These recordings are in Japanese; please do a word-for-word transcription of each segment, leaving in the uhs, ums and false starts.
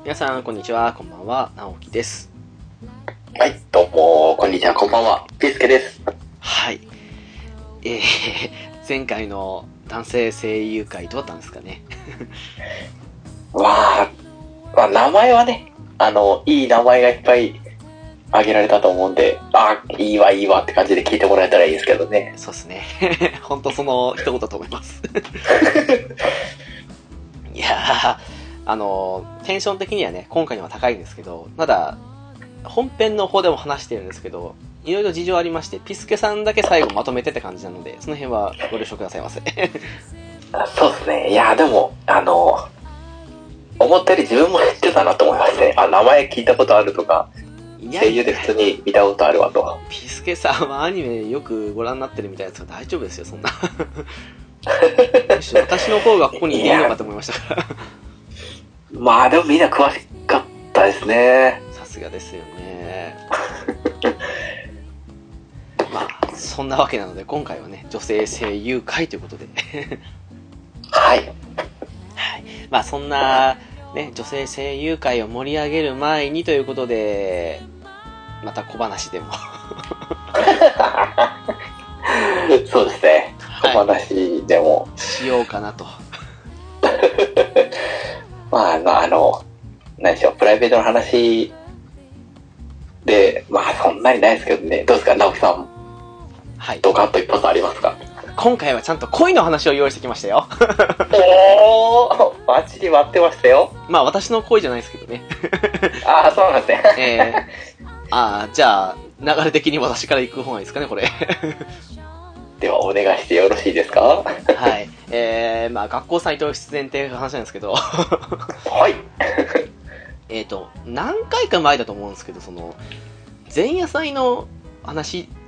皆さんこんにちは、こんばんは、直樹です。 はい、どうもこんにちは、こんばんは、ピースケです。 はい、えー、前回の男性声優会どうだったんですかね。 わあ、まあ、名前はね、あのいい名前がいっぱい挙げられたと思うんで、ああいいわいいわって感じで聞いてもらえたらいいですけどね。 そうですね。本当その一言だと思います。いやー、あのテンション的にはね今回のは高いんですけど、まだ本編の方でも話してるんですけど、いろいろ事情ありまして、ピスケさんだけ最後まとめてって感じなので、その辺はご了承くださいませ。 そうですね。いやでもあの思ったより自分も知ってたなと思いますね。あ、名前聞いたことあるとか、声優で普通に見たことあるわと。 ピスケさんはアニメよくご覧になってるみたいですが大丈夫ですよ、そんな。私の方がここにいていいのかと思いましたから。 まあでもみんな詳しかったですね。 さすがですよね。まあそんなわけなので今回はね女性声優会ということで。 はい。 はい。まあそんなね女性声優会を盛り上げる前にということで、また小話でも。 そうですね。小話でも、 はい、しようかなと。 まあ、まあ、あの、何でしょう、プライベートの話で、まあ、そんなにないですけどね。どうですか、直樹さん。 はい。 ドカッと一発ありますか？ 今回はちゃんと恋の話を用意してきましたよ。 おー、バッチリ待ってましたよ。 まあ、私の恋じゃないですけどね。 ああ、そうなんですね。 えー、ああ、じゃあ、流れ的に私から行く方がいいですかね、これ。 では、お願いしてよろしいですか？ はい。えー、まあ、学校祭と必然っていう話なんですけど。 はい。 えっと、何回か前だと思うんですけど、その、前夜祭の話って、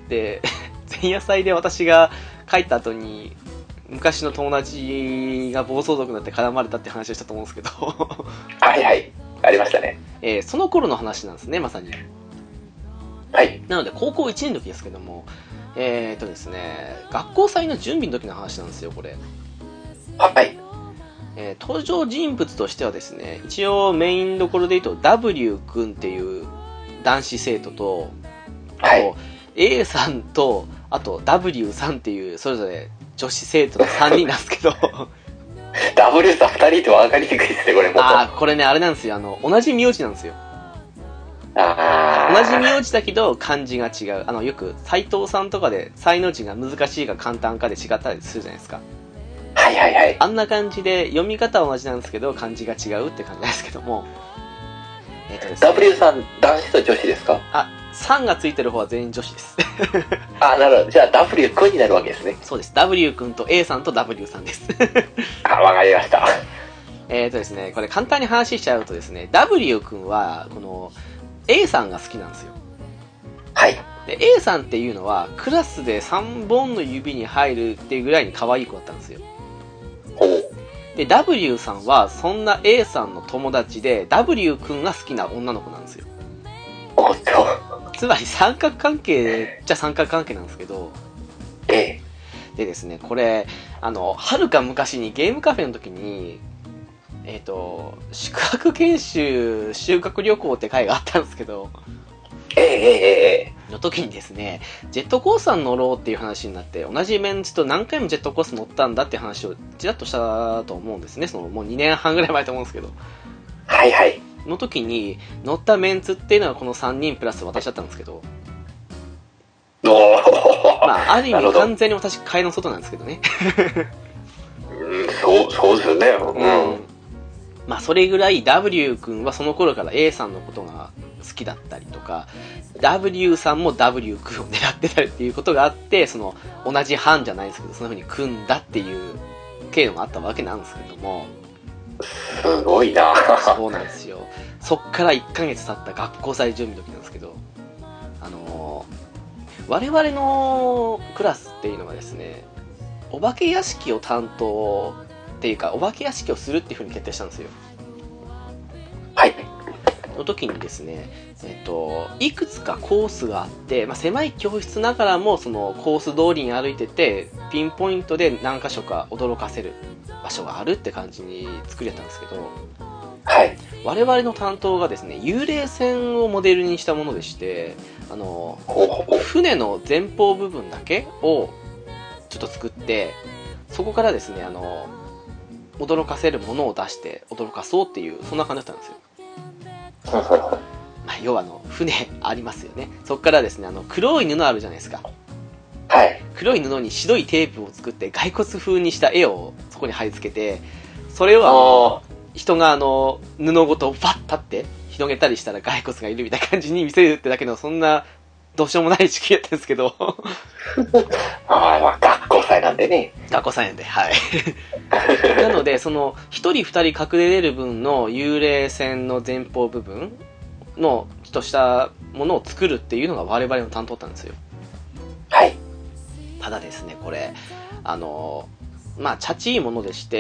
前夜祭で私が帰った後に、昔の友達が暴走族になって絡まれたって話をしたと思うんですけど。 はいはい。ありましたね。 えー、その頃の話なんですね、まさに。 はい。 なので、高校いちねんの時ですけども、えーとですね、学校祭の準備の時の話なんですよ、これ。 はい。 えー、登場人物としてはですね、一応メインどころで言うと W 君っていう男子生徒と、あと、はい、A さんと、あと W さんっていうそれぞれ女子生徒のさんにんなんですけど。 W さんふたりって分かりにくいですね、これも。 ああ、これね、あれなんですよ。あの、同じ名字なんですよ。 あ同じ名字だけど漢字が違う。あの、よく斎藤さんとかで才の字が難しいか簡単かで違ったりするじゃないですか。 はいはいはい。 あんな感じで読み方は同じなんですけど漢字が違うって感じなんですけども、 えっとですね、W さん男子と女子ですか？ あ、さんがついてる方は全員女子です。 あ、なるほど。じゃあ W 君になるわけですね。 そうです。W 君と A さんと W さんです。 あ、わかりました。 えっとですね、これ簡単に話しちゃうとですね、W 君はこの A さんが好きなんですよ。 はい。 で A さんっていうのはクラスでさんぼんの指に入るっていうぐらいに可愛い子だったんですよ。で W さんはそんな A さんの友達で W 君が好きな女の子なんですよ。 おっと。 つまり三角関係じゃ三角関係なんですけど、 ええ。 でですね、これあの遥か昔にゲームカフェの時にえっ、ー、と宿泊研修修学旅行って会があったんですけど、 ええええの時にですね、ジェットコースターに乗ろうっていう話になって、同じメンツと何回もジェットコースター乗ったんだって話をちらっとしたと思うんですね。そのもうにねんはんぐらい前と思うんですけど、 はいはい。 の時に乗ったメンツっていうのはこのさんにんプラス私だったんですけど、 おー、 まあある意味完全に私替えの外なんですけどね。 うん、そうそうですよね。うん。うん、 まあそれぐらい W 君はその頃から A さんのことが好きだったりとか、W さんも W 君を狙ってたりっていうことがあって、その同じ班じゃないですけど、そんな風に組んだっていう経緯もあったわけなんですけども、 すごいな。 そうなんですよ。そっからいっかげつ経った学校祭準備の時なんですけど、あのー、我々のクラスっていうのはですね、お化け屋敷を担当っていうかお化け屋敷をするっていう風に決定したんですよ。 はい。 の時にですね、えっと、いくつかコースがあって、まあ、狭い教室ながらもそのコース通りに歩いててピンポイントで何箇所か驚かせる場所があるって感じに作りやったんですけど、 はい。 我々の担当がですね、幽霊船をモデルにしたものでして、あの、船の前方部分だけをちょっと作って、そこからですね、あの、驚かせるものを出して驚かそうっていう、そんな感じだったんですよ。まあ、要はあの、船ありますよね。そこからですね、あの、黒い布あるじゃないですか。 はい。黒い布に白いテープを作って骸骨風にした絵をそこに貼り付けて、それをあの、人があの、布ごとバッ立って広げたりしたら骸骨がいるみたいな感じに見せるってだけの、そんなどうしようもない時期やったんですけど。 ああ、まあ、学校祭なんでね。 学校祭なんで、はい。なので、その、一人二人隠れれる分の幽霊船の前方部分の、としたものを作るっていうのが我々の担当だったんですよ。 はい。 ただですね、これ、あの、まあ、チャチいものでして、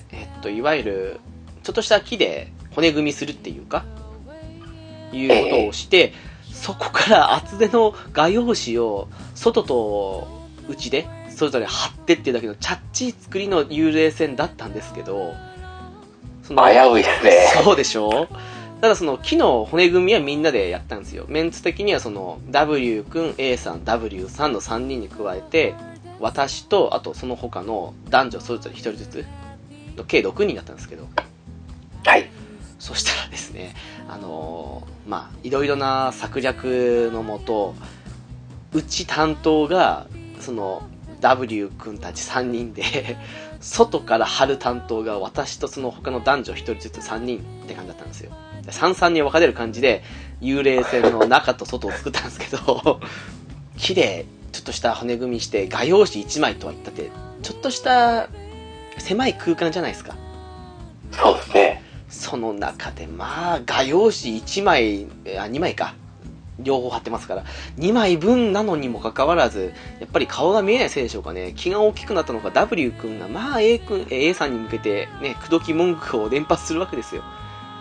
えっと、いわゆる、ちょっとした木で骨組みするっていうか、いうことをして、えー、そこから厚手の画用紙を外と内でそれぞれ貼ってっていうだけのチャッチー作りの幽霊船だったんですけど、 その危ういっすね。 そうでしょう。ただその木の骨組みはみんなでやったんですよ。メンツ的にはその W 君、A さん、W さんのさんにんに加えて、私とあとその他の男女それぞれひとりずつ計ろくにんだったんですけど、 はい。 そしたらですね、あのー、まあいろいろな策略のもと、うち担当がその W 君たちさんにんで、外から貼る担当が私とその他の男女ひとりずつさんにんって感じだったんですよ。さんさんに分かれる感じで幽霊船の中と外を作ったんですけど、木でちょっとした骨組みして画用紙いちまいとは言ったってちょっとした狭い空間じゃないですか。 そうですね。 その中でまあ画用紙いちまい、あにまいか、両方貼ってますからにまいぶんなのにもかかわらず、やっぱり顔が見えないせいでしょうかね、気が大きくなったのか W 君がまあ A 君 A さんに向けてね口説き文句を連発するわけですよ。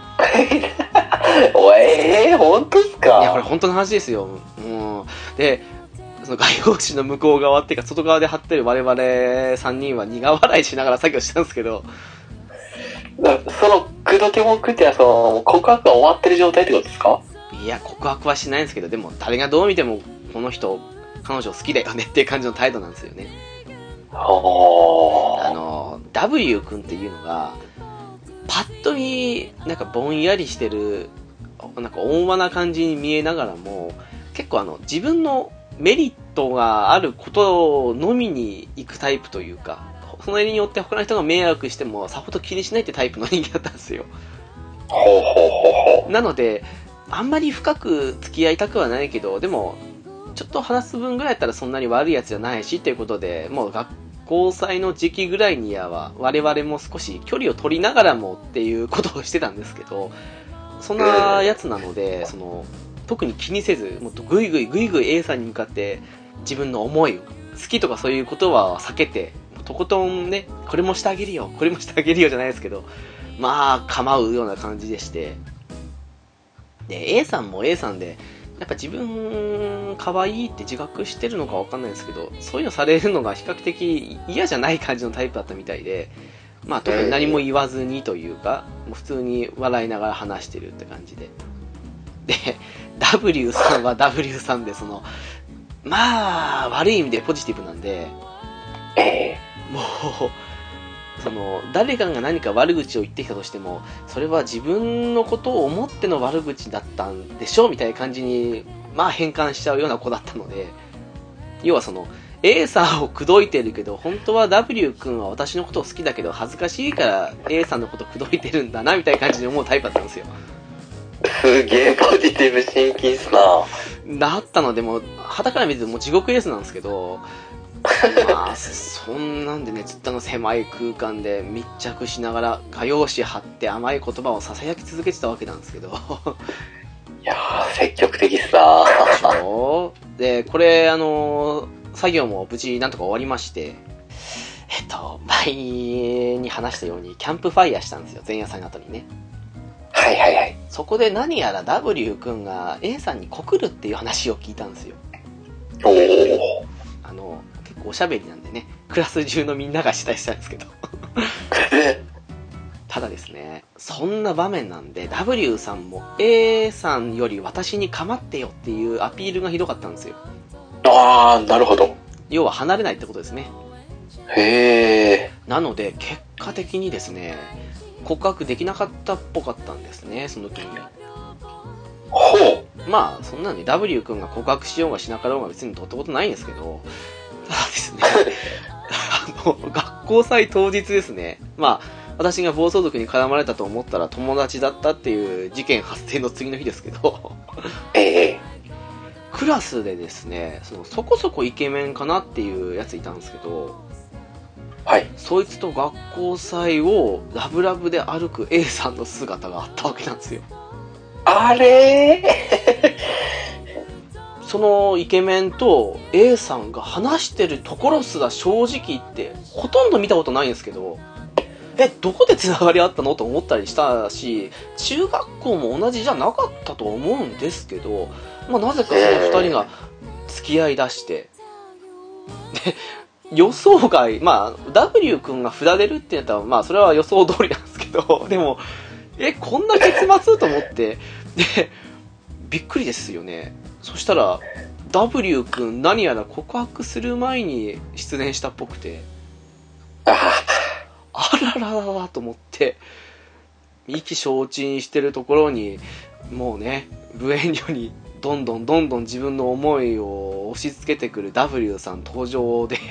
おえー、本当ですか？ いやこれ本当の話ですよ。うんでその画用紙の向こう側っていうか外側で貼ってる我々さんにんは苦笑いしながら作業してたんですけど、 その口説き文句ってのはその告白が終わってる状態ってことですか？ いや告白はしないんですけど、でも誰がどう見てもこの人彼女好きだよねっていう感じの態度なんですよね。あの W 君っていうのがパッと見なんかぼんやりしてるなんか温和な感じに見えながらも、結構あの自分のメリットがあることのみに行くタイプというか、それによって他の人が迷惑してもさほど気にしないってタイプの人間だったんですよ。 ほうほうほうほう。 なのであんまり深く付き合いたくはないけど、でもちょっと話す分ぐらいだったらそんなに悪いやつじゃないしっていうことで、もう学校祭の時期ぐらいには我々も少し距離を取りながらもっていうことをしてたんですけど、そんなやつなのでその特に気にせずもっとグイグイグイグイ A さんに向かって自分の思いを好きとかそういう言葉は避けてとことんね、これもしてあげるよこれもしてあげるよじゃないですけど、まあ構うような感じでして、で A さんも A さんでやっぱ自分可愛いって自覚してるのかわかんないですけど、そういうのされるのが比較的嫌じゃない感じのタイプだったみたいで、まあ特に何も言わずにというか、もう普通に笑いながら話してるって感じで、で W さんは W さんでそのまあ悪い意味でポジティブなんで、もうその誰かが何か悪口を言ってきたとしてもそれは自分のことを思っての悪口だったんでしょみたいな感じにまあ変換しちゃうような子だったので、要はその A さんを口説いてるけど本当は W 君は私のことを好きだけど恥ずかしいから A さんのことを口説いてるんだなみたいな感じに思うタイプだったんですよ。 すげえポジティブシンキンスな。 だったのでもう傍から見るともう地獄エースなんですけど、まあそんなんでね、ずっとあの狭い空間で密着しながら画用紙貼って甘い言葉をささやき続けてたわけなんですけどいやー積極的っすなーでこれあの作業も無事なんとか終わりまして、えっと前に話したようにキャンプファイヤーしたんですよ、前夜祭の後にね。 はいはいはい。 そこで何やら W 君が A さんに告るっていう話を聞いたんですよ。 おー、 あの結構おしゃべりなんでね、クラス中のみんながしたりしたんですけどただですね、そんな場面なんで ダブリュー さんも A さんより私に構ってよっていうアピールがひどかったんですよ。 あー、なるほど。 要は離れないってことですね。 へえ。 なので結果的にですね、告白できなかったっぽかったんですね、その時に。 ほう。まあそんなに ダブリュー 君が告白しようがしなかろうが別にどうってことないんですけど、ただですねあの学校祭当日ですね、まあ私が暴走族に絡まれたと思ったら友達だったっていう事件発生の次の日ですけどええ、 クラスでですね、そのそこそこイケメンかなっていうやついたんですけど、 はい、 そいつと学校祭をラブラブで歩く A さんの姿があったわけなんですよ。 あれーそのイケメンと A さんが話してるところすら正直言ってほとんど見たことないんですけど、え、どこでつながりあったのと思ったりしたし、中学校も同じじゃなかったと思うんですけど、まあ、なぜかその二人が付き合いだして、で、予想外、まあ、ダブリュー 君が振られるってやったら、まあ、それは予想通りなんですけど、でも、え、こんな結末と思って、で、びっくりですよね。そしたら、ダブリュー 君何やら告白する前に失恋したっぽくて、 ああららららと思って、意気消沈してるところに、もうね、無遠慮にどんどんどんどん自分の思いを押し付けてくる ダブリュー さん登場で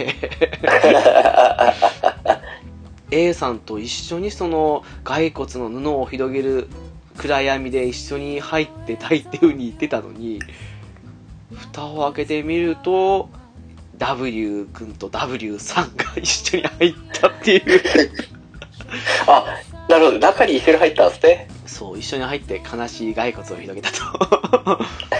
A さんと一緒にその骸骨の布を広げる暗闇で一緒に入ってたいっていう風に言ってたのに、蓋を開けてみるとダブリュー 君と ダブリュー さんが一緒に入ったっていうあ、なるほど、中に一緒に入ったんですね。 そう、一緒に入って悲しい骸骨を広げたと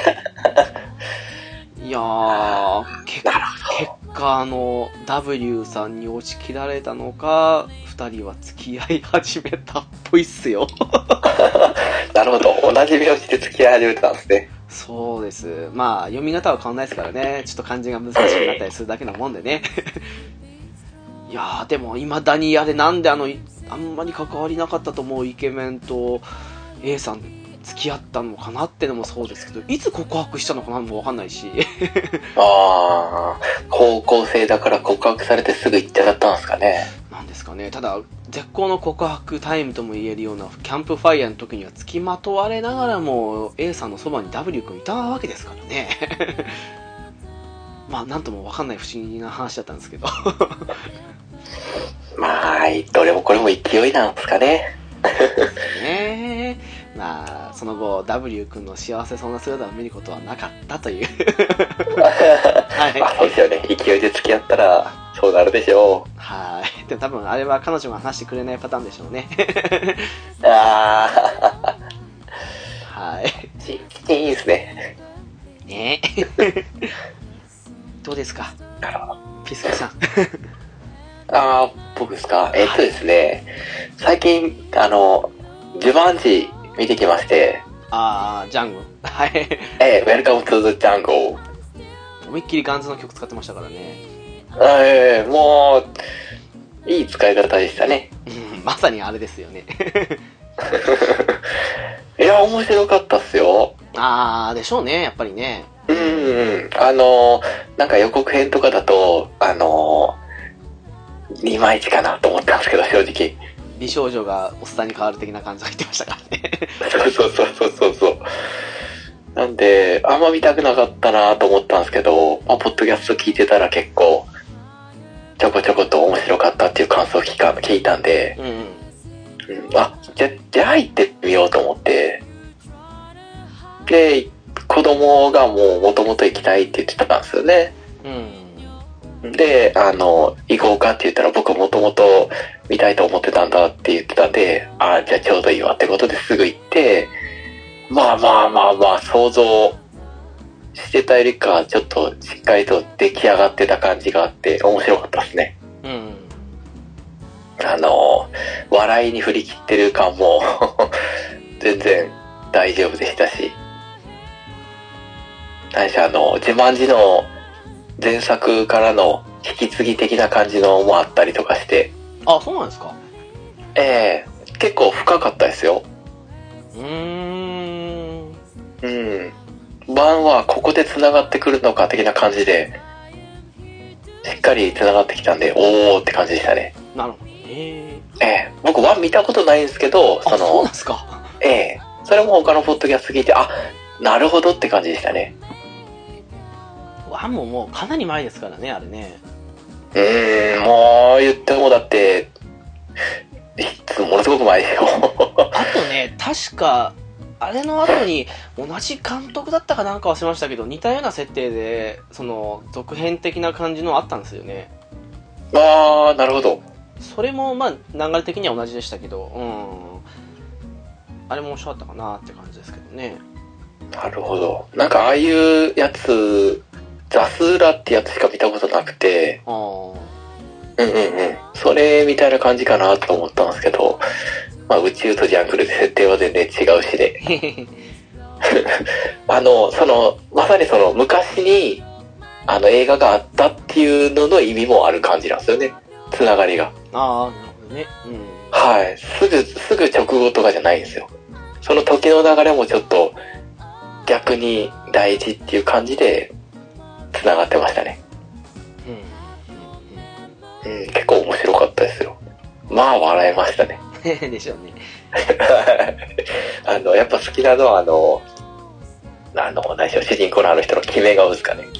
いやー、結果あの ダブリュー さんに押し切られたのか、二人は付き合い始めたっぽいっすよなるほど、同じ名字で付き合い始めたんですね。 そうです。まあ読み方は変わんないですからね、ちょっと漢字が難しくなったりするだけのもんでねいやー、でも未だにあれ、なんであのあんまり関わりなかったと思うイケメンと A さん付き合ったのかなってのもそうですけど、いつ告白したのかなもわかんないしああ、高校生だから告白されてすぐ行っちゃったんですかね。 なんですかね。ただ絶好の告白タイムとも言えるようなキャンプファイヤーの時には付きまとわれながらも A さんのそばに ダブリュー 君いたわけですからねまあなんともわかんない不思議な話だったんですけどまあ、どれもこれも勢いなんですかね。 ねえ、まあその後 ダブリュー 君の幸せそうな姿を見ることはなかったというはい、 あ、そうですよね。勢いで付き合ったらそうなるでしょう。 はい。でも多分あれは彼女が話してくれないパターンでしょうねああはいちいいですね。 ねどうですかピスケさんああ、僕ですか。えっとですね、最近、あの、ジュマンジ見てきまして。 あー、ジャンゴ。はい。 えー、Welcome to the Jungle。 思いっきりガンズの曲使ってましたからね。 えー、もう、いい使い方でしたね。 うん、まさにあれですよね。 いや、面白かったっすよ。 あー、でしょうね、やっぱりね。 うん、あの、なんか予告編とかだと、あの、いまいちかなと思ったんですけど、正直。 美少女がおっさんに変わる的な感じが言ってましたからね。 そうそうそうそうそう。なんで、あんま見たくなかったなと思ったんですけど、まあ、ポッドキャスト聞いてたら結構、ちょこちょこと面白かったっていう感想を聞か聞いたんで、 うんうんうん、あ、じゃ、じゃあ行ってみようと思って、で、子供がもう元々行きたいって言ってたんですよね。うん。で、あの、行こうかって言ったら僕もともと見たいと思ってたんだって言ってたんで、あ、じゃあちょうどいいわってことですぐ行って、まあまあまあまあ想像してたよりかちょっとしっかりと出来上がってた感じがあって面白かったですね。 うん。 あの、笑いに振り切ってる感も全然大丈夫でしたし、何しろあの、自慢寺の前作からの引き継ぎ的な感じのもあったりとかして。 あ、そうなんですか？ ええ結構深かったですよ。 うーん。 うん。版はここで繋がってくるのか的な感じで、しっかり繋がってきたんで、おーって感じでしたね。 なるほどね。ええー、僕ワン見たことないんですけど、 その、あ、そうなんの、 ですか。 ええー、それも他のポッドキャスト聞いて、あ、なるほどって感じでしたね。 ワンももうかなり前ですからね、あれね。 うーん、もう言ってもだって、ものすごく前ですよ。 あとね、確か、あれの後に同じ監督だったかなんか忘れましたけど、似たような設定で、その、続編的な感じのあったんですよね。 あー、なるほど。 それも、まあ、流れ的には同じでしたけど、うん。あれも面白かったかなって感じですけどね。 なるほど。なんかああいうやつ、ザスーラってやつしか見たことなくて、 ああ。 うんうんうん。それみたいな感じかなと思ったんですけど、まあ宇宙とジャングルで設定は全然違うしで。あの、その、まさにその昔に、あの映画があったっていうのの意味もある感じなんですよね。つながりが。 ああ、なるほどね。うん。 はい。すぐ、すぐ直後とかじゃないんですよ。その時の流れもちょっと逆に大事っていう感じで繋がってましたね。うん。うん、結構面白かったですよ。まあ笑えましたね。 でしょうね。 あの、やっぱ好きなのはあの、あの、何でしょう、主人公のあの人の決め顔ですかね。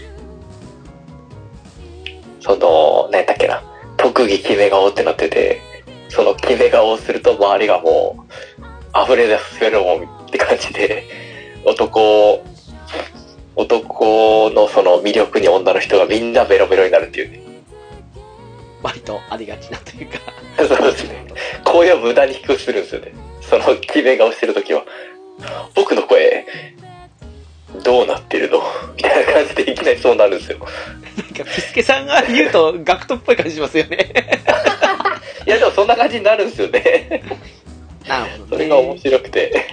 その、何だっけな、特技決め顔ってなってて、その決め顔をすると周りがもう、溢れ出すフェロモンって感じで、男、男のその魅力に女の人がみんなベロベロになるっていうね。 割とありがちなというか。 そうですね。声を無駄に低くするんですよね。その決め顔してるときは。僕の声、どうなってるのみたいな感じでいきなりそうなるんですよ。 なんか、ピスケさんが言うと、ガクトっぽい感じしますよね。 いや、でもそんな感じになるんですよね。 なるほどね。 それが面白くて。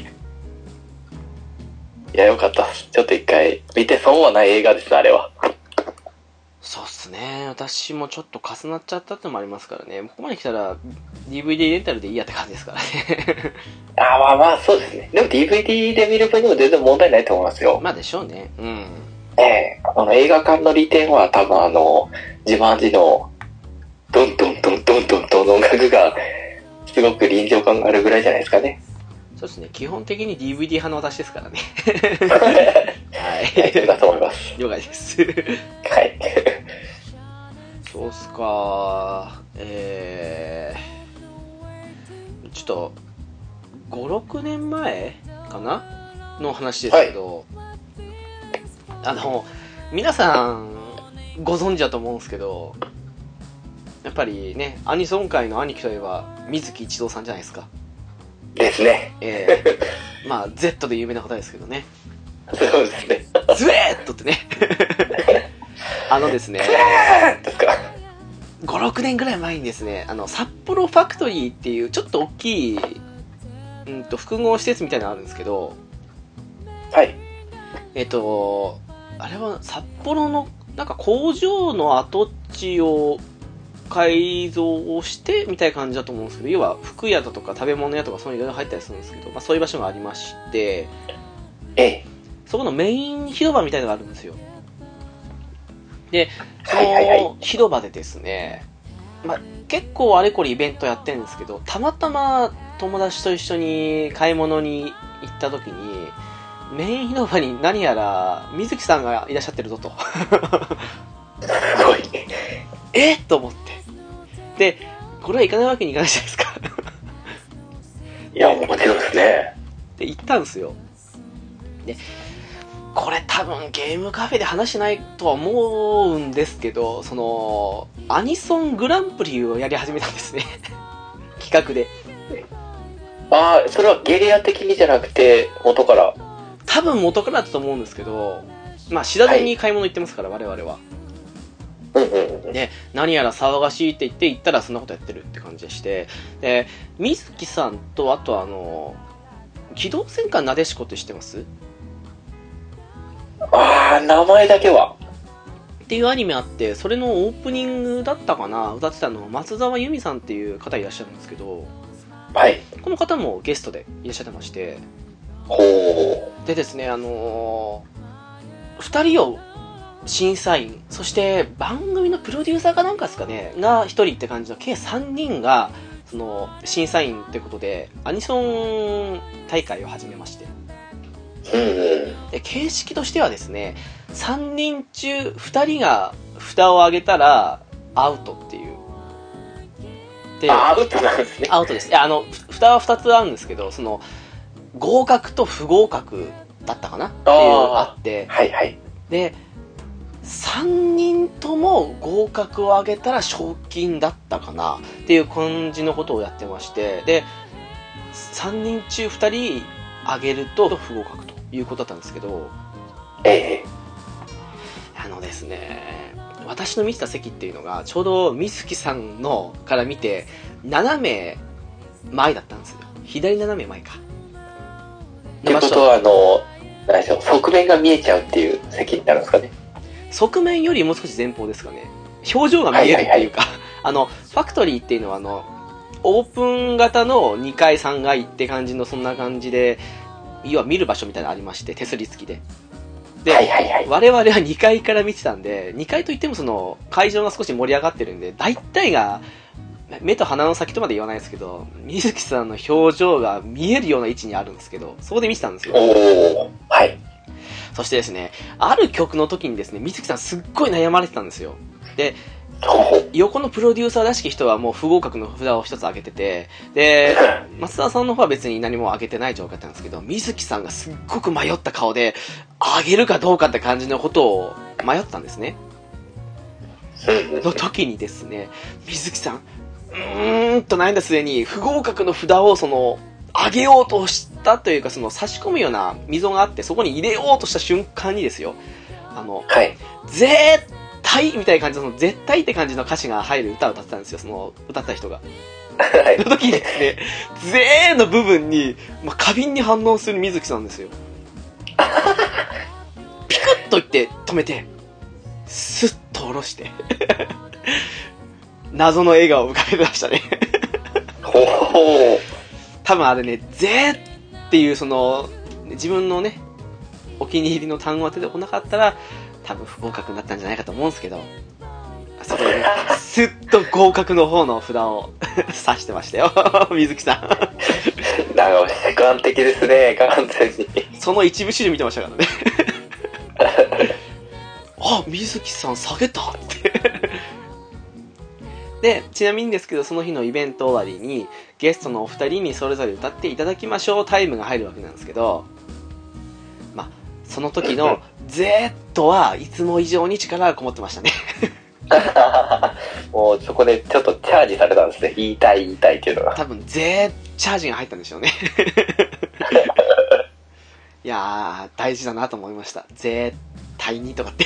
いや、よかったっす。ちょっと一回、見て損はない映画です、あれは。 そうっすね。私もちょっと重なっちゃったってのもありますからね。ここまで来たら、ディーブイディー レンタルでいいやって感じですからね。 あ、まあまあ、そうですね。でも ディーブイディー で見る分にも全然問題ないと思いますよ。 まあでしょうね。うん。 ええあの、映画館の利点は多分あの、自慢時の、ドンドンドンドンドンドンの音楽が、すごく臨場感があるぐらいじゃないですかね。 そうですね。基本的に ディーブイディー 派の私ですからね。 はい。大丈夫だと思います。 了解です。 はい。 そうっすか。えー、ちょっと、ご、ろくねんまえかなの話ですけど、はい、あの、皆さんご存知だと思うんですけど、やっぱりね、アニソン界の兄貴といえば、水木一郎さんじゃないですか。 ですね。 えー、まあ、Z で有名な方ですけどね。 そうですね。 ズエーッとってね。あのですね、 ですか。 ご、ろくねんぐらい前にですね、あの、札幌ファクトリーっていうちょっと大きい、うんと、複合施設みたいなのあるんですけど、 はい。 えっと、あれは札幌の、なんか工場の跡地を改造をしてみたいな感じだと思うんですけど、要は服屋だとか食べ物屋とかそういうのいろいろ入ったりするんですけど、まあそういう場所がありまして、 ええ。 そこのメイン広場みたいなのがあるんですよ。で、その広場でですね、まあ結構あれこれイベントやってるんですけど、たまたま友達と一緒に買い物に行った時に、メイン広場に何やら水木さんがいらっしゃってるぞと。 すごい。 えっと思って。で、これは行かないわけにいかないじゃないですか。 いや、もちろんですね。 で、行ったんですよ。で、これ多分ゲームカフェで話しないとは思うんですけど、その、アニソングランプリをやり始めたんですね。企画で。 ああ、それはゲリラ的にじゃなくて、元から。 多分元からだと思うんですけど、まあ知らずに買い物行ってますから、はい、我々は。 うんうんうん、 で、何やら騒がしいって言って行ったらそんなことやってるって感じでして、で、水木さんと、あとあの、機動戦艦なでしこって知ってます？ ああ、名前だけは。 っていうアニメあって、それのオープニングだったかな、歌ってたのは松沢由美さんっていう方いらっしゃるんですけど、 はい。 この方もゲストでいらっしゃってまして、 ほう。 でですね、あのー、二人を審査員、そして番組のプロデューサーかなんかですかね、が一人って感じの計三人が、その、審査員ってことで、アニソン大会を始めまして。 うんうん。 で、形式としてはですね、さんにん中ふたりが札を上げたらアウトっていう。 で、アウトなんですね。 アウトです。いや、あの、蓋はふたつあるんですけど、その、合格と不合格だったかなっていうあって、 はいはい。 で、さんにんとも合格を上げたら賞金だったかなっていう感じのことをやってまして、で、さんにん中ふたり上げると不合格ということだったんですけど、 ええ。 あのですね、私の見てた席っていうのがちょうど水木さんのから見て斜め前だったんですよ。左斜め前か。 ってことはあの何でしょう、側面が見えちゃうっていう席になるんですかね。 側面よりもう少し前方ですかね。表情が見えるっていうか、はいはいはい、あのファクトリーっていうのはあのオープン型のにかいさんがいって感じのそんな感じで、要は見る場所みたいなのありまして、手すり付きで。で、はいはいはい、我々はにかいから見てたんで、にかいといってもその会場が少し盛り上がってるんで、大体が目と鼻の先とまで言わないですけど、水木さんの表情が見えるような位置にあるんですけど、そこで見てたんですよ。 おー、はい。 そしてですね、ある曲の時にですね、水木さんすっごい悩まれてたんですよ。で、横のプロデューサーらしき人はもう不合格の札を一つ上げてて、で、松田さんの方は別に何も上げてない状況だったんですけど、水木さんがすっごく迷った顔で、上げるかどうかって感じのことを迷ったんですね。の時にですね、水木さん、うーんと悩んだ末に不合格の札をその、上げようとしたというか、その差し込むような溝があって、そこに入れようとした瞬間にですよ、あの、 はい。 絶対みたいな感じの、その絶対って感じの歌詞が入る歌を歌ってたんですよ、その歌った人が。はい。の時にですね、ぜーの部分に、まあ、過敏に反応する水木さんですよ。ピクッと言って止めて、スッと下ろして、謎の笑顔を浮かべてましたね。 ほほー。 多分あれね、ぜーっていうその、自分のね、お気に入りの単語が出てこなかったら、多分不合格になったんじゃないかと思うんですけど、それでね、スッと合格の方の札を指してましたよ、水木さん。 なんか主観的ですね、完全に。 その一部始終見てましたからね。あ、水木さん下げたってで、ちなみにですけど、その日のイベント終わりに、ゲストのお二人にそれぞれ歌っていただきましょうタイムが入るわけなんですけど、まあ、その時の Z はいつも以上に力がこもってましたね。 もうそこでちょっとチャージされたんですね。言いたい言いたいっていうのが。 多分 Z チャージが入ったんでしょうね。いやー、大事だなと思いました。絶対にとかって。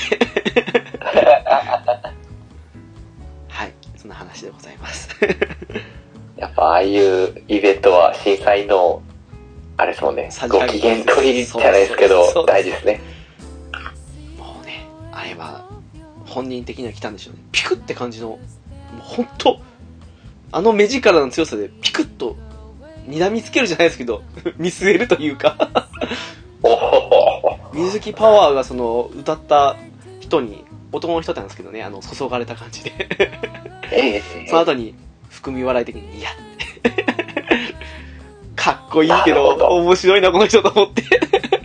はい、そんな話でございます。 やっぱああいうイベントは審査員のあれそうね、ご機嫌取りじゃないですけど大事ですね。 もうね、あれは本人的には来たんでしょうね。ピクって感じの、もう本当あの目力の強さでピクッと睨みつけるじゃないですけど見据えるというか水木パワーがその歌った人に、男の人なんですけどね、あの注がれた感じでその後に含み笑い的にいやかっこいいけど面白いなこの人と思って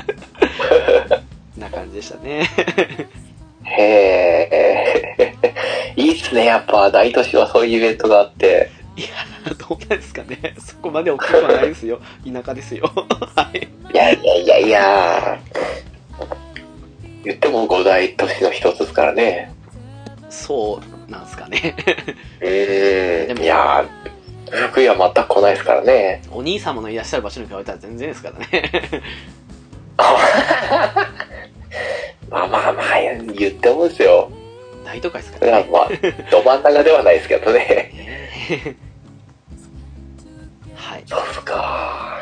な感じでしたね。 へえ、いいっすね。やっぱ大都市はそういうイベントがあって。 いや、どうなんですかね。そこまで大きくはないですよ。田舎ですよ。はい。 いやいやいやいや。言っても五大都市の一つですからね。 そうなんですかね。 ええー、いやー、福井は全く来ないですからね。 お兄様のいらっしゃる場所に比べたら全然ですからね。 まあまあまあ言ってもですよ。 大都会ですからね。 まあど真ん中ではないですけどね。 はい。 そうっすか。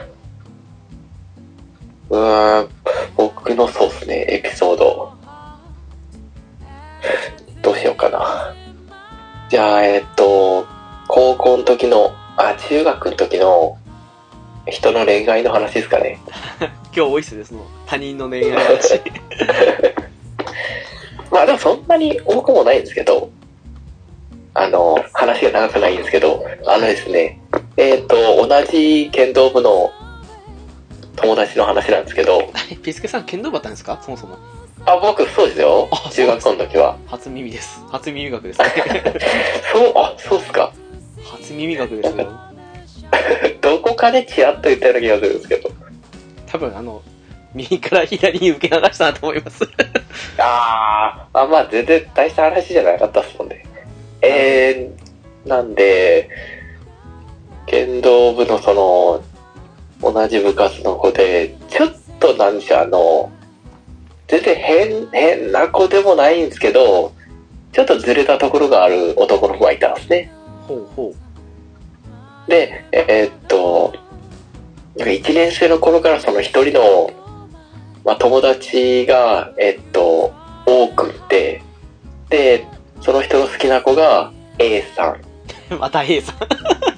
うーん、僕のそうっすね、エピソード。どうしようかな。じゃあ、えっと、高校の時の、あ、中学の時の人の恋愛の話ですかね。 今日多いっすね、その他人の恋愛の話。 まあでもそんなに多くもないんですけど、あの、話が長くないんですけど、あのですね、えっと、同じ剣道部の友達の話なんですけど。 ピスケさん剣道部だったんですか、そもそも。 あ、僕そうですよ。中学校の時は。 初耳です。初耳学ですね。 そう、あ、そうっすか。 初耳学ですよ。 どこかでチラッと言ったような気がするんですけど。 多分あの、右から左に受け流したなと思います。 あー、あ、まあ全然大した話じゃなかったっすもんね。えー、なんで、剣道部のその、同じ部活の子で、ちょっとなんでしょう、あの、全然変、変な子でもないんですけど、ちょっとずれたところがある男の子がいたんですね。 ほうほう。で、えー、っと、いちねん生の頃からその一人の、まあ、友達が、えー、っと、多くいて、で、その人の好きな子が A さん。 また A さん。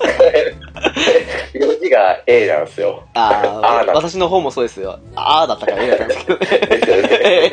名字が A なんですよ。 ああ、私の方もそうですよ。あーだったから A だったんですけどね。ですよね。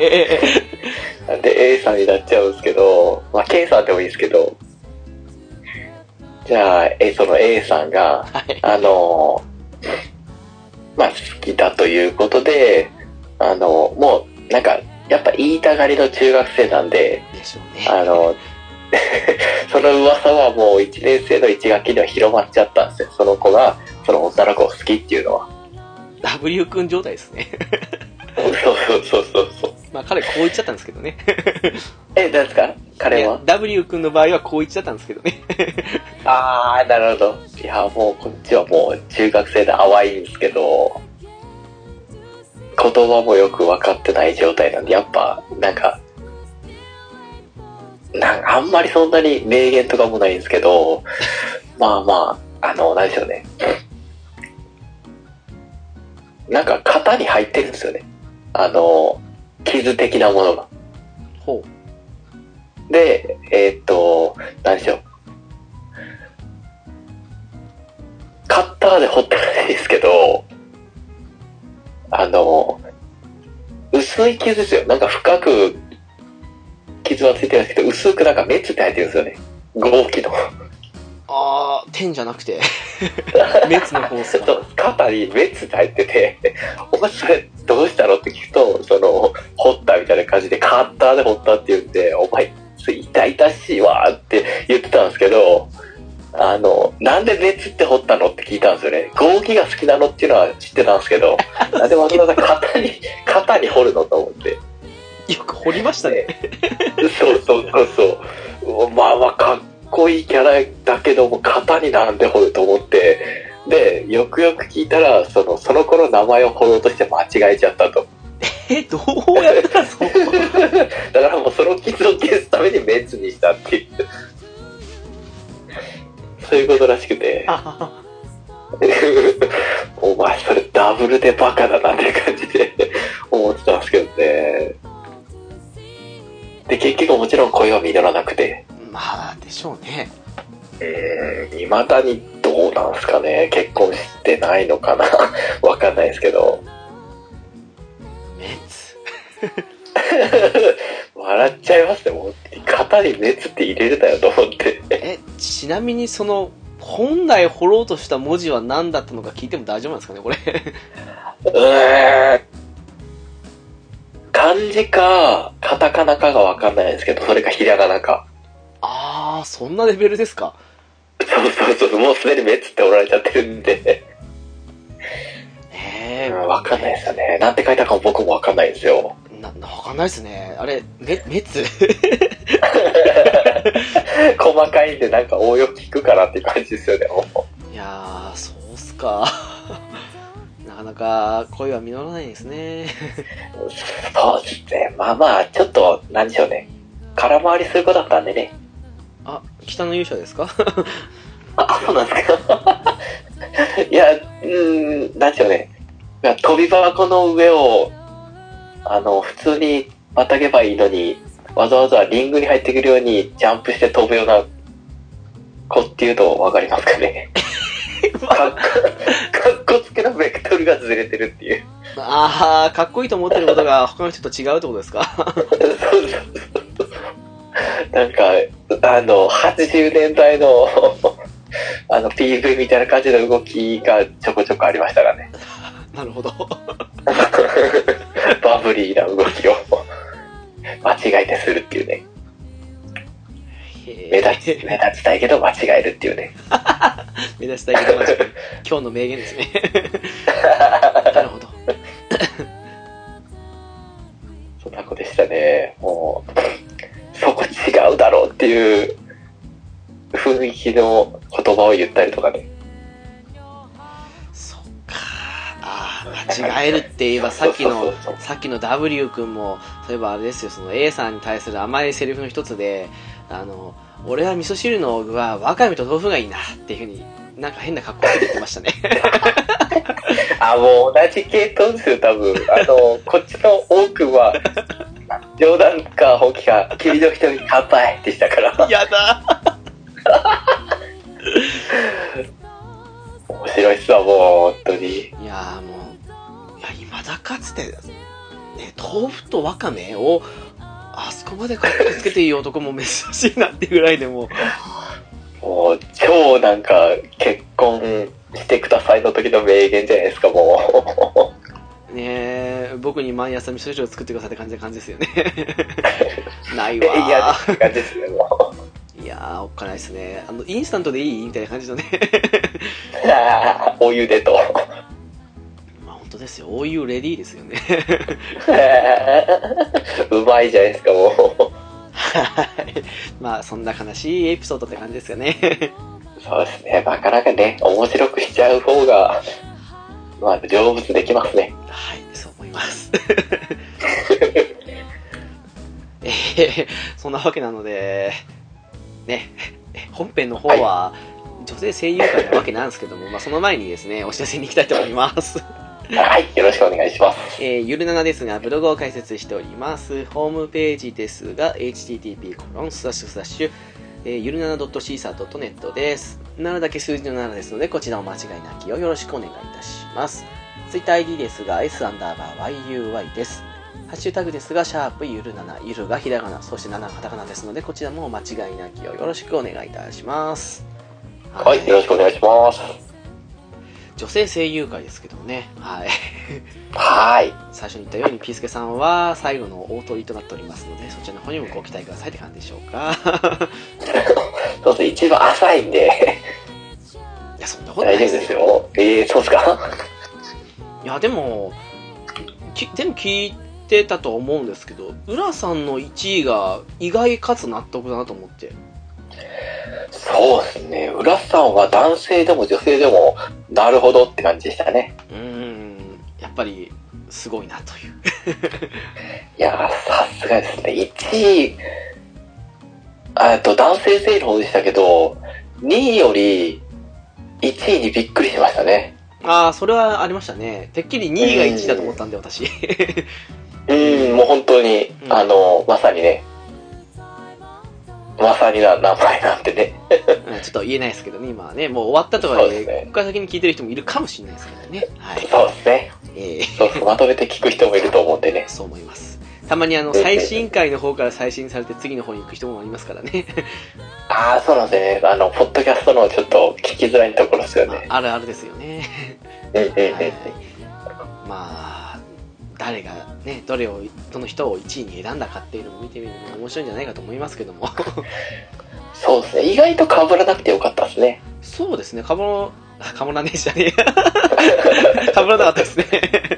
で、A さんになっちゃうんですけど、まあ、K さんでもいいですけど、じゃあ、え、その A さんが、はい、あの、まあ、好きだということで、あの、もう、なんか、やっぱ言いたがりの中学生なんで、 でしょうね。 あの、その噂はもういちねん生のいち学期には広まっちゃったんですよ。その子が、その女の子を好きっていうのは。 ダブリュー 君状態ですね。 そうそうそうそうそう。 まあ彼こう言っちゃったんですけどね。 え、何ですか彼はダブリュー 君の場合はこう言っちゃったんですけどね。 あー、なるほど。いや、もうこっちはもう中学生で淡いんですけど、言葉もよく分かってない状態なんで、やっぱ、なんか、なんかあんまりそんなに名言とかもないんですけど、まあまあ、あの、何でしょうね。なんか型に入ってるんですよね。あの、傷的なものが。 ほう。で、えー、っと、何でしょう。カッターで彫ってないですけど、あの、薄い傷ですよ。なんか深く傷はついてるんですけど、薄くなんかメッツって入ってるんですよね。合気の。 あー、天じゃなくて。メッツの方っすか。 そう、肩にメッツって入ってて、お前それどうしたのって聞くと、その、彫ったみたいな感じで、カッターで彫ったって言うんで、お前、痛々しいわーって言ってたんですけど、あの、なんでメッツって彫ったのって聞いたんですよね。合気が好きなのっていうのは知ってたんですけど、なんでわざわざ肩に、肩に彫るのと思って。 よく掘りましたね。 そうそうそうそう。まあまあ、かっこいいキャラだけども、型になんで掘ると思って、で、よくよく聞いたら、その、その子の名前を掘ろうとして間違えちゃったと。 え、どうやったらそうだからもうその傷を消すためにメンツにしたっていう。そういうことらしくて。お前それダブルでバカだなっていう感じで思ってたんですけどね。で、結局もちろん恋は実らなくて。 まあ、でしょうね。 えー、未だにどうなんですかね。結婚してないのかな。わかんないですけど。 メツ笑っちゃいますね。もう、肩にメツって入れるだよと思って。 え、ちなみにその、本来掘ろうとした文字は何だったのか聞いても大丈夫なんですかね、これ。 うーん。漢字か、カタカナかがわかんないですけど、それかひらがなか。 あー、そんなレベルですか。 そうそうそう、もうすでにメツっておられちゃってるんで。 へー。 わかんないですよね。なんて書いたかも僕もわかんないですよ。 な、わかんないですね。あれ、メ、メツ細かいんでなんか応用聞くからって感じですよね、もう。いやー、そうっすか。なかなか恋は実らないですね。 そうですね。まあまあ、ちょっと、なんでしょうね。空回りする子だったんでね。 あ、北の勇者ですか？ あ、そうなんですか。いや、うーん、なんでしょうね。飛び箱の上を、あの、普通にまたげばいいのに、わざわざリングに入ってくるようにジャンプして飛ぶような子っていうとわかりますかね。かっこかっここつけのベクトルがずれてるっていう。 ああ、かっこいいと思ってることが他の人と違うってことですか？ そうそうそう。なんか、あの、はちじゅうねんだいの、あの、ピーブイ みたいな感じの動きがちょこちょこありましたからね。 なるほど。 バブリーな動きを間違えてするっていうね。目立ち、目立ちたいけど間違えるっていうね。 目立ちたいけど間違える。今日の名言ですね。なるほど。 そんな子でしたね。もう、そこ違うだろうっていう雰囲気の言葉を言ったりとかね。 そっか。ああ、間違えるって言えばさっきの、さっきの W 君も、そういえばあれですよ、その A さんに対する甘いセリフの一つで、あの、俺は味噌汁の具はわかめと豆腐がいいなっていうふうに、なんか変な格好で言ってましたね。 あ、もう同じ系統ですよ、多分。あの、こっちの多くは、冗談か本気か、君の人に乾杯でしたから。 やだ面白いっすわ、もう、本当に。 いやーもう、いや、未だかつて、ね、豆腐とわかめを、あそこまでかっこつけていい男も珍しいなっていうぐらいでもう、もう、超なんか、結婚してくださいの時の名言じゃないですか、もう。ねえ、僕に毎朝味噌汁を作ってくださいって感じな感じですよね。ないわー。 いや、って感じですね、もう。いやー、おっかないですね。あの、インスタントでいいみたいな感じのね。 お湯でと。 まあ本当ですよ。お湯レディーですよね。 うまいじゃないですか、もう。 はい。まあそんな悲しいエピソードって感じですよね。 そうですね。なかなかね、面白くしちゃう方が、まあ、成仏できますね。 はい、そう思います。えー、そんなわけなので、ね、本編の方は、女性声優会なわけなんですけども、まあその前にですね、お知らせに行きたいと思います。 はい、よろしくお願いします。 えー、ゆるななですが、ブログを開設しております。ホームページですが、エイチティーティーピーコロンスラッシュスラッシュえー、ゆるなな .caesar.net です。ななだけ数字のななですので、こちらを間違いなきをよろしくお願いいたします。ツイッター アイディー ですが、s アンダーバー ワイユーワイ です。ハッシュタグですが、シャープゆるなな、ゆるがひらがな、そしてなながカタカナですので、こちらも間違いなきをよろしくお願いいたします。 はい、はい、よろしくお願いします。 女性声優会ですけどもね、はい。 はい。 最初に言ったように、ピースケさんは最後の大鳥となっておりますので、そちらの方にもご期待くださいって感じでしょうか。 そうですね、一番浅いんで。 いや、そんなことないですよ。大丈夫ですよ。えー、そうですか。 いや、でも、きでも聞いてたと思うんですけど、浦さんのいちいが意外かつ納得だなと思って。 そうですね、浦さんは男性でも女性でも、なるほどって感じでしたね。 うーん、やっぱり、すごいなという。 いやー、さすがですね。いちい、あと男性声優の方でしたけど、にいよりいちいにびっくりしましたね。 ああ、それはありましたね。てっきりにいがいちいだと思ったんで、私。 うん、もう本当に、うん、あの、まさにね、まさにな名前なんてね。 ちょっと言えないですけどね、今はね、もう終わったとはいえ、ね、ここから先に聞いてる人もいるかもしれないですけどね。はい。 そうですね。 えー、 そうそう、まとめて聞く人もいると思うんでね。 そう思います。たまにあの、最新回の方から最新されて次の方に行く人もありますからね。 ああ、そうなんですね。あの、ポッドキャストのちょっと聞きづらいところですよね。 まあ、あるあるですよね。 うんうんうん。はい、 まあ、誰がね、どれを、どの人をいちいに選んだかっていうのも見てみるのも面白いんじゃないかと思いますけども。 そうですね。意外と被らなくてよかったですね。 そうですね。かぶら、かぶらねえじゃねえ。かぶらなかったですね。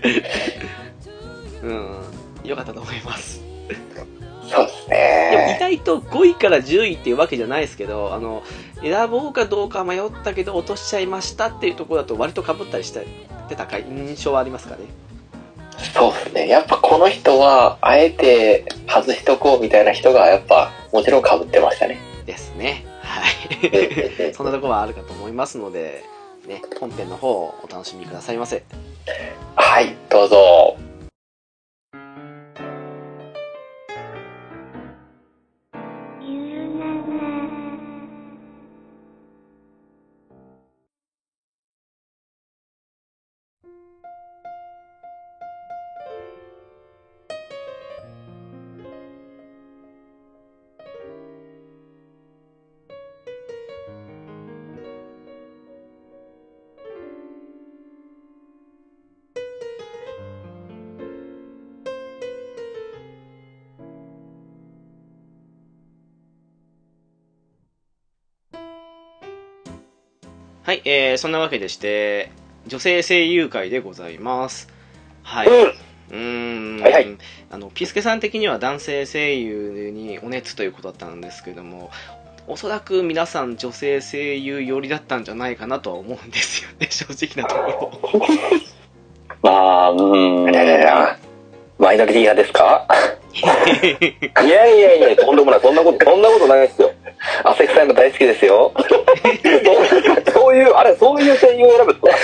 うん。よかったと思います。 そうですね。 でも意外とごいからじゅういっていうわけじゃないですけど、あの、選ぼうかどうか迷ったけど落としちゃいましたっていうところだと割と被ったりしてたか印象はありますかね。 そうですね。やっぱこの人は、あえて外しとこうみたいな人が、やっぱ、もちろん被ってましたね。 ですね。はい。そんなところはあるかと思いますので、ね、本編の方をお楽しみくださいませ。 はい、どうぞ。 はい、えー、そんなわけでして、女性声優会でございます。はい。 うんうーん、 はいはい、 あのピスケさん的には男性声優にお熱ということだったんですけども、おそらく皆さん女性声優寄りだったんじゃないかなとは思うんですよね、正直なところ。 まあ、うーん。いやいやいや、マイノリティ派ですか？いやいやいや、とんでもない。そんなこと、そんなことないですよ。汗臭いの大好きですよ。そういう、あれ、そういう声優を選ぶと。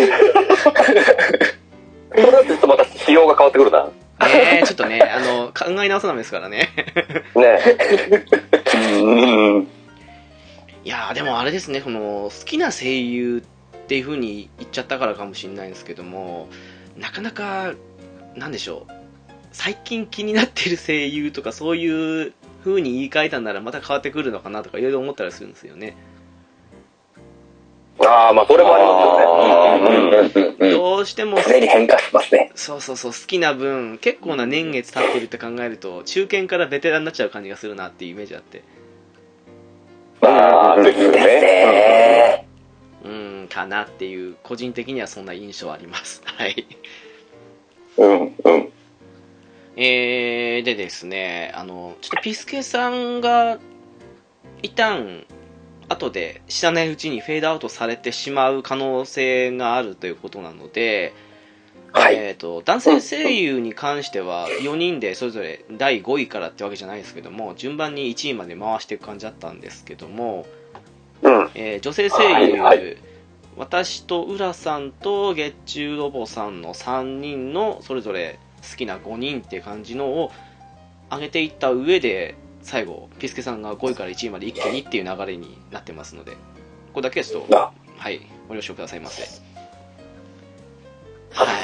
それだとちょっとまた仕様が変わってくるな。 ねえ、ちょっとね、あの、考え直さないですからね。 ねえ。うん。 いやー、でもあれですね、この、好きな声優っていう風に言っちゃったからかもしれないんですけども、なかなか、なんでしょう、最近気になってる声優とかそういう風に言い換えたんならまた変わってくるのかなとかいろいろ思ったりするんですよね。 ああ、まあそれもありますよね。 どうしても常に変化しますね。 そうそうそう、好きな分結構な年月経ってるって考えると中堅からベテランになっちゃう感じがするなっていうイメージあって、 まあですね。 うーんかなっていう個人的にはそんな印象あります。はい。 うんうん。 えー、でですね、あのちょっとピスケさんが一旦後で知らないうちにフェードアウトされてしまう可能性があるということなので、はい、えーと男性声優に関してはよにんでそれぞれだいごいからってわけじゃないですけども、順番にいちいまで回していく感じだったんですけども、 うんえー、女性声優、 はいはい、 私と浦さんと月中ロボさんのさんにんのそれぞれ好きなごにんっていう感じのを上げていった上で、最後ピスケさんがごいからいちいまで一気にっていう流れになってますので、これだけはちょっと、はい、ご了承くださいませ。はい、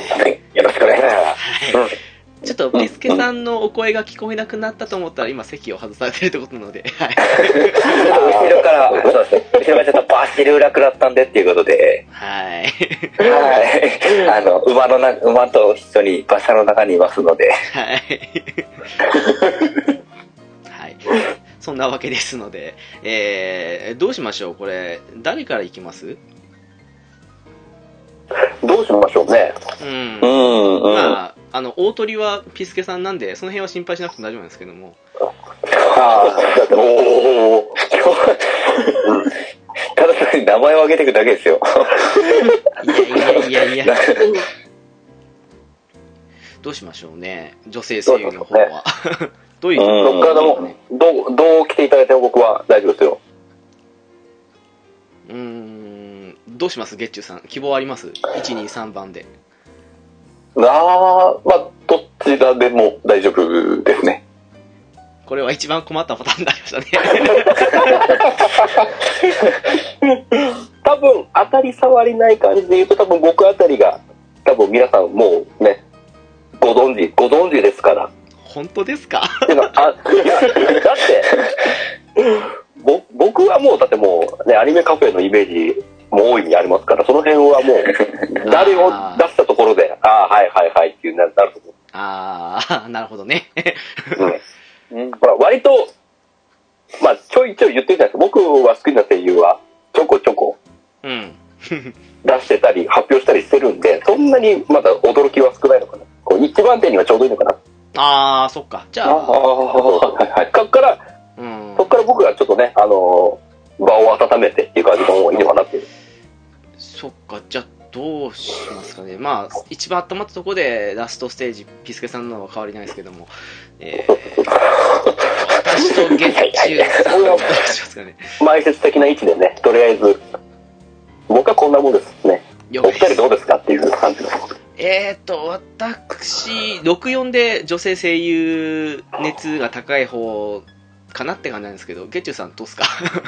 よろしくお願いします。 はい、ちょっとピスケさんのお声が聞こえなくなったと思ったら今席を外されてるってことなので、はい、 後ろからそうですね、後ろがちょっとバシル裏食らったんでっていうことで、 はいはい、あの馬のな馬と一緒に馬車の中にいますので、 はい、はい、そんなわけですので、えー、どうしましょう。これ誰からいきます？ どうしましょうね。 うん、うんうん、まああの大鳥はピスケさんなんでその辺は心配しなくても大丈夫なんですけども、 ああ、おおただ単に名前を挙げていくだけですよ。 いやいやいやいやどうしましょうね、女性声優の方は。どういう、 どっからでもどうどう来ていただいても僕は大丈夫ですよ。 うーん、どうします？月中さん希望あります？いち、に、さんばんで。 ああ、まあどっちらでも大丈夫ですね。 これは一番困ったパターンになりましたね。多分当たり障りない感じで言うと、多分僕あたりが多分皆さんもうねご存知ご存知ですから。 本当ですか？ てかあいやだってぼ僕はもうだってもうねアニメカフェのイメージも大いにありますから、その辺はもう誰を出したところでああはいはいはいっていうなると思う。 ああなるほどね。 うん、ほら割とまあちょいちょい言ってるじゃないですか。僕は好きな声優はちょこちょこうん出してたり発表したりしてるんで、そんなにまだ驚きは少ないのかな。こう一番手にはちょうどいいのかな。 ああそっか、じゃあ、 あはいはい、そっから、うん、そっから僕がちょっとねあの場を温めてっていう感じの方がいいのかなっていう。 そっか、じゃあどうしますかね。まあ一番温まったところでラストステージピスケさんのは変わりないですけども、えー、私と月中さんどうしますかね。 前説的な位置でね、とりあえず僕はこんなもんですね。お二人どうですかっていう感じの。 えーと私ろくじゅうよんで女性声優熱が高い方かなって感じなんですけど、月中さんどうですか？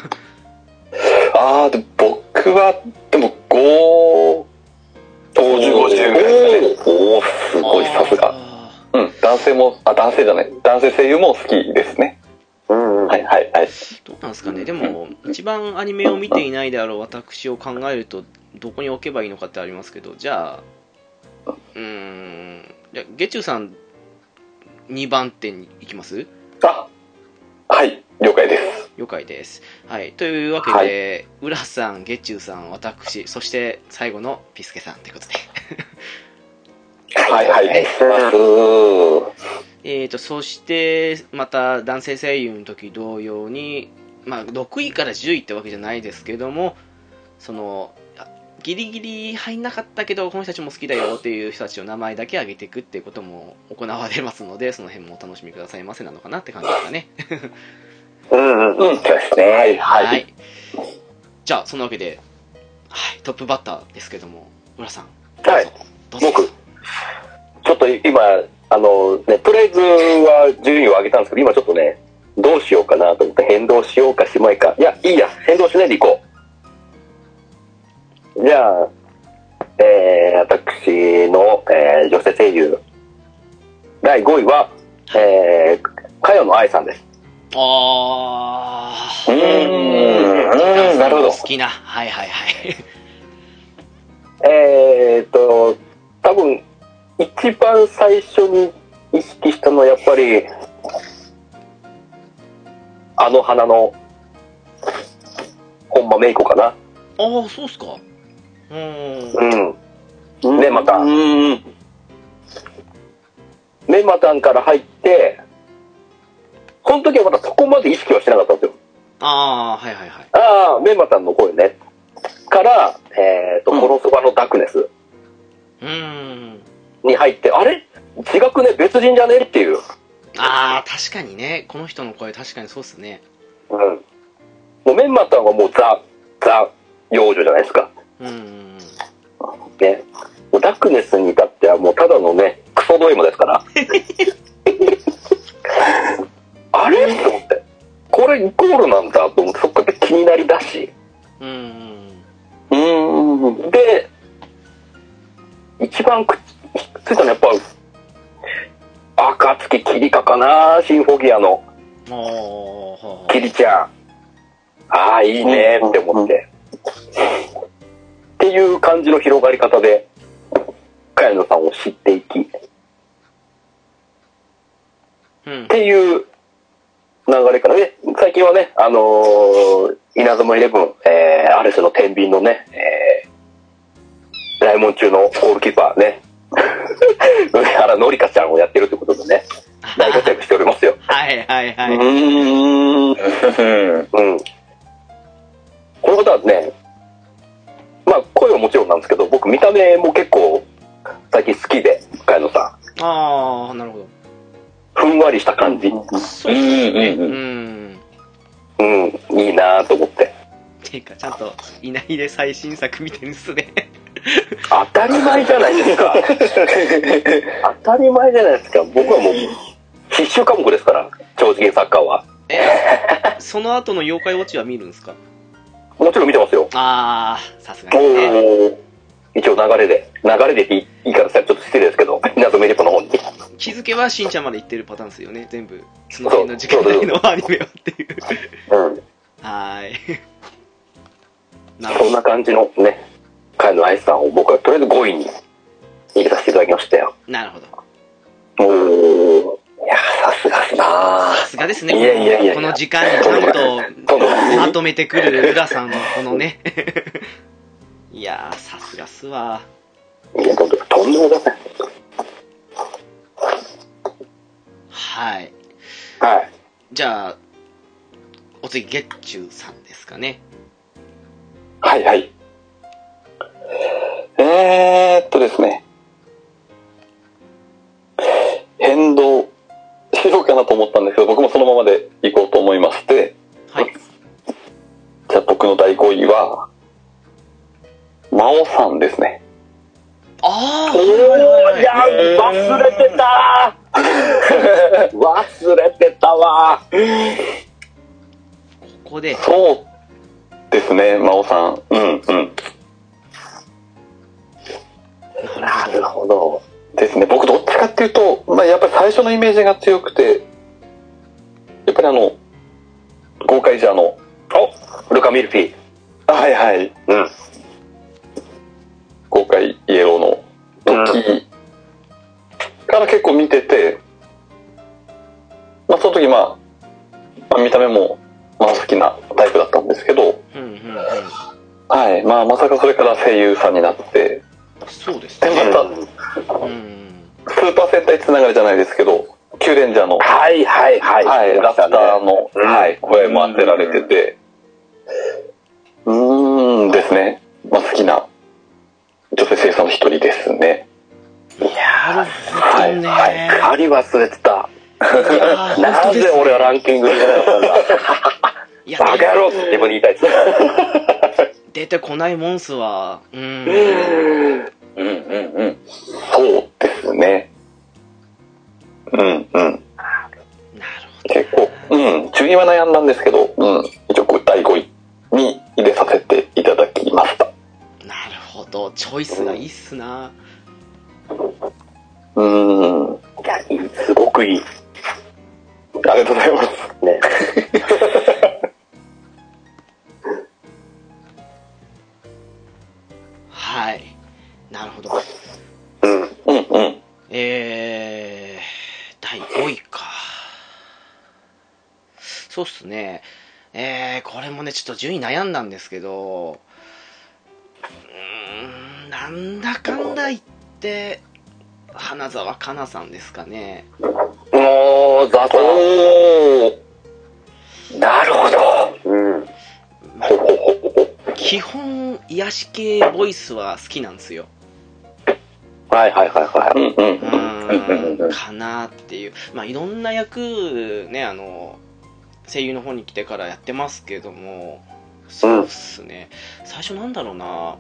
ああ、で僕はでもご、ごじゅう、ごじゅうぐらいですかね。おお、すごい、さすが。うん、男性も、あ、男性じゃない、男性声優も好きですね。うん、はいはいはい。 どうなんですかね。でも一番アニメを見ていないであろう私を考えるとどこに置けばいいのかってありますけど、じゃあうーん、じゃあ月中さんにばん手に行きます？ あ、はい、了解です。 了解です。はい。というわけで、はい、浦さん、月中さん、私、そして最後のピスケさんということで。 はいはい。ね、 えーと、そして、また男性声優の時同様に、まあ、ろくいからじゅういってわけじゃないですけども、その、ギリギリ入んなかったけどこの人たちも好きだよっていう人たちの名前だけ挙げていくっていうことも行われますので、その辺もお楽しみくださいませなのかなって感じですかね。 うんうん、そうですね。はい、はい、はい。 じゃあそのわけで、はい、トップバッターですけども、浦さん、 はい、僕ちょっと今あのね、とりあえずは順位を上げたんですけど、今ちょっとねどうしようかなと思って変動しようかしまいか、いやいいや変動しないでいこう。じゃあ、えー、私の、えー、女性声優だいごいは、えー、茅野愛さんです。 あーうーん、なるほど。 好きな、はいはいはい。 えーっと多分一番最初に意識したのはやっぱりあの花の本間メイコかな。 ああ、そうっすか。うんうん。ね、また。うん。メマタンから入って、この時はまだそこまで意識はしてなかったんですよ。 ああ、はいはいはい。 ああ、メマタンの声ね。から、えっと、コロソバのダークネス。 うん。 に入って、あれ違くね別人じゃねっていう。 ああ、確かにね。この人の声確かにそうっすね。 うん。もうメマタンはもうザ、ザ、幼女じゃないですか。 うん。 ね、ダークネスに至ってはもうただのねクソド M ですからあれと思ってこれイコールなんだと思ってそこから気になりだしうんうんで一番くっついたのはやっぱ赤月キリカかな。シンフォギアのキリちゃん、ああいいねって思って、っていう感じの広がり方で茅野さんを知っていき、うん、っていう流れからね、最近はね、あのー、稲妻イレブン、えー、アレスの天秤のね、えー、ライモン中のゴールキーパーね上原紀香ちゃんをやってるということでね大活躍しておりますよ。 はいはいはい。うーんうんこの方はね、まあ声はもちろんなんですけど、僕見た目も結構最近好きで、茅野さん。ああ、なるほど。 ふんわりした感じ。うんそうですね。うん。 うん、いいなと思って。 ていうかちゃんといないで最新作見てるんすね。 当たり前じゃないですか。当たり前じゃないですか。僕はもう必修科目ですから、超次元サッカーは。 えー、その後の妖怪ウォッチは見るんですか？ もちろん見てますよ。 ああ、さすがにね。 一応流れで、流れでって言い方したらちょっと失礼ですけど、稲妻イレブンの方に。 気づけばしんちゃんまで行ってるパターンですよね、全部。その辺の時間帯のアニメはっていう。うん。はーい。 そんな感じのね、茅野愛さんを僕はとりあえずごいに入れさせていただきましたよ。 なるほど。 おー。いやさすがっすなー。 さすがですね。 いやいやいや、 この時間にちゃんとまとめてくる浦さんのこのね。いやー、さすがっすわ。 いや、とんでもございません。 はい。 はい。 じゃあ、お次、月中さんですかね。 はいはい。えーっとですね。変動しようかなと思ったんですけど、僕もそのままでいこうと思いまして。 はい。 じゃあ僕のだいごいは、真央さんですね。 ああ、 おー、いや、忘れてたー忘れてたわー。 ここで。 そうですね、真央さん。うんうん。 なるほど。 ですね、僕どっちかっていうと、まあ、やっぱり最初のイメージが強くて、やっぱりあの、ゴーカイジャーの、 お、ルカ・ミルフィー。 はいはい。うん。ゴーカイイエローの時から結構見てて、まあその時まあ、まあ、見た目もまあ好きなタイプだったんですけど、 うんうんうん。 はい。まあまさかそれから声優さんになって、 そうですで、 ね。 また、 うん。 スーパー戦隊つながりじゃないですけど、キュレンジャーの、 はいはいはい。 はい、ラスターの、 うんはい、声も当てられてて、うーんですね。まあ好きな女性声優さんの一人ですね。 なるほどね。 はい。あり忘れてた。 いやーな本当ですねぜ俺はランキングに入れなかったんだ。 いや、 バカ野郎って自分に言いたいですね。 出てこないもんすわ。うーん。 うんうんうん。 そうですね。うんうん。 なるほど。 結構、うん、順位は悩んだんですけど、うん、一応だいごいに入れさせていただきました。 なるほど。チョイスがいいっすな。 うーん。 いや、いい、すごくいい。 ありがとうございます。 ね。 はい。なるほど。 うん。 うんうん。 えー、だいごいか。そうっすね。えー、これもね、ちょっと順位悩んだんですけど、うーん、なんだかんだ言って、花澤香菜さんですかね。 おー、ザコー。なるほど。うん。 まあ基本、癒し系ボイスは好きなんですよ。 はいはいはいはうんうん。 うーん、かなっていう。まあ、いろんな役、ね、あの、声優の方に来てからやってますけども、そうっすね。最初なんだろうな。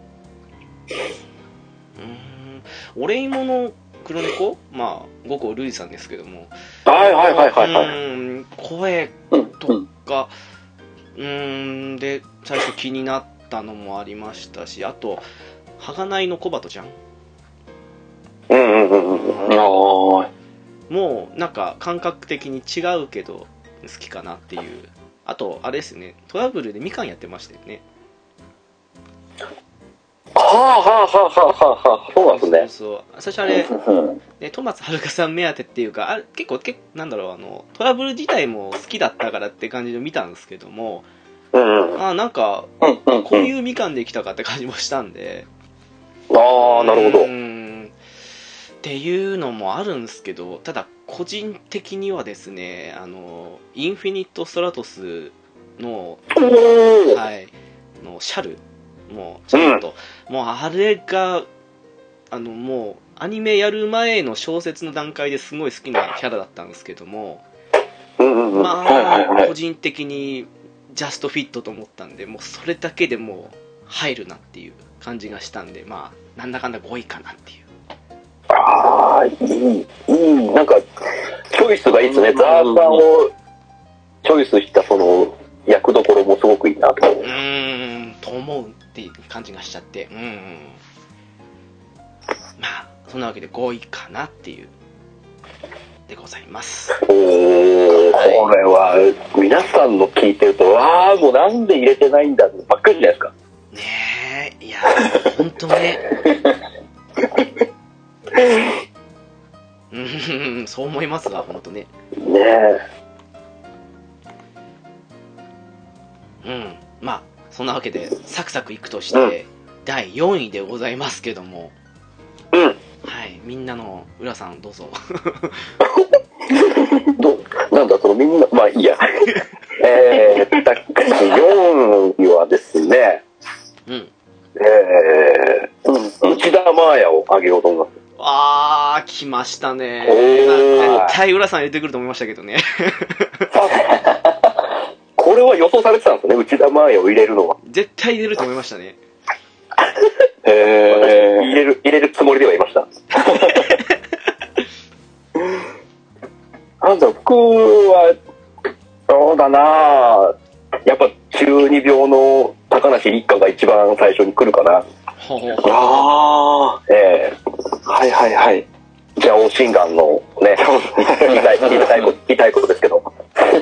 うーん、お礼芋の黒猫、まあ、五甲瑠璃さんですけども、 い。はいはいはいはいはい。 うーん、声うんとか、うーん、で、最初気になったのもありましたし、あと、鋼の小鳩ちゃん。 うんうんうんうん。 あーもう、なんか、感覚的に違うけど、好きかなっていう。あと、あれですね、トラブルでみかんやってましたよね。 はあはあはあはあはあ。そうなんですね。 そうそう。最初あれ、 うんね、トマツはるかさん目当てっていうか、あれ結構、結構、なんだろう、あの、トラブル自体も好きだったからって感じで見たんですけども、 うんうん。 あなんか、 うんうん。 こういうみかんできたかって感じもしたんで、 ああ、なるほどう。ーんっていうのもあるんですけど、ただ個人的にはですね、あのインフィニット・ストラトスの、 おー。 はい、のシャル、もうちゃんと、うん、もうあれがあのもうアニメやる前の小説の段階ですごい好きなキャラだったんですけども、 うんうんうん。 まあ、 はいはいはい個人的にジャストフィットと思ったんで、もうそれだけでもう入るなっていう感じがしたんで、まあなんだかんだごいかなっていう。 ああ、いい、いい、なんか、チョイスがいいですね。ザーさんをチョイスしたその、役どころもすごくいいなと思う。 うーん、と思うっていう感じがしちゃって、うん、うん。まあ、そんなわけでごいかなっていう、でございます。 おー、 はいこれは、皆さんの聞いてると、わー、もうなんで入れてないんだってばっかりじゃないですか。 ねえ、いや、ほんとね。うん、そう思いますわ、ほんとね。 ねえ。 うん、まあ、そんなわけで、サクサクいくとして、うん、だいよんいでございますけども、 うん。 はい、みんなの浦さんどうぞ。 どなんだそのみんな、まあいいや。えー、私よんいはですね、 うん。 えー、うん、内田真彩をあげようと思います。 あー、来ましたね。絶対浦さん入れてくると思いましたけどね。 これは予想されてたんですね、内田真彩を入れるのは。 絶対入れると思いましたね。 へー、私入れる、入れるつもりではいました。なんだろう、僕は、そうだなぁ。やっぱ中二病の高梨立花が一番最初に来るかな。 ほうほう。 あええー、はいはいはい。 じゃあ、お心眼のね、言いたい、言いたいこと、言いたいことですけど。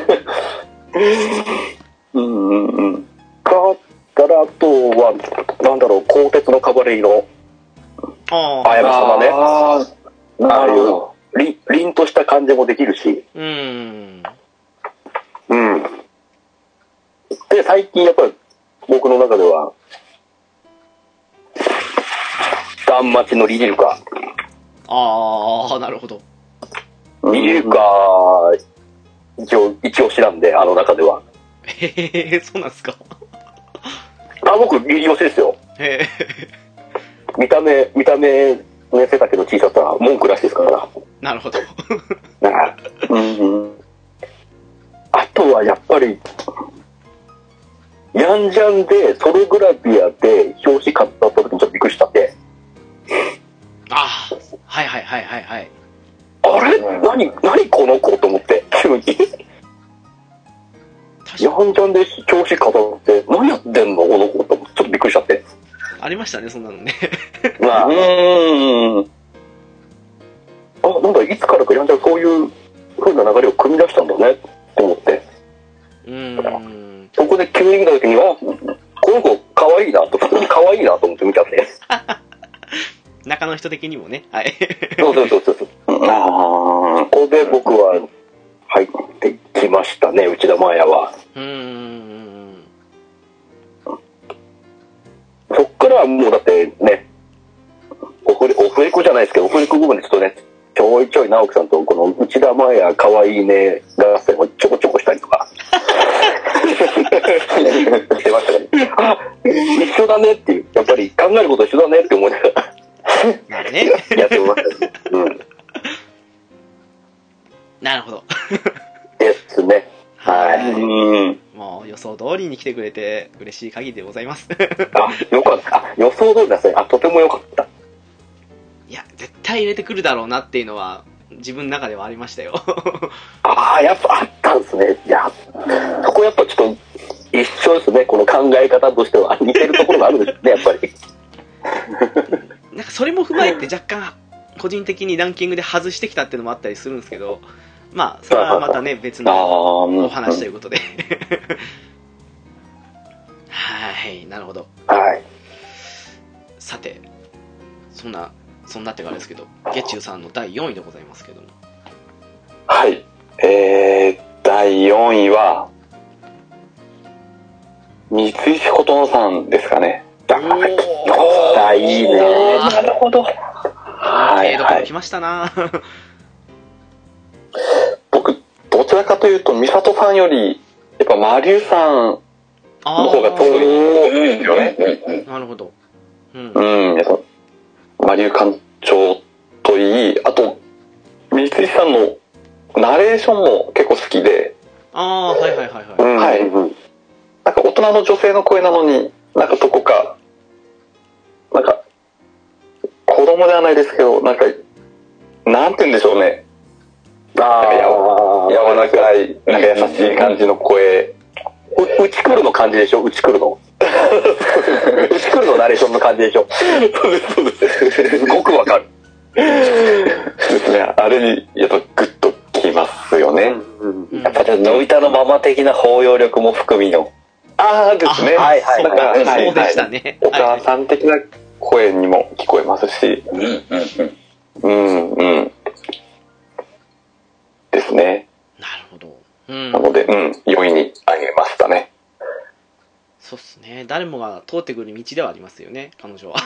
うんうんうん。 かったら、あとは、なんだろう、鋼鉄のカバレリの、 ああやま様ね。 ああ、なるほど。 り凛とした感じもできるし。 うーん。 うん。 最近やっぱり僕の中では、ガンマチのリリルカ。 ああ、なるほど。 リリルカ、一応、一押しなんで、あの中では。 へえ、そうなんですか。 あ、僕、リリ推しですよ。 へえ。 見た目、見た目、ね、背丈の小ささは文句なしですから。 なるほど。 うんうん、あとはやっぱり、ヤンジャンでソログラビアで表紙買った時にちょっとびっくりしたんで。 ああ、はいはいはいはいはい。 あれ何、何この子と思って、急に。ヤンジャンで表紙飾って、何やってんのこの子と、ちょっとびっくりしちゃって。 ありましたね、そんなのね。 まあ、うーん。あ、なんだ、いつからかヤンジャンそういう風な流れを組み出したんだね、と思って。 うーん。 そこで急に見た時に、あ、この子可愛いなと、普通に可愛いなと思って見たんで。 中の人的にもね。はい。 そうそうそうそう。ああ、ここで僕は入ってきましたね、内田真礼は。 うーん。 そっからはもうだってね、オフレ、オフレコじゃないですけど、オフレコ部分でちょっとね、ちょいちょい直樹さんとこの内田真礼可愛いね合戦をちょこちょこしたりとか。してましたね。あ、一緒だねっていう。やっぱり考えること一緒だねって思いながら。 まあね。 やってましたね。うん。 なるほど。 ですね。はい。 うん。もう予想通りに来てくれて嬉しい限りでございます。 あ、よかった。あ、予想通りですね。あ、とてもよかった。 いや、絶対入れてくるだろうなっていうのは自分の中ではありましたよ。 ああ、やっぱあったんですね。いや、そこやっぱちょっと一緒ですね。この考え方としては似てるところがあるんですね、やっぱり。 なんかそれも踏まえて若干個人的にランキングで外してきたっていうのもあったりするんですけど、まあそれはまたね別のお話ということで。はい、なるほど。 はい。 さて、そんなそんなってからですけど、ゲチューさんのだいよんいでございますけども。 はい。えー、だいよんいは、三石琴乃さんですかね。 おー、 あ、いいね。なるほど。 はい、はい。来ましたな。 僕、どちらかというと、美里さんより、やっぱマリュウさんの方が強いんですよね。 なるほど。 うん。うん、やっぱマリュウ館長といい、あと、三石さんのナレーションも結構好きで。 ああ、はいはいはいはい。 うん、はい。なんか大人の女性の声なのに、なんかどこか、なんか、子供ではないですけど、なんか、なんて言うんでしょうね。ああ、柔らかい、なんか優しい感じの声。 う、うちくるの感じでしょ、うちくるの。うちくるのナレーションの感じでしょ。 そうです、そうです。 すごくわかる。 ですね。あれに、やっぱグッときますよね。 うん、やっぱり、のび太のママ的な包容力も含みの。 ああですね。 はいはいなんか、 はい、そうでしたね。 お母さん的な声にも聞こえますし。うんうんうん。うんうん。ですね。 なるほど。うん、 なので、うん、よんいにあげましたね。 そうっすね。誰もが通ってくる道ではありますよね、彼女は。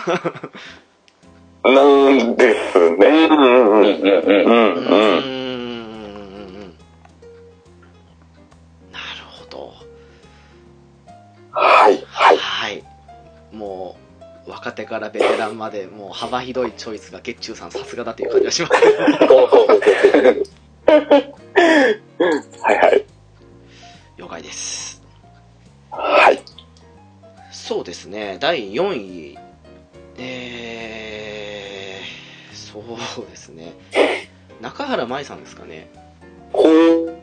なんですね。うんうんうんうんうんうん。 なるほど。 はいはいはい。もう若手からベテランまでもう幅広いチョイスがゲッチューさんさすがだという感じがしますけど。 はいはい。 了解です。 はい。 そうですね。だいよんい、えー、そうですね。中原舞さんですかね。 ほー。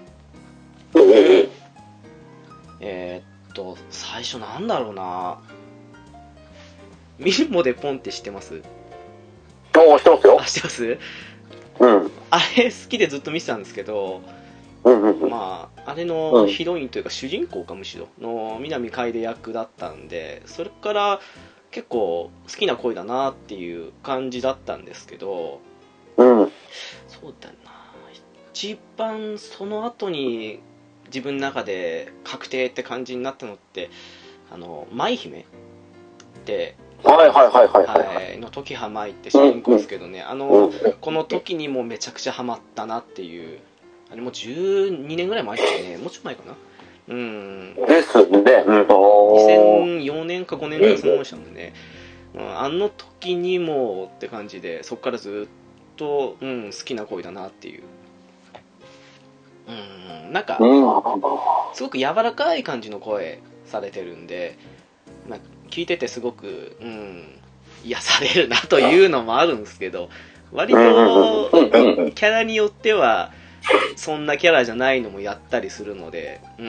えー、っと最初なんだろうな。ミルモでポンって知ってます？ ああ、知ってますよ。 あ、知ってます？ うん。 あれ好きでずっと見てたんですけど、 うんうんうん、 まああれのヒロインというか主人公かむしろの南楓役だったんで、それから結構好きな声だなっていう感じだったんですけど、 うん、 そうだな、一番その後に自分の中で確定って感じになったのってあの舞姫ってはいはいはいはいはい、 はい、の時は舞って主人公ですけどね、あのこの時にもめちゃくちゃハマったなっていう、あれもじゅうにねんぐらい前ですかね、もうちょっと前かな、うんですね、うん、 にせんよねんかごねんぐらいそのものでしたもんね、うん、あの時にもって感じで、そこからずっと、うん、好きな声だなっていう、うん、なんか、うん、すごく柔らかい感じの声されてるんで、なんか聞いててすごく、うん、癒されるなというのもあるんですけど、割とキャラによってはそんなキャラじゃないのもやったりするので、うん、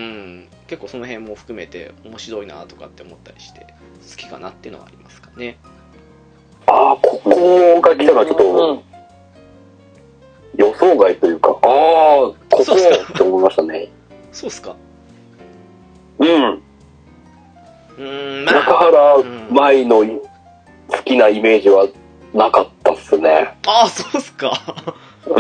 結構その辺も含めて面白いなとかって思ったりして好きかなっていうのはありますかね。 ああ、ここが来たらちょっと予想外というか、ああ、ここって思いましたね。 そうっすか。 うん。 うーん、まあ、 中原舞の好きなイメージはなかったっすね。 ああ、そうっすか。 うん。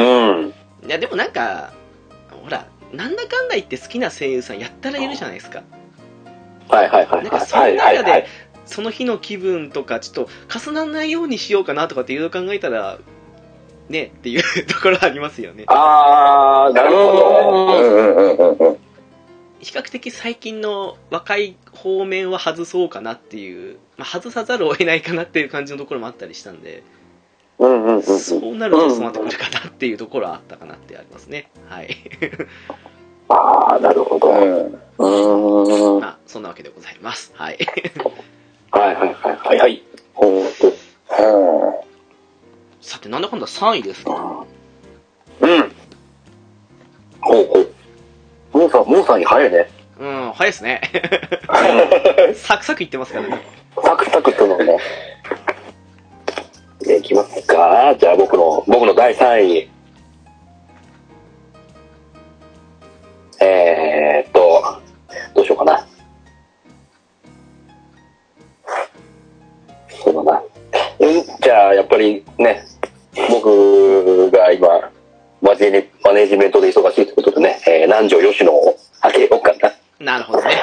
いや、でもなんか、ほら、なんだかんだ言って好きな声優さんやったらいるじゃないですか。 はいはいはい。 なんかその中で、その日の気分とか、ちょっと重ならないようにしようかなとかっていろいろ考えたら、ねっていうところありますよね。 あー、なるほど。うんうんうんうん。 比較的最近の若い方面は外そうかなっていう、まあ、外さざるを得ないかなっていう感じのところもあったりしたんで、 うんうんうん、 そうなるとそうなってくるかなっていうところはあったかなってありますね。はい。 ああ、なるほど。うん。 まあそんなわけでございます。はい。 はいはいはいはいはい。ほんと。 さてなんだかんださんいですか。 うん。ほうほう。もうさん、もうさんに早いね。 うん、早いですね。サクサクいってますからね。 サクサクとのね。いきますか。じゃあ僕の、僕のだいさんい。えーっと、どうしようかな。そうだな。うん、じゃあやっぱりね、僕が今、マジネマネジメントで忙しいということでね、えー、南條吉野をあげようかな。 なるほどね。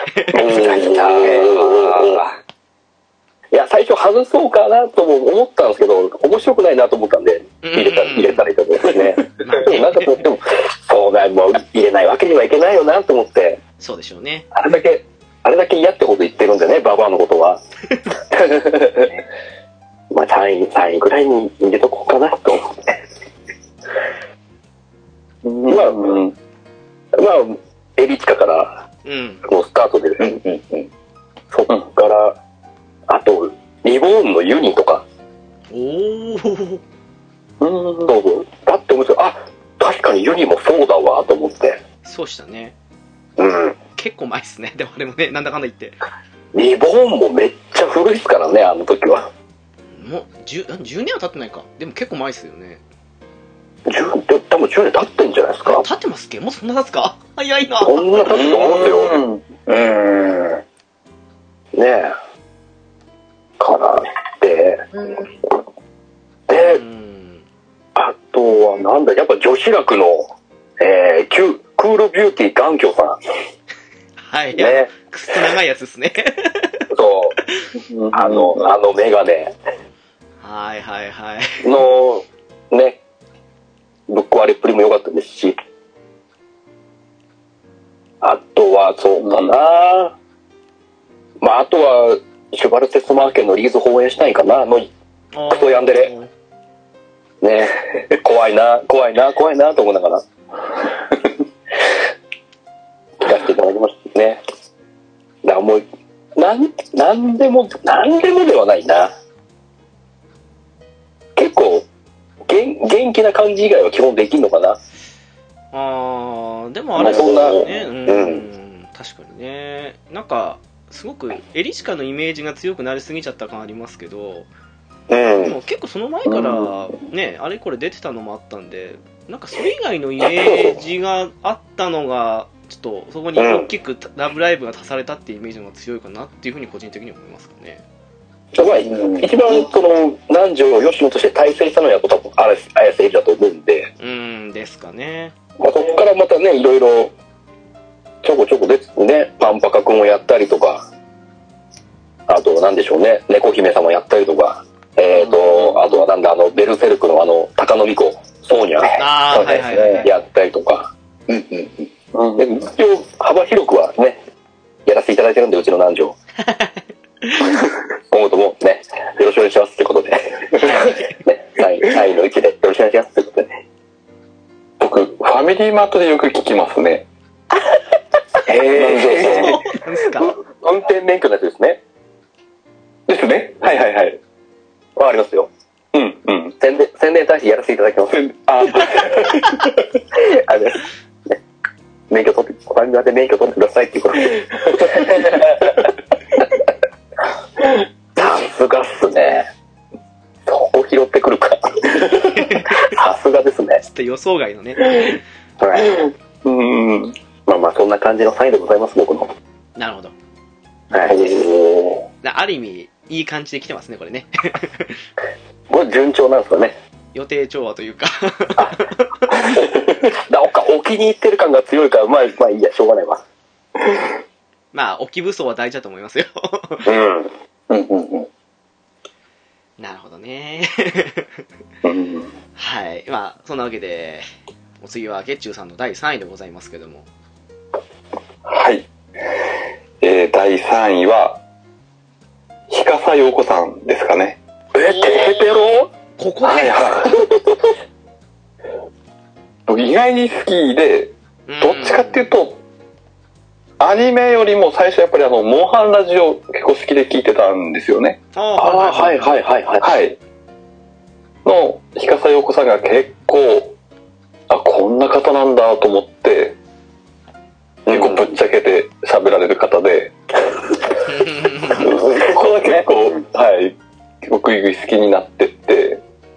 いや、最初外そうかなとも思ったんですけど、面白くないなと思ったんで、入れた、入れたらいいと思いますね。まあ、でもなんかとっても、そうだ、もう入れないわけにはいけないよなと思って。 そうでしょうね。 あれだけ、あれだけ嫌ってこと言ってるんでね、ババアのことは。まあさんい、さんいぐらいに入れとこうかなと思って。まあ、うん、まあ、エリチカから、もうスタートで、うんうんうん、そっから、あと、リボーンのユニとか。 おー。 うん、どうぞ。だって思って、あ、確かにユニもそうだわ、と思って。 そうしたね。 うん。 結構前っすね。でもあれもね、なんだかんだ言って。 リボーンもめっちゃ古いっすからね、あの時は。 もう、じゅう、じゅうねんは経ってないか。でも結構前っすよね。 じゅう、多分じゅうねん経ってんじゃないですか。 経ってますっけ？もうそんな経つか？早いな。 そんな経つと思うんですよ。うん。ねえ。からって。で、あとはなんだ、やっぱ女子楽の、えー、キュクールビューティー眼鏡さん。 はい。ね。くっそ長いやつですね。 そう。あの、あのメガネ。 はいはいはい。 の、ね、ぶっ壊れっぷりも良かったですし。あとは、そうかな、うん、まあ、あとは、シュバルツェスマーケンのリーズ放映したいかなの、クソヤンデレ。ね怖いな、怖いな、怖いなと思いながら。聞かせていただきましたね。だからもう、なん、なんでも、なんでもではないな。結構、元、元気な感じ以外は基本できんのかな。 あー、でもあれそんな、 ね、うん、うん、確かにね。なんか、すごくエリシカのイメージが強くなりすぎちゃった感ありますけど、うん、でも結構その前からね、あれこれ出てたのもあったんで、なんかそれ以外のイメージがあったのが、ちょっとそこに大きくラブライブが足されたっていうイメージが強いかなっていうふうに個人的に思いますかね。 まあ、一番その南條吉野として大成したのはやっぱ綾瀬エリだと思うんで、 うんですかね。 まあ、そこからまたねいろいろちちょこちょこですね。パンパカ君をやったりとか、あとなんでしょうね、猫姫様やったりとか、えっ、ー、と、あとはなんだ、あの、ベルセルクのあの、高野美子、ソーニャ、 あー、はいはいはい。 やったりとか、うんうんうん。で一応、幅広くはね、やらせていただいてるんで、うちの南條。今後ともね、よろしくお願いしますってことで。ね、さんいの位置でよろしくお願いしますってことでね。 僕、ファミリーマートでよく聞きますね。 えー、 なんですか？ 運転免許のやつですね。 ですね。はいはいはい。 わかりますよ。 うんうん。 宣伝、宣伝に対してやらせていただきます。 あ、 あれです。ね、免許取って、ファミマで免許取ってくださいっていうことで。さすがっすね。そこ拾ってくるか。さすがですね。 ちょっと予想外のね。 はい。 うん。 まあまあ、そんな感じのサインでございます、僕の。 なるほど。 はい。 ある意味、いい感じで来てますね、これね。 これ順調なんですかね。 予定調和というか。 なんかお気に入ってる感が強いから、まあ、まあいいや、しょうがないわ。 まあ、置き武装は大事だと思いますよ。 うん。うんうんうん。 なるほどね。 うん、 はい。まあ、そんなわけで、お次は月中さんのだいさんいでございますけども。 はい。えー、だいさんいは、日笠陽子さんですかね。 え、テヘペロ？ ここで、 はいはい。僕意外に好きで、どっちかっていうと、アニメよりも最初やっぱりあの、モンハンラジオ結構好きで聞いてたんですよね。 ああ、はいはいはいはい。 はい。の、日笠陽子さんが結構、あ、こんな方なんだと思って、結構ぶっちゃけて喋られる方で、そこは結構、はい、結構グイグイ好きになってって、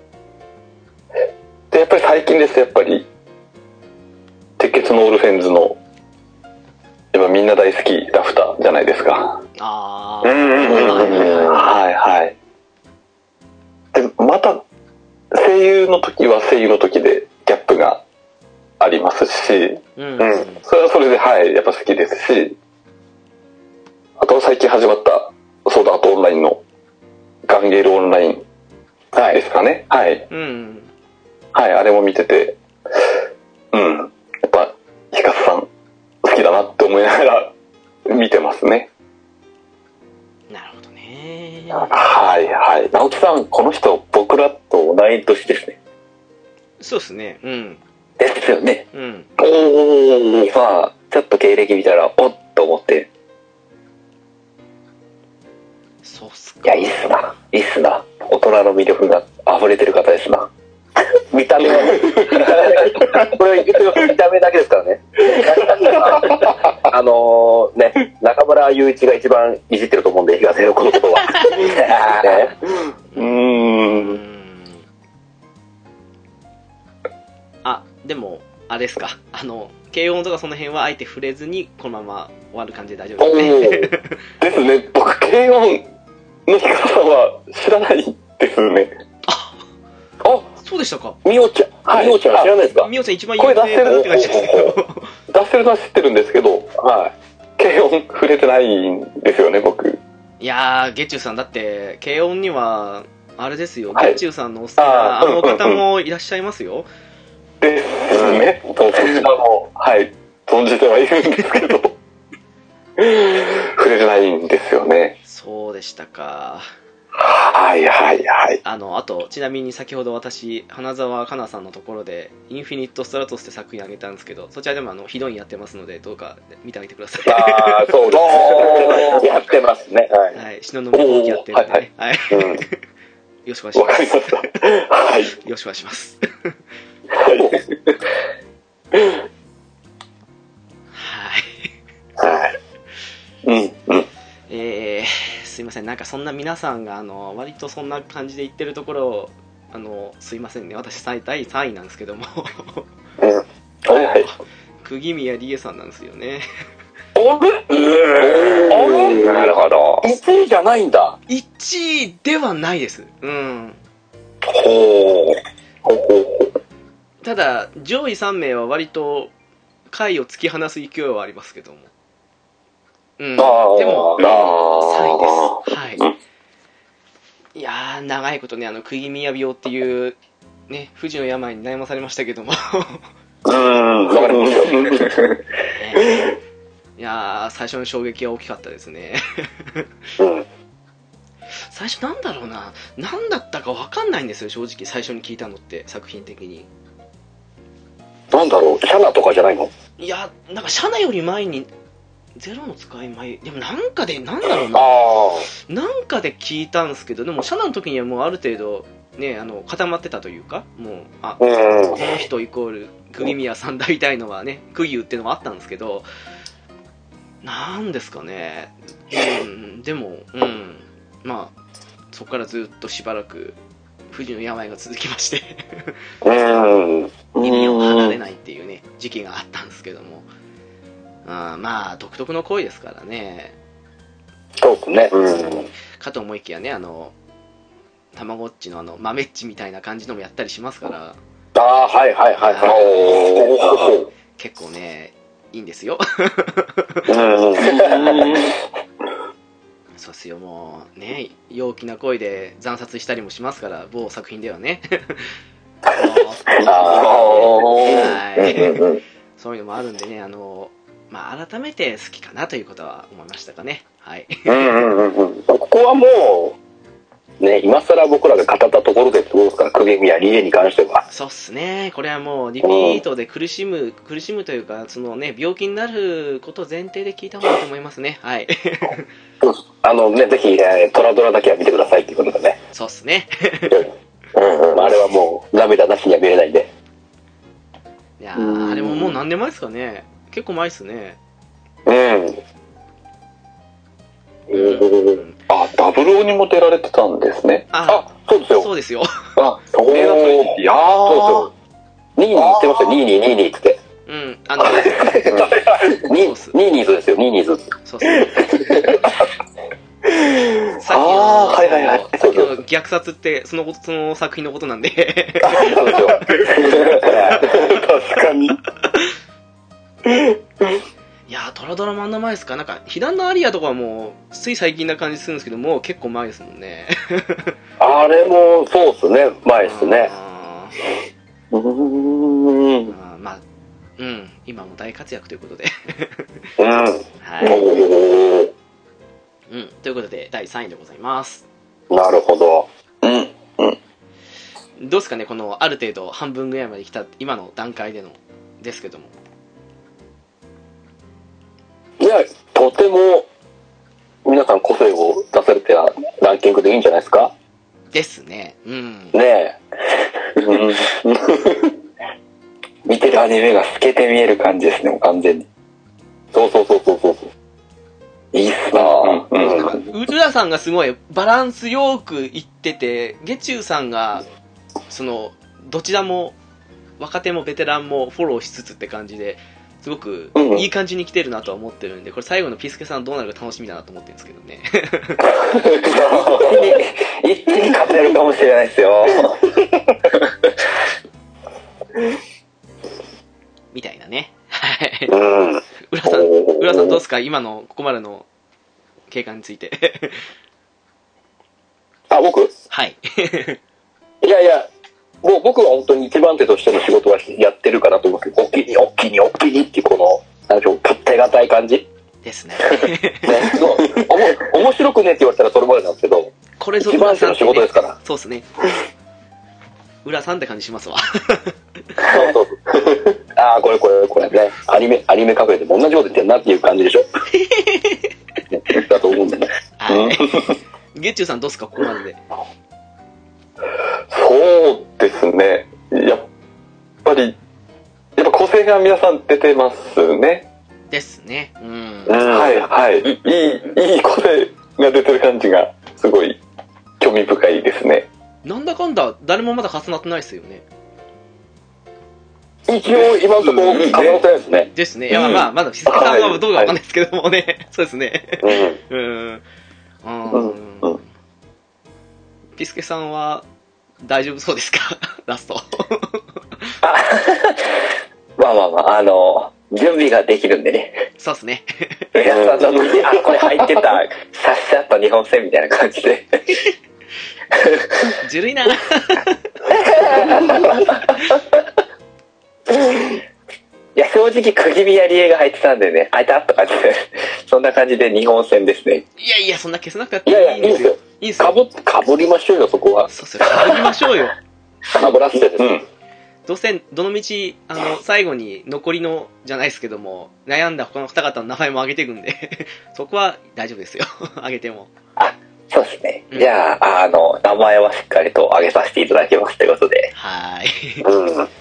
で、やっぱり最近です、やっぱり、鉄血のオルフェンズの、やっぱみんな大好きラフターじゃないですか。 あうんうんうんうん。 はいはい。で、また、声優の時は声優の時でギャップがありますし、 うん、 うん、 それはそれで、はい、やっぱ好きですし、あと最近始まったソードアートオンラインのガンゲールオンラインですかね。はい。 うん。 はい、あれも見てて、うん。やっぱ、ヒカスさん好きだなって思いながら見てますね。 なるほどね。 はいはい。 直樹さん、この人、僕らと同い年ですね。 そうですね。うん。 ですよね。 うん。 おー、まあ、ちょっと経歴見たら、おっと思って。 そうっすか。 いや、いいっすな。いいっすな。大人の魅力が溢れてる方ですな。見た目はね。これ言ってます。見た目だけですからね。あのー、ね、中村雄一が一番いじってると思うんで、東洋子のことは。ね、 うーん。 うん。あ、でも、あれですか。あの、軽音とかその辺はあえて触れずに、このまま終わる感じで大丈夫ですね。 ですね。僕、軽音のヒカさんは知らないですね。 あ、 あ、 そうでしたか。 みおちゃん、はい、みおちゃん知らないですか？ みおちゃん一番有名だって感じですけど。 出してるのは知ってるんですけど、はい。軽音触れてないんですよね、僕。 いやー、ゲッチューさんだって、軽音には、あれですよ、 はい、 ゲッチューさんのお好きなあの方もいらっしゃいますよ。 ですね。そちらも、はい、存じてはいるんですけど、触れてないんですよね。 そうでしたか。 はいはいはい。 あの、あと、ちなみに先ほど私、花澤香菜さんのところで、インフィニット・ストラトスって作品あげたんですけど、そちらでもあのヒドインやってますので、どうか見てあげてください。 ああ、そうです。やってますね。はい。 はい、篠宮放棄やってるんでね。はい。よろしくお願いします。 わかりました。はい。よろしくお願いします。 はい。 はい。 はい。うんうん。 えー、すいません、なんかそんな皆さんがあの割とそんな感じで言ってるところを、あのすいませんね、私だいさんいなんですけども、 うん、はいはい、 釘宮理恵さんなんですよね。 あれ、なるほど。いちいじゃないんだ。 いちいではないです。うん。 ほう。ほうほうほう。 ただ上位さん名は割と回を突き放す勢いはありますけども。うん。であーも、 あーさんいです。はい。いやー、長いことね、あの、釘宮病っていう、ね、不治の病に悩まされましたけども。 うーん、わかりますよ。 ね、いやー、最初の衝撃は大きかったですね。 うん。 最初なんだろうな、なんだったかわかんないんですよ、正直。最初に聞いたのって、作品的に。 なんだろう、シャナとかじゃないの？ いや、なんか、シャナより前に、ゼロの使い前、でもなんかで、なんだろうな、なんかで聞いたんですけど、でも、シャナの時にはもうある程度、ね、あの、固まってたというか、もう、あ、この人イコール、釘宮さん大体のはね、釘打っていうのはあったんですけど、なんですかね、うん、でも、うん、まあ、そこからずっとしばらく、不治の病が続きまして、耳を離れないっていうね、時期があったんですけども、あまあ、独特の声ですからね。 そうですね。うん。 かと思いきやね、あの、たまごっちのあの、豆っちみたいな感じのもやったりしますから。 ああ、はいはいはいはい。 結構ね、いいんですよ。そうっすよ、もう、ね、陽気な声で惨殺したりもしますから、某作品ではね。はい。そういうのもあるんでね、あの、まあ、改めて好きかなということは思いましたかね。はい。 うんうんうん。ここはもう、ね、今更僕らが語ったところでってことですから、釘宮理恵に関しては。 そうっすね。これはもう、リピートで苦しむ、苦しむというか、そのね、病気になることを前提で聞いた方がいいと思いますね。はい。 あのね、ぜひ、えー、トラドラだけは見てくださいっていうことでね。 そうっすね。 うんうん。あれはもう、涙なしには見れないんで。 いやー、あれももう何年前ですかね。結構前っすね。 うん。うん。 あ、ダブルオーにも出られてたんですね。 あ、 そうですよ。 そうですよ。 あ、そういやー。そうですよ。ニーニー言ってましたよ、ニーニー、ニーニーって。 うん、あの、 ニーニーズですよ、ニーニーズ。 そうっすね。さっきの、 はいはいはい、 さっきの虐殺ってそのこと、その作品のことなんで。 そうですよ。 確かに。 いやー、トラドラマンの前ですか。なんか、ヒダンのアリアとかはもう、つい最近な感じするんですけど、もう結構前ですもんね。 あれも、そうっすね、前っすね。 うーん。 あまあ、うん、今も大活躍ということで。 うん。 はい。うん、ということで、だいさんいでございます。 なるほど。 うん。うん。 どうですかね、この、ある程度、半分ぐらいまで来た、今の段階での、ですけども。 いや、とても、皆さん個性を出されてはランキングでいいんじゃないですか？ ですね。うん。 ねえ。 見てるアニメが透けて見える感じですね、もう完全に。 そうそうそうそうそう。 いいっすなぁ。 うん。なんか、ウルラさんがすごいバランスよくいってて、ゲチュウさんが、その、どちらも、若手もベテランもフォローしつつって感じで、すごくいい感じに来てるなとは思ってるんで、これ最後のピスケさんどうなるか楽しみだなと思ってるんですけどね。 一気に勝てるかもしれないですよ。 みたいなね。はい。 うん。 浦さん、浦さんどうですか、今のここまでの経過について。 あ、僕？ はい。 いやいや、もう僕は本当に一番手としての仕事はやってるかなと思うけど、おっきにおっきにおっきにっていうこの、なんでしょう、勝手がたい感じですね。 ね、おも面白くねって言われたらそれまでなんですけど、 これぞ一番手の仕事ですから。 そうですね。浦さんって感じしますわ。 そうそうそう。ああ、これこれこれね、アニメ、アニメカフェでも同じこと言ってんなっていう感じでしょ。だと思うんだね。 はい。ゲッチューさんどうですか、ここまでで。 そうですね。やっぱり、やっぱ個性が皆さん出てますね。 ですね。うん。 はいはい。いい、いい個性が出てる感じが、すごい興味深いですね。 なんだかんだ、誰もまだ重なってないですよね。 一応、今のところ、重なってないですね。 ですね。いや、まあまあ、まだ、ピスケさんはどうかわかんないですけどもね。そうですね。うん。うん。ピスケさんは、大丈夫そうですかラスト。 まあまあまあ、あの、 準備ができるんでね。 そうっすね。 皆さんの時に、あ、これ入ってた、さっしゃった日本戦みたいな感じで。 ずるいな。 いや、正直、釘宮理恵が入ってたんでね、あいたとかって、そんな感じで日本戦ですね。 いやいや、そんな消さなくたっていやいや、 いいんですよ。 いいんですよ。 いいんですよ。 かぶ、かぶりましょうよ、そこは。 そうっすよ。かぶりましょうよ。 かぶらせてです。うん。 どうせ、どの道、あの、最後に残りの、じゃないですけども、悩んだ他の二方の名前も挙げていくんで、そこは大丈夫ですよ。挙げても。 あ、そうですね。 うん、 じゃあ、あの、名前はしっかりと挙げさせていただきますということで。 はーい。 うん。うん。 はい。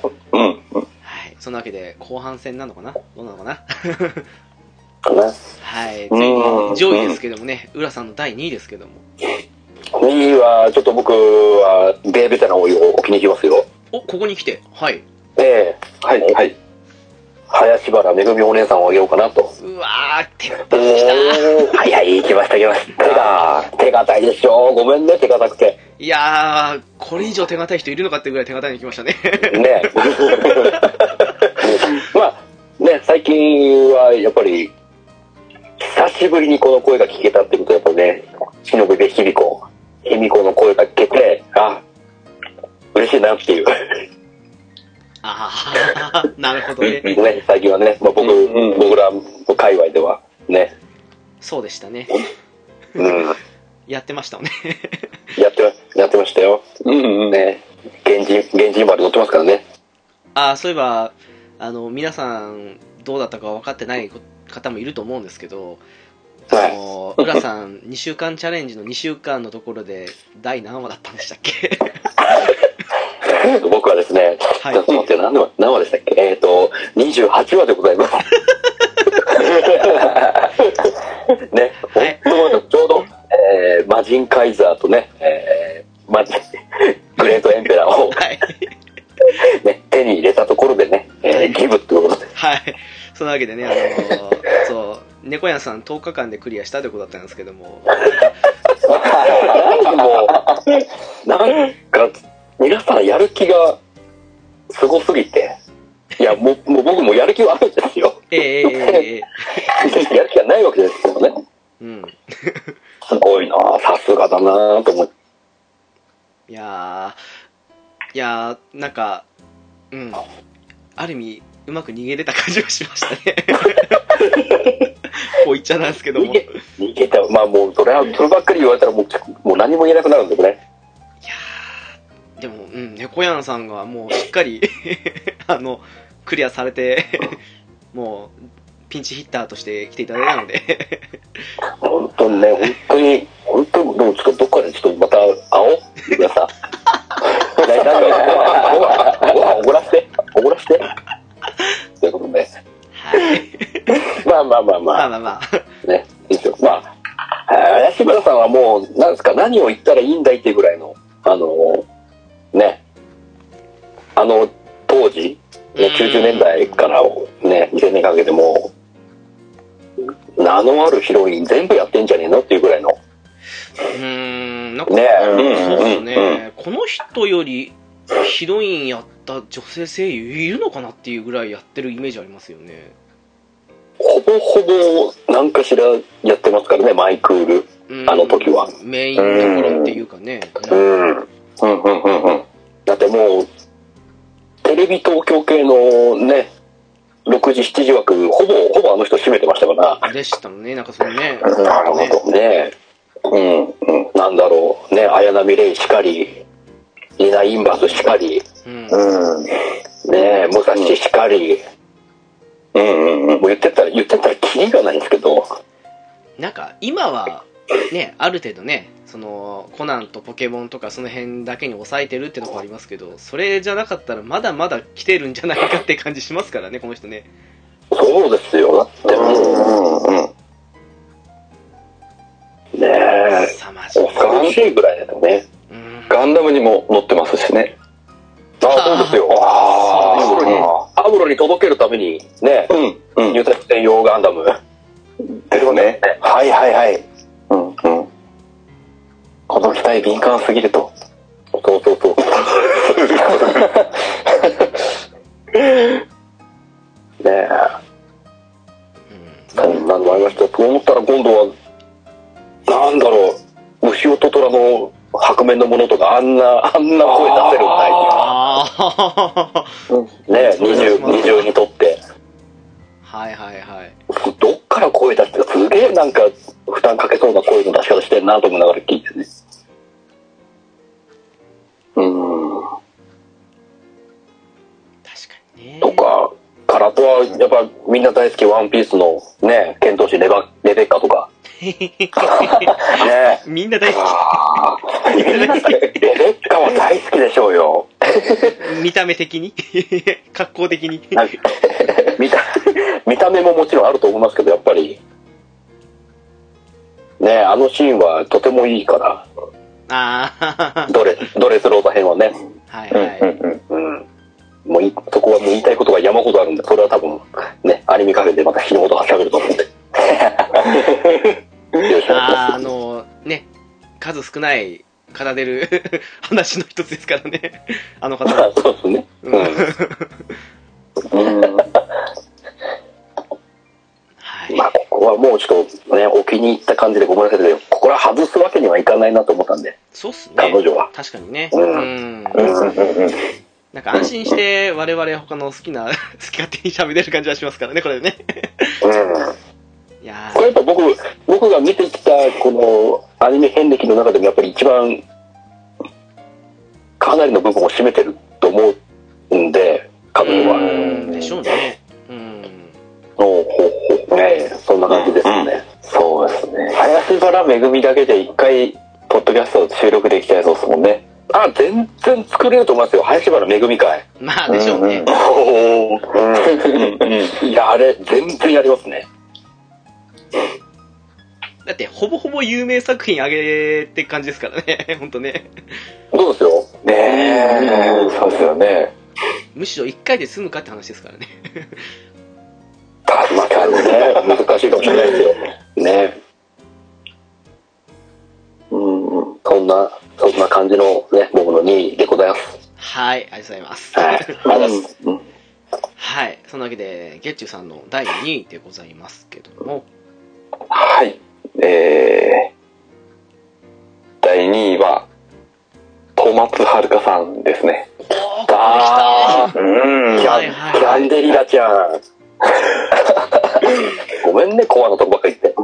そんなわけで、後半戦なのかなどうなのかなかな。 はい。次、上位ですけどもね、浦さんのだいにいですけども。 にいは、ちょっと僕は、ベーベテランをお気に入りますよ。 お、ここに来て、はい。 ええー、はい、はい。林原めぐみお姉さんをあげようかなと。 うわー、鉄板でした。 はいはい、来ました、来ました。 手が、手堅いでしょ。ごめんね、手堅くて。 いやー、これ以上手堅い人いるのかってぐらい手堅いに来ましたね。 ねまあ、ね、最近はやっぱり、久しぶりにこの声が聞けたってことはやっぱね、忍部ひびこ、ひみこの声が聞けて、あ、嬉しいなっていう。 ああ、なるほどね。 ね、最近はね、まあ、僕、うんうん、僕らの界隈ではね。 そうでしたね。 うん。 やってましたもんね。 やってま、やってましたよ。うんうん。ね、原人、原人まで乗ってますからね。 ああ、そういえば、あの、皆さん、どうだったか分かってない方もいると思うんですけど、あの、浦さん、にしゅうかんチャレンジのにしゅうかんのところで、第何話だったんでしたっけ？ 僕はですね、はい、ちょっと待って、何話、何話でしたっけ？えっと、にじゅうはちわでございます。ね、はい、本当ちょうど、えー、魔人カイザーとね、えー、マジ、グレートエンペラーを、はい、ね、手に入れたところでね、えーはい、ギブってことで。 はい。そのわけでね、あのー、そう、猫屋さんとおかかんでクリアしたということだったんですけども。 もう、なんか、皆さんやる気がすごすぎて、いや、もう、もう僕もやる気はあるんですよ。 ええええええ。やる気はないわけですけどね。うん。すごいなぁ、さすがだなぁと思って。 いやー、いやー、なんか、うん。ある意味、うまく逃げ出た感じがしましたね。こう言っちゃなんですけども。 逃げ、逃げた。まあもう、それは、そればっかり言われたらもう、もう何も言えなくなるんですよね。 いやー、でも、うん、猫やんさんがもうしっかり、あの、クリアされて、もう、ピンチヒッターとして来ていただいたので。 本当にね、本当に、本当に、でもちょっとどっかでちょっとまた会おう皆さん。なんか、おごらせて、おごらせて。ということで。はい。まあまあまあまあ。 まあまあまあ。ね、いいですよ。まあ、林原さんはもう、なんですか、何を言ったらいいんだいっていうぐらいの、あの、ね、あの、当時、ね、きゅうじゅうねんだいからね、にせんねんかけてもう、名のあるヒロイン全部やってんじゃねえのっていうぐらいの。 うーん、なんか、 ね、 そうですね、うんうん、この人よりヒロインやった女性声優いるのかなっていうぐらいやってるイメージありますよね。 ほぼほぼ何かしらやってますからね、マイクール、あの時は。 メインどころっていうかね。 うん。うん、うん、うん、うん。だってもう、テレビ東京系のね、ろくじ、しちじ枠、ほぼ、ほぼあの人占めてましたから。 でしたね、なんかそのね。 なるほどね。うん、うん、なんだろう。ね、綾波レイしかり、ニナ・インバスしかり、うん。うん、ねえ、武蔵しかり、うん、うん、うん。もう言ってたら、言ってたらキリがないんですけど。 なんか、今は、ね、ある程度ね、そのコナンとポケモンとかその辺だけに抑えてるってのもありますけど、それじゃなかったらまだまだ来てるんじゃないかって感じしますからね、この人ね。 そうですよ、だってもう、うんうん、ねえ、恐ろしいぐらいだよね。うん、ガンダムにも乗ってますしね。ああ、そうですよ。ああ、アブロに、アブロに届けるためにね、うん、うん、入隊専用ガンダムですね。はいはいはい。うんうん。この機体敏感すぎると。そうそうそう。ねえ。 まいましたと思ったら今度はなんだろう、牛尾と虎の白面のものとかあんなあんな声出せるんだいねえ、二重二重にとってはいはいはい。 どっから声出して、すげえなんか負担かけそうな声の出し方してんなと思いながら聞いてね。うーん。 確かにね。 とか、からとはやっぱみんな大好きワンピースのね、剣闘士レバレベッカとか。ねみんな大好き。みんな大好き。レベッカは大好きでしょうよ。 見た目的に格好的に見た見た目ももちろんあると思いますけど、やっぱりね、あのシーンはとてもいいから。 あドレドレスローザ編はね。 はいはい。 うんうんうん。もういそこはもう言いたいことが山ほどあるんで、それは多分ね、アニメカフェでまた日のこと喋ると思うんで。 ああ、あのね、数少ない奏でる話の一つですからね、あの方は。 そうですね。うん。うんはい、まあここはもうちょっとね、お気に入った感じでごめんなさいけど、ここは外すわけにはいかないなと思ったんで。 そうっすね。 彼女は。 確かにね。 うん。 うん。 うんうんうん。 なんか安心して我々他の好きな好き勝手に喋れる感じはしますからね、これね。 うん。 いやこれやっぱ僕僕が見てきたこのアニメ遍歴の中でもやっぱり一番かなりの部分を占めてると思うんで、彼女は。 うんでしょうね。うん。 おほほね、そんな感じですね。うん、そうですね。林原めぐみだけで一回ポッドキャスト収録できちゃいそうですもんね。あ、全然作れると思いますよ。林原めぐみ会。 まあでしょうね。 おお。いや、あれ全然やりますね。 だってほぼほぼ有名作品あげて感じですからね、本当ね。 そうですよ。ねえ、そうですよね。 むしろいっかいで済むかって話ですからね。 確かにね、難しいかもしれないですよ。ね。うん、そんな、そんな感じのね、僕のにいでございます。 はい、ありがとうございます。 はい、ありがとうございます。うん、 はい、そんなわけで、ゲッチュさんのだいにいでございますけども。 はい、えー、だいにいは、戸松遥さんですね。 おー、ここで来たー。うん、キャン、はいはい、キャンデリラちゃん。ごめんね、コアのとこばっかり言って。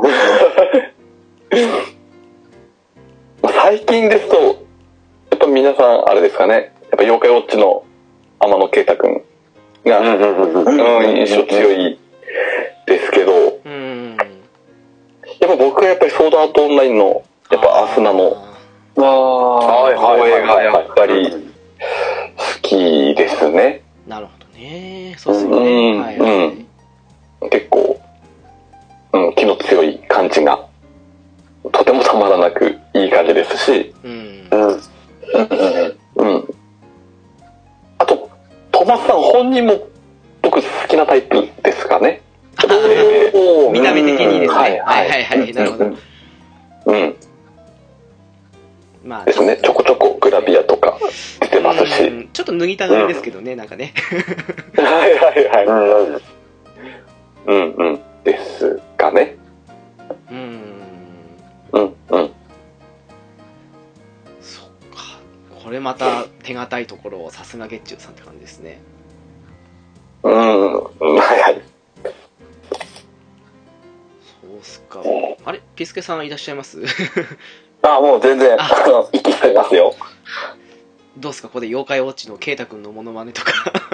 最近ですと、やっぱ皆さん、あれですかね、やっぱ妖怪ウォッチの天野啓太くんが、うん、印象強いですけど、うん、やっぱ僕はやっぱりソードアートオンラインの、やっぱアスナの、声がやっぱり好きですね。 なるほどね。そうですよね。うん、はいはい、 うん、結構、うん、気の強い感じがとてもたまらなくいい感じですし、うんうんうんうん、あと戸松さん本人も僕好きなタイプですかね。 見た目的にですね。はいはいはいはい、なるほど。 うん。まあですね、ちょこちょこグラビアとか出てますし、 ちょっと脱ぎたがりですけどね、なんかね。 はいはいはい。うんうんですかね。うん。うんうん。 そっか。これまた手堅いところをさすがゲッチューさんって感じですね。 うん、はいはい。 そうっすか。あれピスケさんいらっしゃいます？ あ、もう全然、あの、生きてますよ。 どうっすかここで妖怪ウォッチのケイタくんのモノマネとか。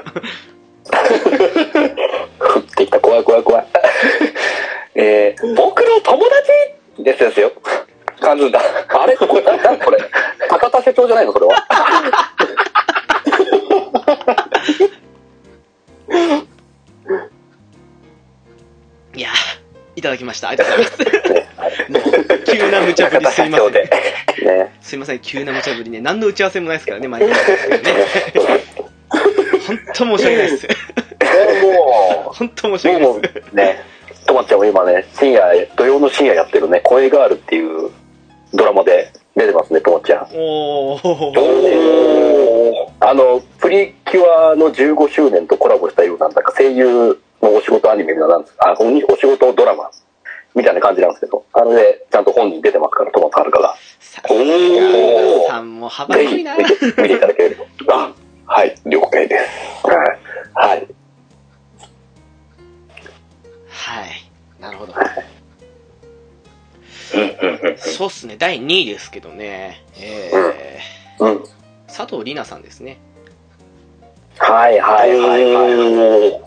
降ってきた、怖い怖い怖い。えー、僕の友達ですですよ。感じだ。あれこれ、何これ。高田社長じゃないのそれは。 いやー、いただきました。ありがとうございます。もう急な無茶ぶりすいません。ね、すいません、急な無茶ぶりね。何の打ち合わせもないですからね、毎回ですけどね。本当申し訳ないです。もう、本当申し訳ないです。 ね、とまっちゃんも今ね、深夜、土曜の深夜やってるね、声ガールっていうドラマで出てますね、とまっちゃん。おー。おー。あの、プリキュアのじゅうごしゅうねんとコラボしたような、なんか声優のお仕事アニメなんですか、あ、お仕事ドラマみたいな感じなんですけど、あれでちゃんと本人出てますから、戸松遥が。 おーさんも幅広いな。 ぜひ見て、見ていただければ。あ、はい、了解です。はい。はい。 はい。なるほど。 うんうんうん。 そうっすね、だいにいですけどね、えー、 うん。 佐藤里奈さんですね。 はいはいはいはい。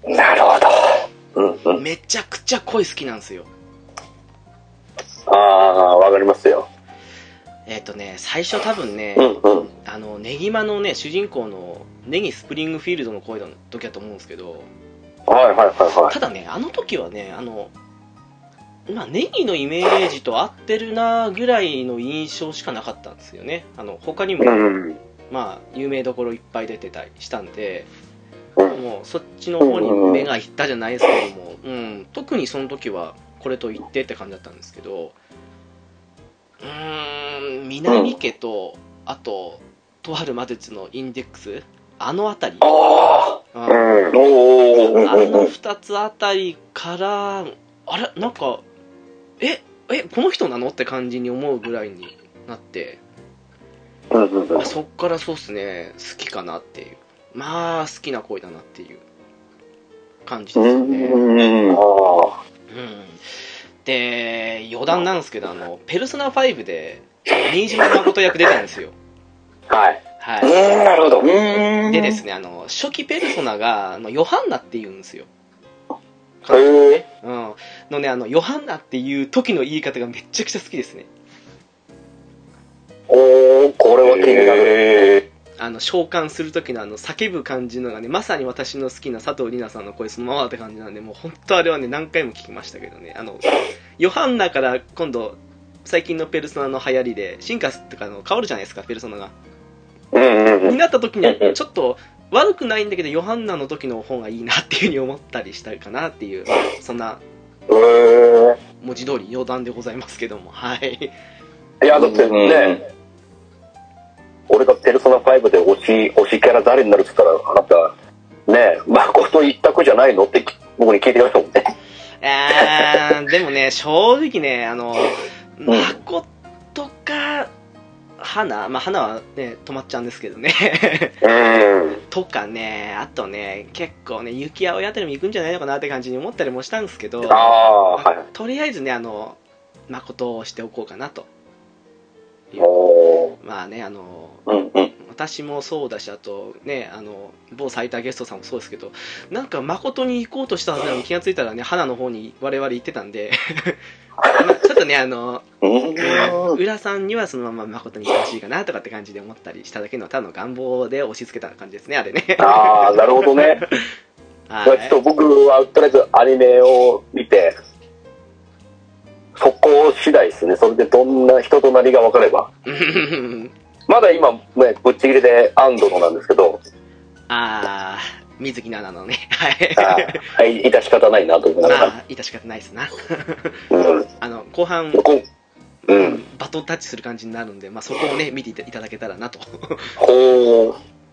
なるほど。うんうん。 めちゃくちゃ恋好きなんですよ。 ああ、わかりますよ。 えっ、ー、とね、最初多分ね、 うんうん、 あの、ネギマのね、主人公のネギスプリングフィールドの声の時だと思うんですけど、 はいはいはいはい。 ただね、あの時はね、あの、まあ、ネギのイメージと合ってるなぐらいの印象しかなかったんですよね。あの、他にも、 うん、 まあ、有名どころいっぱい出てたりしたんで、 うん、 もうそっちの方に目がいったじゃないですけども、うん、特にその時はこれと言ってって感じだったんですけど、うーん、南家と、あと、とある魔術のインデックス、あのあたり、 ああ、うん、おあの二つあたりから、あれ、なんか、え、え、この人なのって感じに思うぐらいになって、 うんうんうん、 そっからそうっすね、好きかなっていう。まあ、好きな声だなっていう感じですよね。 うん、ああ。 うん。で、余談なんですけど、あの、ペルソナファイブで、新島誠役出たんですよ。 はい。 はい。 うん、なるほど。 でですね、あの、初期ペルソナが、あの、ヨハンナって言うんですよ。 へぇ、 うん。のね、あの、ヨハンナっていう時の言い方がめっちゃくちゃ好きですね。 おー、これは気になる。 あの、召喚する時のあの、叫ぶ感じのがね、まさに私の好きな佐藤里奈さんの声そのままって感じなんで、もう本当あれはね、何回も聞きましたけどね。あの、ヨハンナから今度、最近のペルソナの流行りで、進化とかの変わるじゃないですか、ペルソナが。 うんうんうん。 になった時には、ちょっと、悪くないんだけど、ヨハンナの時の方がいいなっていう風に思ったりしたいかなっていう、そんな、文字通り余談でございますけども、はい。 いや、だってね、俺がペルソナファイブで推し、推しキャラ誰になるって言ったら、あなた、ねえ、誠一択じゃないのって僕に聞いてましたもんね。 あー、でもね、正直ね、あの、誠か、花、まあ、花はね、止まっちゃうんですけどね。 うん。 とかね、あとね、結構ね、雪青あたりも行くんじゃないのかなって感じに思ったりもしたんですけど、 ああ、はい。 とりあえずね、あの、誠をしておこうかなと。 おまあね、あの、 うんうん、 私もそうだし、あとね、あの、某最多ゲストさんもそうですけど、なんか誠に行こうとしたはずなのに気がついたらね、花の方に我々行ってたんで、ちょっとね、あの、浦さんにはそのまま誠に行ってほしいかなとかって感じで思ったりしただけのただの願望で押し付けた感じですね、あれね。 ああ、なるほどね。はい、ちょっと僕はとりあえずアニメを見て、そこ次第ですね。それでどんな人となりが分かれば。まだ今、ね、ぶっちぎりでアンドのなんですけど。 あー、水木奈々のね。はい。 はい、致し方ないなと思いながら。 まあ、致し方ないですな。うん、あの、後半、うん、バトンタッチする感じになるんで、まあ、そこをね、見ていただけたらなと。 ほー。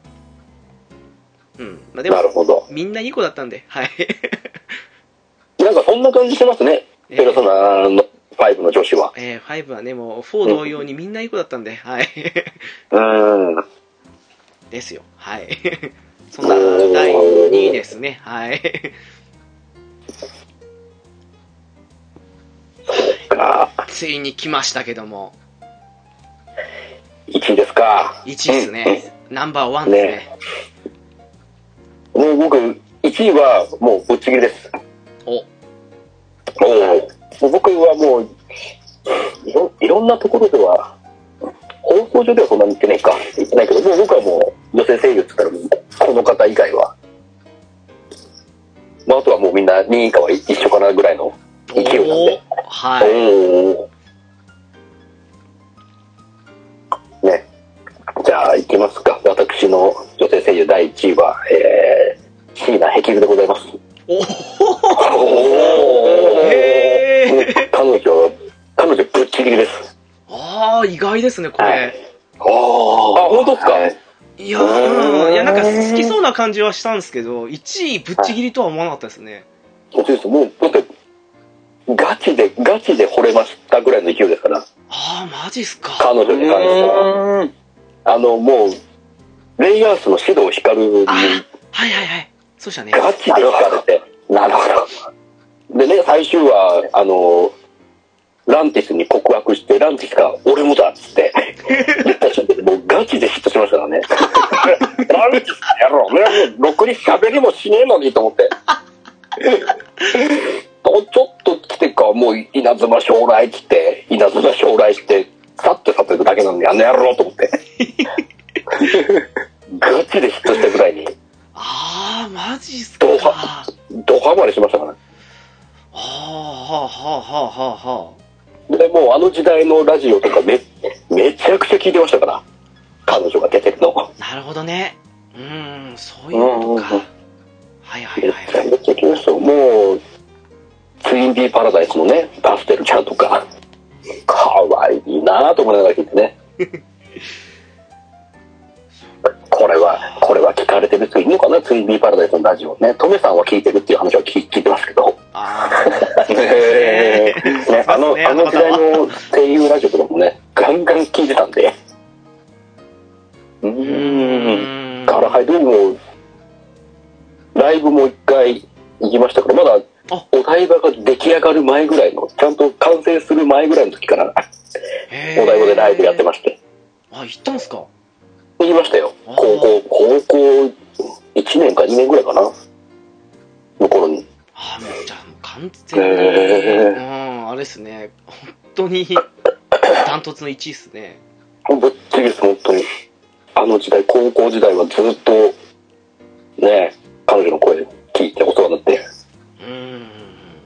うん。まあ、でも、 なるほど。 みんないい子だったんで、はい。 なんかそんな感じしますね。ペルソナのファイブの女子は。 えー、ファイブはね、もうフォー同様にみんないい子だったんで、はい。 うん。 ですよ。はい。そんなだいにいですね。はい。ついに来ましたけども。 いちいですか。 いちいですね。うん、ナンバーワンですね。 ね、もう僕、いちいはもうぶっちぎりです。 お。 お僕はもうい ろ, いろんなところでは放送上ではそんなに言ってないか言ってないけど、もう僕はもう女性声優って言ったらこの方以外は、まあ、あとはもうみんなにい以下は一緒かなぐらいの勢いなんで、 はいね。じゃあ行きますか。私の女性声優だいいちいは、えー、椎名ヘキズでございます。おおへー、彼女彼女ぶっちぎりです。 ああ、意外ですねこれ、はい、 ああ、本当ですか。はい、 いやー、いやなんか好きそうな感じはしたんですけど、いちいぶっちぎりとは思わなかったですね。 そうです。もうだってガチで、ガチで惚れましたぐらいの勢いですから。 ああ、マジっすか。 彼女に関しては。あの、もう、レイアースの指導光に、 はいはいはい。そうしたね。 ガチで惹かれて。なるほど。でね、最終は、あの、ランティスに告白して、ランティスが俺もだっつって、言った瞬間にもうガチで嫉妬しましたからね。ランティスやろう、ね、ろくに喋りもしねえのにと思って。ちょっと来てか、もう稲妻将来来て、稲妻将来して、さっとさっていくだけなのに、あの野郎と思って。ガチで嫉妬したぐらいに。 ああ、マジっすか。 ドハ、ドハマりしましたからね。 はあはあはあはあはあ。 で、もうあの時代のラジオとかめ、めちゃくちゃ聞いてましたから。彼女が出てるの。 なるほどね。うーん、そういうことか。はいはいはい、はい。 めちゃめちゃ聞きました。もう、ツインビーパラダイスのね、パステルちゃんとか、かわいいなぁと思いながら聞いてね。これは、これは聞かれてる人いるのかな、ツインビーパラダイスのラジオね。トメさんは聞いてるっていう話は聞いてますけど。 あえーね、あの、あの時代の声優ラジオとかもね、ガンガン聞いてたんで。うーん。だから、はい、どうも、ライブも一回行きましたから、まだお台場が出来上がる前ぐらいの、ちゃんと完成する前ぐらいの時から、お台場でライブやってまして。 あ、行ったんすか？ 行きましたよ。高校、高校いちねんかにねんぐらいかな。の頃に。 あ、もうじゃあもう完全に、えー、うん、あれですね。本当に、ダントツのいちいっすね。 ぶっちぎりです、本当に。あの時代、高校時代はずっと、ね、彼女の声聞いてお世話になって。 うーん。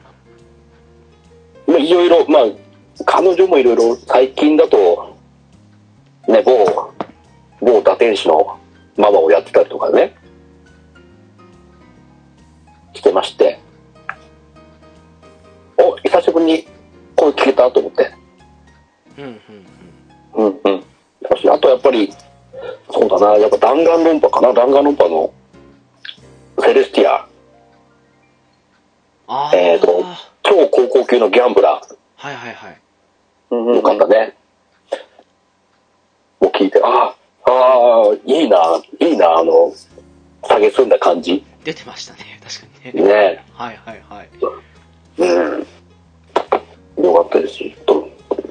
まあ、いろいろ、まあ、彼女もいろいろ最近だと、ね、某、某打天使のママをやってたりとかね、してまして、お、久しぶりに声聞けたと思って。 うん、うん、 うん。うん、うん。あとやっぱり、そうだな、やっぱ弾丸論破かな、弾丸論破の、セレスティア。 あえっ、ー、と、超高校級のギャンブラー。 はいはいはい。 の方ね。もう聞いて、ああ、ああ、いいな、いいな、あの、下げすんだ感じ。 出てましたね、確かにね。 ね。 はいはいはい。 うん。よかったですし、ど、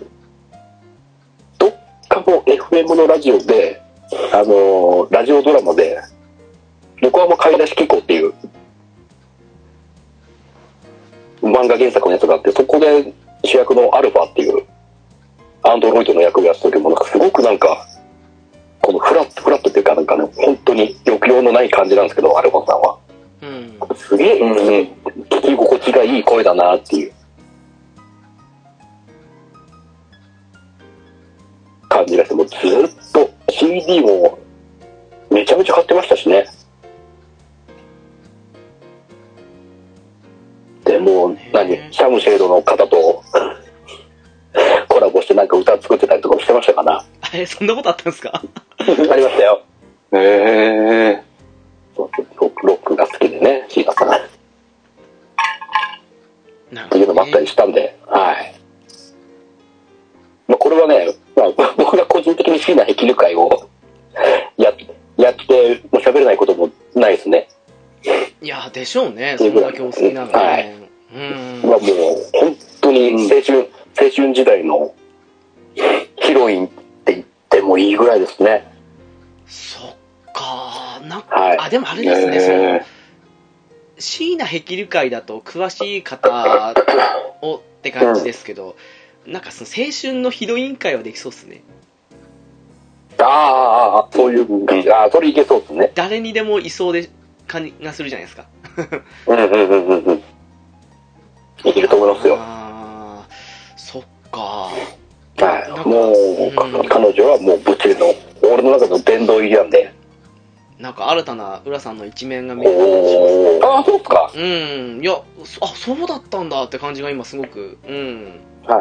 どっかの エフエム のラジオで、あのー、ラジオドラマで、横浜買い出し機構っていう、漫画原作のやつがあって、そこで主役のアルファっていう、アンドロイドの役をやった時も、なんかすごくなんか、このフラット、フラットっていうかなんかね、本当に抑揚のない感じなんですけど、アルファさんは。 うん。 すげえ、うん、聞き心地がいい声だなっていう感じがして、もうずっと シーディー もめちゃめちゃ買ってましたしね。でもう何、シャムシェードの方とコラボしてなんか歌作ってたりとかもしてましたかな。 え、そんなことあったんですか？ ありましたよ。へえー。ロック、ロックが好きでね、シーナさん。っていうのもあったりしたんで、はい。まあこれはね、まあ、僕が個人的にシーナ壁抜会をや、やってもう喋れないこともないですね。 いや、でしょうね、そんだけお好きなので、ね。 はい。 うん。 まあもう、本当に青春、青春時代のヒロインって言ってもいいぐらいですね。 そっか、なんか、 はい、 あ、でもあれですね、その、椎名ヘキル会だと詳しい方をって感じですけど、うん、なんかその青春のヒロイン会はできそうっすね。 ああ、そういう感じ。ああ、それいけそうですね。 誰にでもいそうで感じがするじゃないですか。 うんうんうんうんうん。いけると思いますよ。 ああ、そっか。 はい。もう、うん、彼女はもうぶっちりの、俺の中の殿堂入りなんで。 なんか新たな浦さんの一面が見えた気がします。 ああ、そうっすか。 うん。いや、あ、そうだったんだって感じが今すごく。うん。 はい。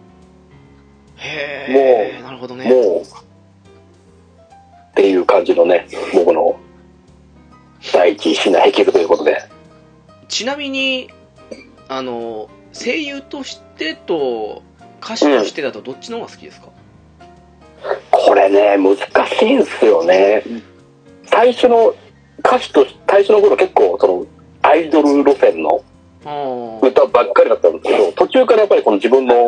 へえ、もう、なるほどね。 もう、っていう感じのね、僕の第一椎名ヘキルということで。 ちなみに、あの、 声優としてと歌手としてだとどっちの方が好きですか？ これね、難しいんですよね。最初の歌手と、最初の頃結構そのアイドル路線の歌ばっかりだったんですけど、途中からやっぱりこの自分の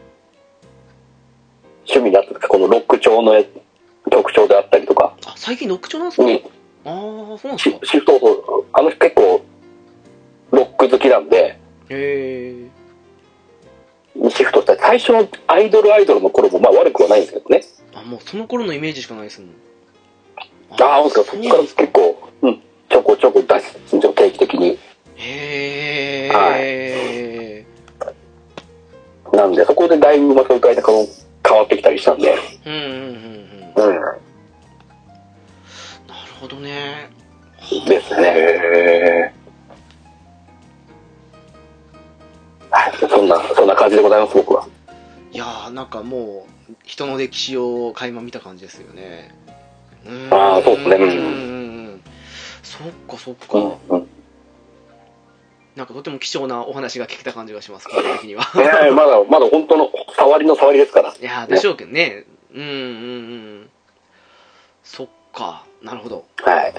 趣味だったとか、このロック調の曲調であったりとか。 あ、最近ロック調なんですか？うん、ああ、そうなんですか。 シフトを、あの人結構ロック好きなんで、 へー。シフトした最初のアイドルアイドルの頃もまあ悪くはないんですけどね。 あ、もうその頃のイメージしかないですもん。 ああ、そうですか。そこから結構、うん、ちょこちょこ出すんですよ、定期的に。 へー。 はい。なんで、そこでだいぶまた歌い方が変わってきたりしたんで。 うんうんうんうん。うん。なるほどね。 ですね。へー。はい、そんな、そんな感じでございます、僕は。 いやー、なんかもう、人の歴史を垣間見た感じですよね。 ああ、そうですね。うんうん。そっかそっか。うんうん、なんかとても貴重なお話が聞けた感じがします、個人的には。 いやいや、まだ、まだ本当の触りの触りですから。 いやー、でしょうけどね。うんうんうん。そっか、なるほど。 はい。はい。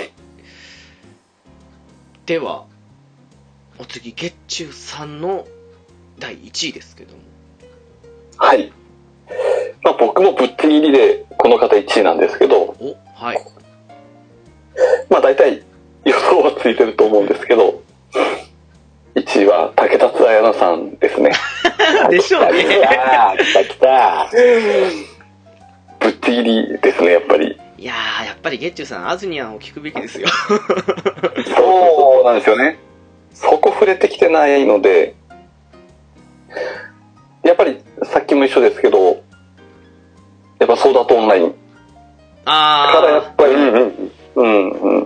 では、お次、月中さんのだいいちいですけども。 はい。まあ、僕もぶっちぎりでこの方いちいなんですけど、 お、はい。 まあ大体予想はついてると思うんですけど、いちいは竹達彩奈さんですね。 でしょうね。 来た来た来た。 ぶっちぎりですね、やっぱり。 いやー、やっぱり月中さん、アズニアンを聞くべきですよ。 そうなんですよね。そこ触れてきてないので、やっぱりさっきも一緒ですけど、やっぱソードアートオンラインあからやっぱり、うんうんうん、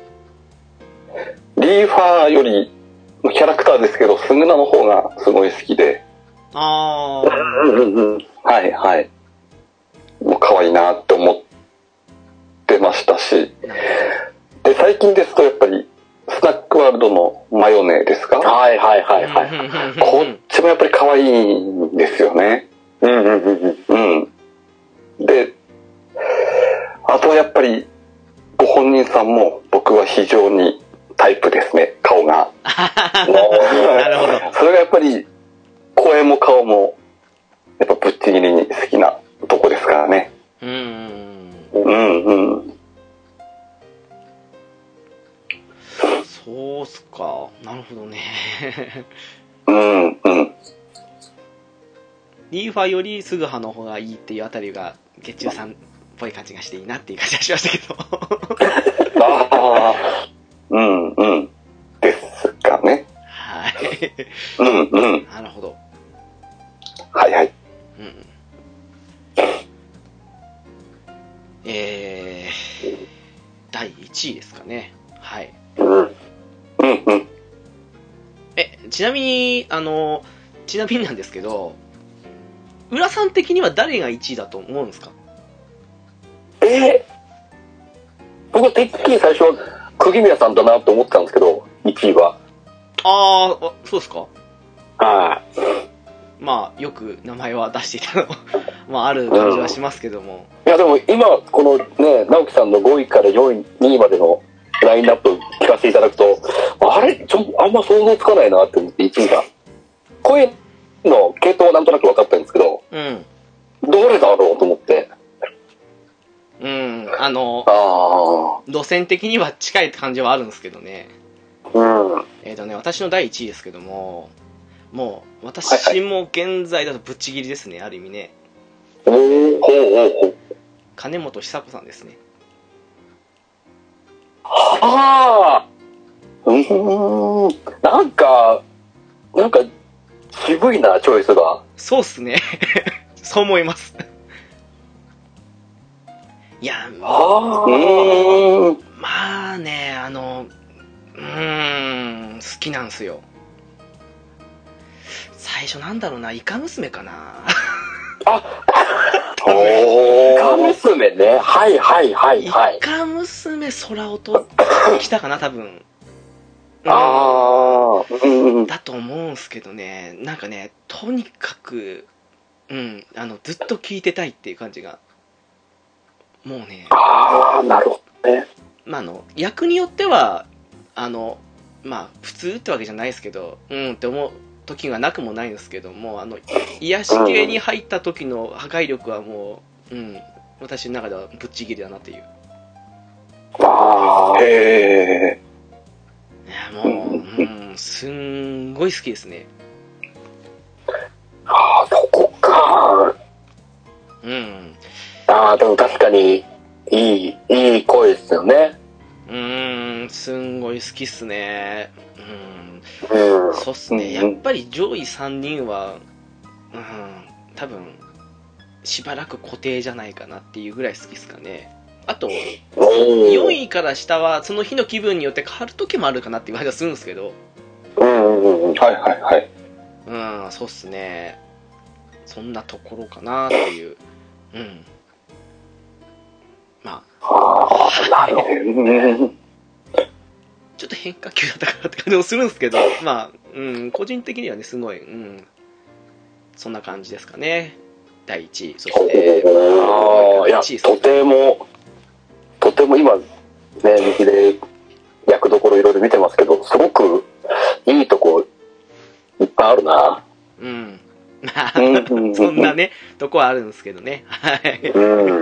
リーファーよりキャラクターですけど、スグナの方がすごい好きで、 あー、はいはい、もう可愛いなって思ってましたし、で最近ですとやっぱりスナックワールドのマヨネですか？ はいはいはいはい。 こっちもやっぱり可愛いんですよね。うんうんうんうん。で、あとはやっぱりご本人さんも僕は非常にタイプですね、顔が。 なるほど。 それがやっぱり声も顔もやっぱぶっちぎりに好きなとこですからね。 うんうんうん。 そうっすか。なるほどね。 うんうん。 リーファよりスグハの方がいいっていうあたりが月中さんっぽい感じがしていいなっていう感じがしましたけど。 ああ、うんうん。ですかね。 はい。 うんうん。 なるほど。 はいはい。 うん。えー、だいいちいですかね。はい。 うんうんうん。 え、ちなみに、あの、ちなみになんですけど、浦さん的には誰がいちいだと思うんですか？ えー、僕はてっきり最初は釘宮さんだなと思ってたんですけど、いちいは。 あー、あ、そうですか？ はい。 まあ、よく名前は出していたのまあ、ある感じはしますけども。 いや、でも今、このね、直樹さんのごいからよんい、にいまでのラインナップ聞かせていただくと、あれちょあんま想像つかないなって思って、いちいが。声の系統はなんとなく分かったんですけど、 うん。 どれだろうと思って。 うん、あの、 あ路線的には近い感じはあるんですけどね。 うん。 えっ、ー、とね、私のだいいちいですけども、もう、私も現在だとぶっちぎりですね、ある意味ね。 おー、ほうほうほう。 金本久子さんですね。 はあ。うーん。なんか、なんか、渋いな、チョイスが。 そうっすね。そう思います。いや、 あーまあね、あの、うーん、好きなんすよ。最初なんだろうな、イカ娘かな。 あおイカ娘ね。はいはいはいはい。 イカ娘空音来たかな、多分。 ああ、うん。 だと思うんすけどね、なんかね、とにかく、うん、あの、ずっと聞いてたいっていう感じが、もうね、 ああ、なるほどね。 まあ、あの、役によっては、あの、まあ、普通ってわけじゃないですけど、うんって思う時がなくもないんですけども、あの、癒し系に入った時の破壊力はもう、うん、私の中ではぶっちぎりだなっていう。 ああ、へえ。 いや、もう、うん、すんごい好きですね。 ああ、そこか。 うん。 ああ、でも確かに、いい、いい声ですよね。 うーん、すんごい好きっすね。うん。 うん。 そうっすね。やっぱり上位さんにんは、うん、多分、しばらく固定じゃないかなっていうぐらい好きっすかね。あと、よんいから下は、その日の気分によって変わる時もあるかなっていう感じがするんですけど。 うんうんうん。はいはいはい。 うん、そうっすね。そんなところかなっていう。うん。まあ。 ああ、なるほどね。 ちょっと変化球だったかなって感じもするんですけど、まあ、うん、個人的にはね、すごい、うん、そんな感じですかね。だいいちい、そして、 ああ、いや、とても、とても今、ね、右で役どころいろいろ見てますけど、すごくいいとこいっぱいあるな。 うん。まあ、そんなね、とこはあるんですけどね。はい。うん。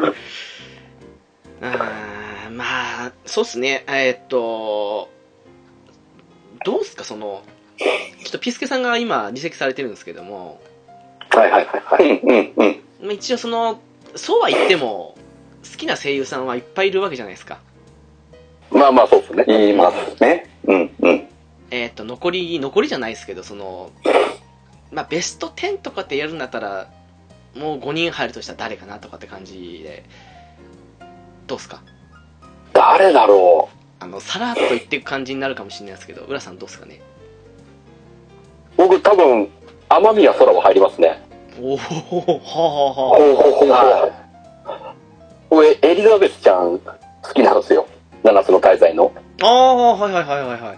あまあ、そうっすね。えー、っと、どうすか、その、ちょっとピスケさんが今離席されてるんですけども、 はいはいはいはい。うんうんうん。一応その、そうは言っても、好きな声優さんはいっぱいいるわけじゃないですか。 まあまあそうですね。言いますね。うんうん。 えー、っと、残り、残りじゃないですけど、その、まあベストじゅうとかってやるんだったら、もうごにん入るとしたら誰かなとかって感じで、どうすか？ 誰だろう。 あの、さらっと言っていく感じになるかもしれないですけど、浦さんどうすかね？ 僕多分、天宮空は入りますね。 おお、はあはあはあ。これ、エリザベスちゃん好きなんですよ。七つの大罪の。 ああ、はいはいはいはいはい。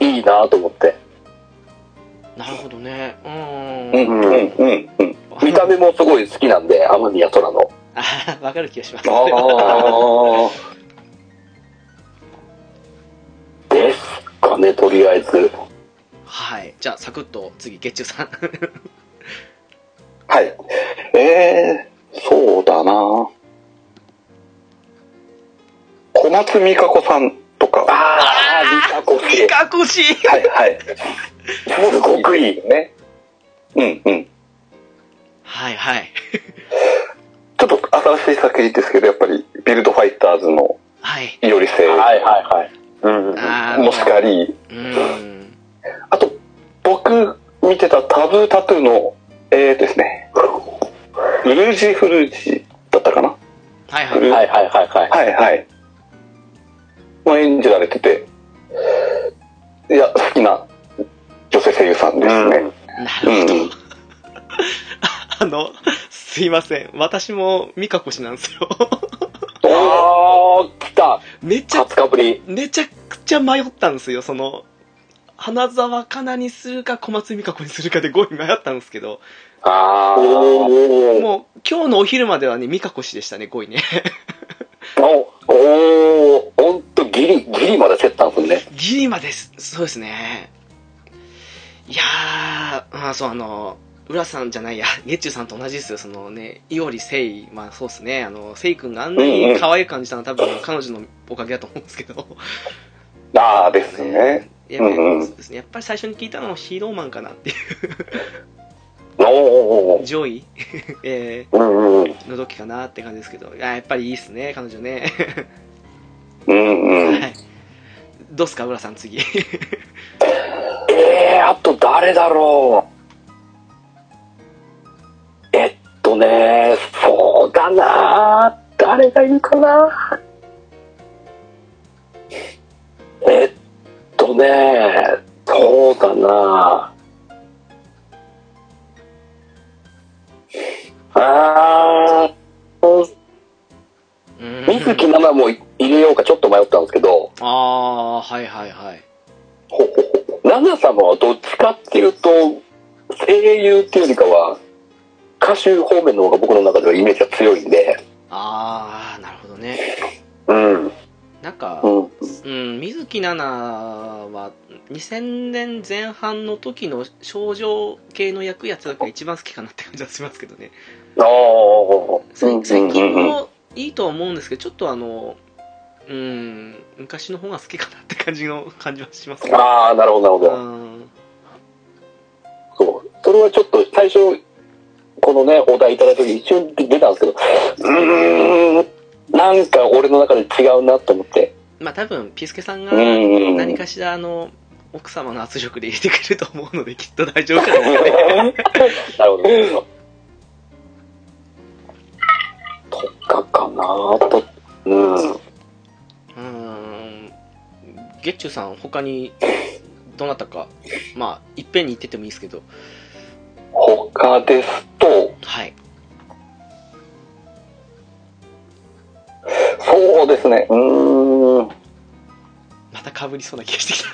いいなと思って。 なるほどね。うーん。 うんうんうんうん。見た目もすごい好きなんで、天宮空の。 ああ、わかる気がします。 ああ。ですかね、とりあえず。 はい。じゃあ、サクッと次、月中さん。 はい。えー、そうだな小松美香子さんとか。 ああ、美香子氏。 美香子氏はいはい。 すごくいいね。 うんうん。 はいはい。 ちょっと新しい作品ですけど、やっぱりビルドファイターズのいおりせい。 はいはいはい。うん。 もしかり。 うん。 あと、僕見てたタブータトゥーの、えーとですね、ウルジフルジだったかな？ はいはいはいはいはいはい。 はいはい。まあ演じられてて、いや、好きな女性声優さんですね。うん、 なるほど。うん、あの、すいません。私も美香子氏なんですよ。 おー、来た。 めちゃ、 初かぶり。 めちゃくちゃ迷ったんですよ。その、花沢香菜にするか小松美香子にするかでごい迷ったんですけど。 あー。もう、今日のお昼まではね、美香子氏でしたね、ごいね。 お、おー、ほんとギリ、ギリまで競ったんですね。 ギリまで、そうですね。いやー、あそう、あの、浦さんじゃないや、月中さんと同じですよ、そのね、いおりせい、まあそうですね、あの、せい君があんなに可愛い感じたのは多分彼女のおかげだと思うんですけど。 ああですね。 やっぱり、うんうん、そうですね、やっぱり最初に聞いたのはヒーローマンかなっていう。 おー上位えー、うんうん、 の時かなって感じですけど、やっぱりいいっすね、彼女ね。 うんうん。はい、 どうっすか、浦さん次。 えー、あと誰だろう。えっとね、そうだな誰がいるかな。えっとね、そうだなあー、水木奈々も入れようかちょっと迷ったんですけど。 あー、はいはいはい。 ほほほナナ様はどっちかっていうと、声優っていうよりかは、歌手方面の方が僕の中ではイメージが強いんで。 あー、なるほどね。 うん。 なんか、 うん、 うん、水木奈々はにせんねんぜん半の時の少女系の役やつが一番好きかなって感じはしますけどね。 ああ、 最近もいいとは思うんですけど、ちょっとあの、うん、昔の方が好きかなって感じの感じはしますね。 ああ、なるほど、なるほど。うん、そう。それはちょっと最初、このね、お題いただいた時一瞬出たんですけど、うーん、なんか俺の中で違うなと思って。 まあ多分、ピースケさんが何かしらあの、奥様の圧力で入れてくれると思うので、きっと大丈夫じゃないですかね。 なるほど。とかかなと。うん。 うーん。ゲッチュさん、他にどなたか、まあ、いっぺんに言っててもいいですけど。 他ですと、 はい。 そうですね、うーん。 また被りそうな気がしてきた。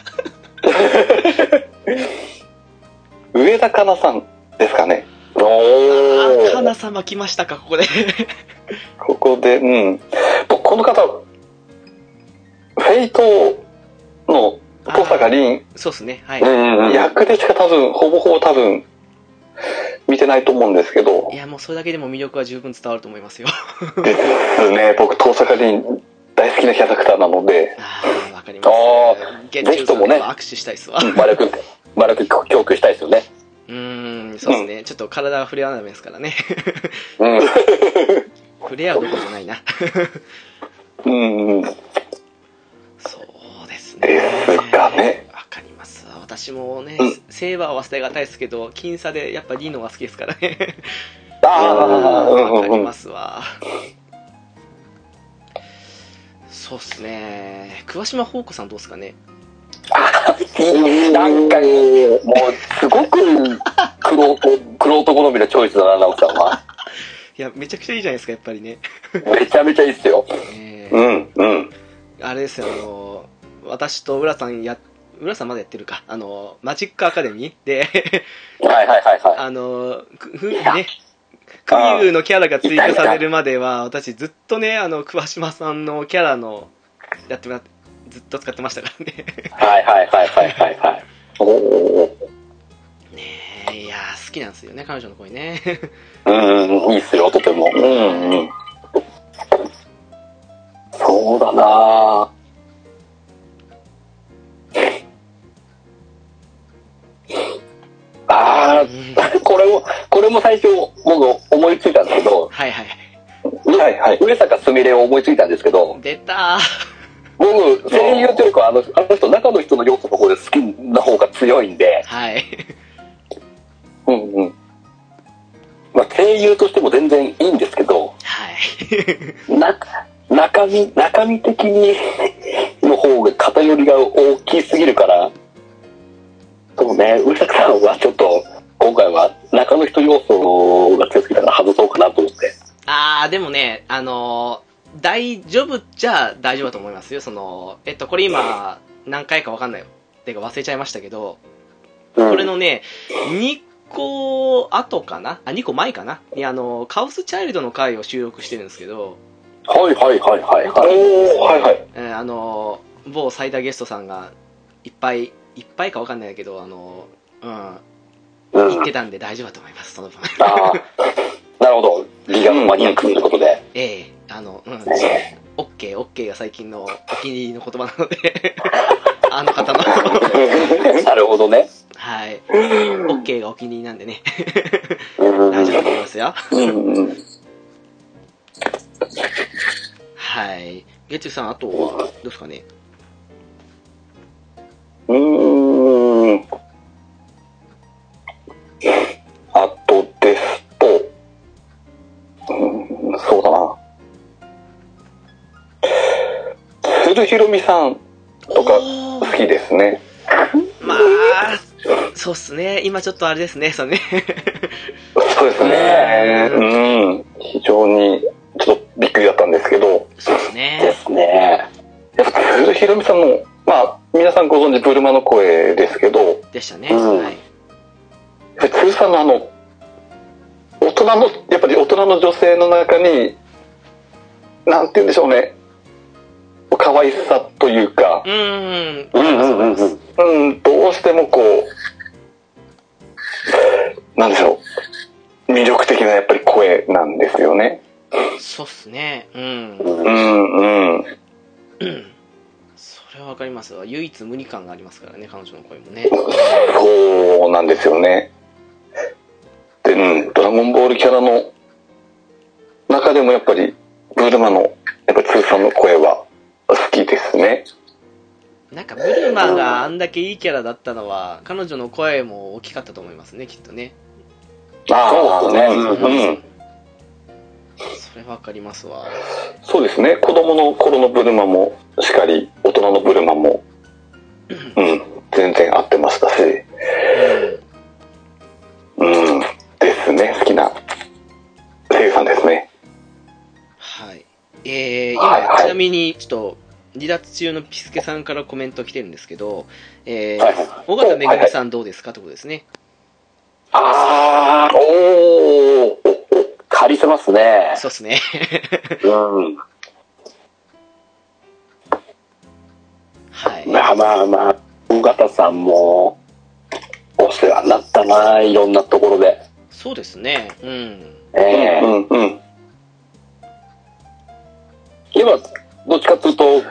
上田香奈さんですかね。 おー。あ、香奈様来ましたか、ここで。 ここで、うん。僕、この方、フェイトの登坂凛。 そうですね、はい。 うん、役でしか多分、ほぼほぼ多分、見てないと思うんですけど。 いや、もうそれだけでも魅力は十分伝わると思いますよ。 ですね、僕、登坂凛大好きなキャラクターなので。 ああ、わかります。ああ、ぜひともね、 握手したいっすわ。 丸く、丸く教育したいですよね。 うーん、そうですね、うん。ちょっと体が触れ合わないですからね。 うん。 触れ合うどころじゃないな。 うん。 そうですね。 ですかね。 わかります。私もね、うん、セーバーは捨てがたいですけど、僅差でやっぱリーノが好きですからね。 ああ、 わかりますわ。そうっすね。桑島宝子さんどうですかね。 あ、なんか、もう、すごく、クロート、クロート好みのチョイスだな、直樹さんは。 いや、めちゃくちゃいいじゃないですか、やっぱりね。 めちゃめちゃいいっすよ。えー、うん、うん。 あれですよ、あの、私と浦さんや、浦さんまだやってるか、あの、マジックアカデミーで、 はいはいはいはい。 あの、ふ、ね、クユーのキャラが追加されるまでは、私ずっとね、あの、桑島さんのキャラの、やってもらって、ずっと使ってましたからね。 はいはいはいはいはいはい。おー。 ねえ、いやー、好きなんですよね、彼女の声ね。 うん、いいっすよ、とても。うん、うん。そうだなあー、これも、これも最初、僕思いついたんですけど、 はいはい。 はいはい。上坂すみれを思いついたんですけど、 出たー。 僕、声優というか、あの、あの人、中の人の要素の方で好きな方が強いんで、 はい。 うんうん。まあ、声優としても全然いいんですけど、 はい。 な、中身、中身的にの方が偏りが大きすぎるから、そうね、上坂さんはちょっと、今回は中の人要素が強すぎたから外そうかなと思って。 あー、でもね、あのー、大丈夫じゃ大丈夫だと思いますよ。その、えっと、これ今、何回かわかんないよ。てか忘れちゃいましたけど、うん、これのね、にこ後かなあ、にこまえかなに、あの、カオスチャイルドの回を収録してるんですけど、 はいはいはいはい。おー、はいはい。 えー、あの、某最多ゲストさんが、いっぱい、いっぱいかわかんないけど、あの、うん、うん、言ってたんで大丈夫だと思います、その分。 あなるほど。ギガのマニアックということで。 ええー、あの、うん。オッケー、オッケーが最近のお気に入りの言葉なので、あの方の。 なるほどね。 はい。オッケーがお気に入りなんでね。大丈夫だと思いますよ。はい。ゲッチュさん、あとは、どうですかね。 うーん。あとですと、うん、そうだな。鶴ひろみさんとか好きですね。 まあ、そうっすね。今ちょっとあれですね、それね。 そうですね。うん。非常にちょっとびっくりだったんですけど。 そうですね。 ですね。やっぱ鶴ひろみさんの、まあ、 皆さんご存知ブルマの声ですけど、 でしたね。 うん、 はい。 通さんのあの、大人の、やっぱり大人の女性の中に、なんて言うんでしょうね。可愛さというか、 うーん。 うんうんうんうん。 うん、どうしてもこう、なんでしょう。魅力的なやっぱり声なんですよね。 そうっすね。うん。 うん、うん。 それはわかりますわ。唯一無二感がありますからね、彼女の声もね。 そうなんですよね。で、うん、ドラゴンボールキャラの中でもやっぱり、ブルマの、やっぱり通さんの声は好きですね。 なんかブルマがあんだけいいキャラだったのは、彼女の声も大きかったと思いますね、きっとね。 ああ、そうですね。 うん。 うん。 それわかりますわ。 そうですね。子供の頃のブルマもしっかり、大人のブルマも、うん、全然合ってましたし、うん、うん、ですね。好きな声優さんですね。 はい。えー、今、 はいはい、 ちなみに、ちょっと、離脱中のピスケさんからコメント来てるんですけど、えー、 はいはい、 尾形めぐみさんどうですかってことですね。 あー、おー、カリスマっすね。 そうっすね。 うん。 はい。 まあまあまあ、尾形さんも、お世話になったな、いろんなところで。 そうですね。うん。 ええー。 うんうん。 今、どっちかというと、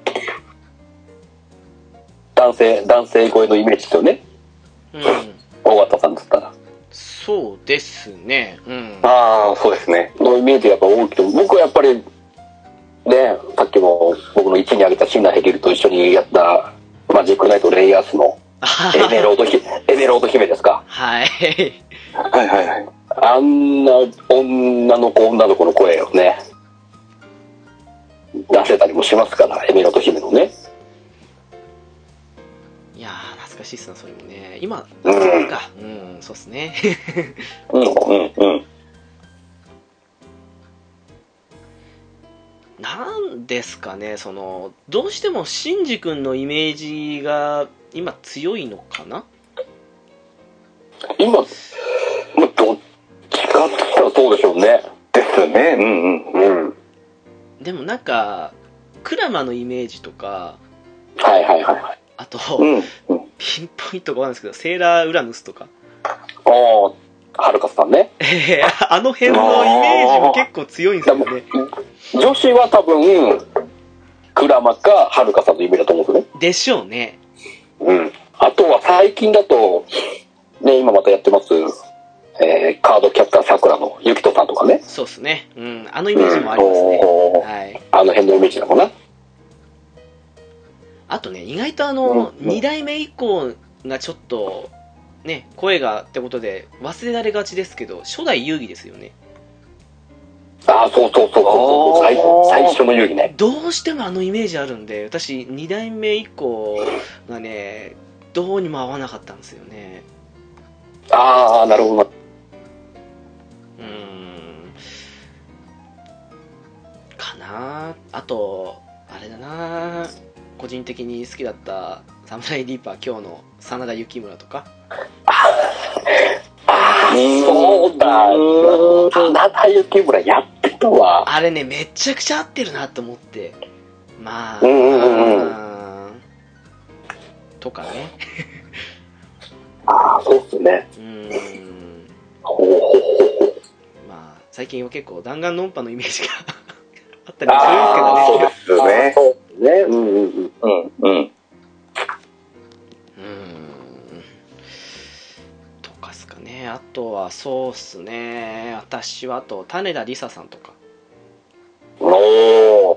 男性、男性声のイメージですよね。 うん。 尾形さんだったら。 そうですね。うん。 ああ、そうですね。 のイメージがやっぱ大きくて、僕はやっぱり、ね、さっきも僕のいちに挙げたシンナーヘゲルと一緒にやったマジックナイトレイヤースのエメロードひエメロード姫ですか。 はい。 はいはいはい。 あんな女の子女の子の声をね、出せたりもしますから、エメロード姫のね。 いやー、懐かしいっすな、それもね。今、そうか。うん、そうっすね。 うんうんうん。 なんですかね、その、どうしてもシンジ君のイメージが今強いのかな？ 今、まあ、どっちかって言ったらそうでしょうね。 ですね。うんうんうん。 でもなんか、クラマのイメージとか、 はいはいはいはい。 あと、 うんうん、 ピンポイントがわかんないですけど、セーラーウラヌスとか。 ああ、はるかさんね。 えー、あの辺のイメージも結構強いんですよね。 女子は多分、クラマかはるかさんのイメージだと思うんですよね。 でしょうね。 うん。あとは最近だと、ね、今またやってます、えー、カードキャプターさくらのゆきとさんとかね。 そうっすね。うん。あのイメージもありますね。 うん、 はい。 あの辺のイメージだもんな。 あとね、意外とあの、うん、に代目以降がちょっと、ね、声がってことで忘れられがちですけど、初代遊戯ですよね。 ああ、そうそうそうそう最、最初の遊戯ね。 どうしてもあのイメージあるんで、私、に代目以降がね、どうにも合わなかったんですよね。 ああ、なるほど。 うーん。かなあと、あれだな個人的に好きだったサムライディーパー今日の真田幸村とか。 ああ、そうだ。真田幸村やってたわ。 あれね、めちゃくちゃ合ってるなと思って。まあ、 うんうんうん、 とかね。 ああ、そうっすね。 うーん。 ほうほうほう。 まあ、最近は結構弾丸論破のイメージがあったりするんですけどね。 そうですね。 そうですね。うんうんうん。うんうん。 うーん。とかっすかね。あとはそうっすね。私はあと、種田理沙さんとか。 おー。 好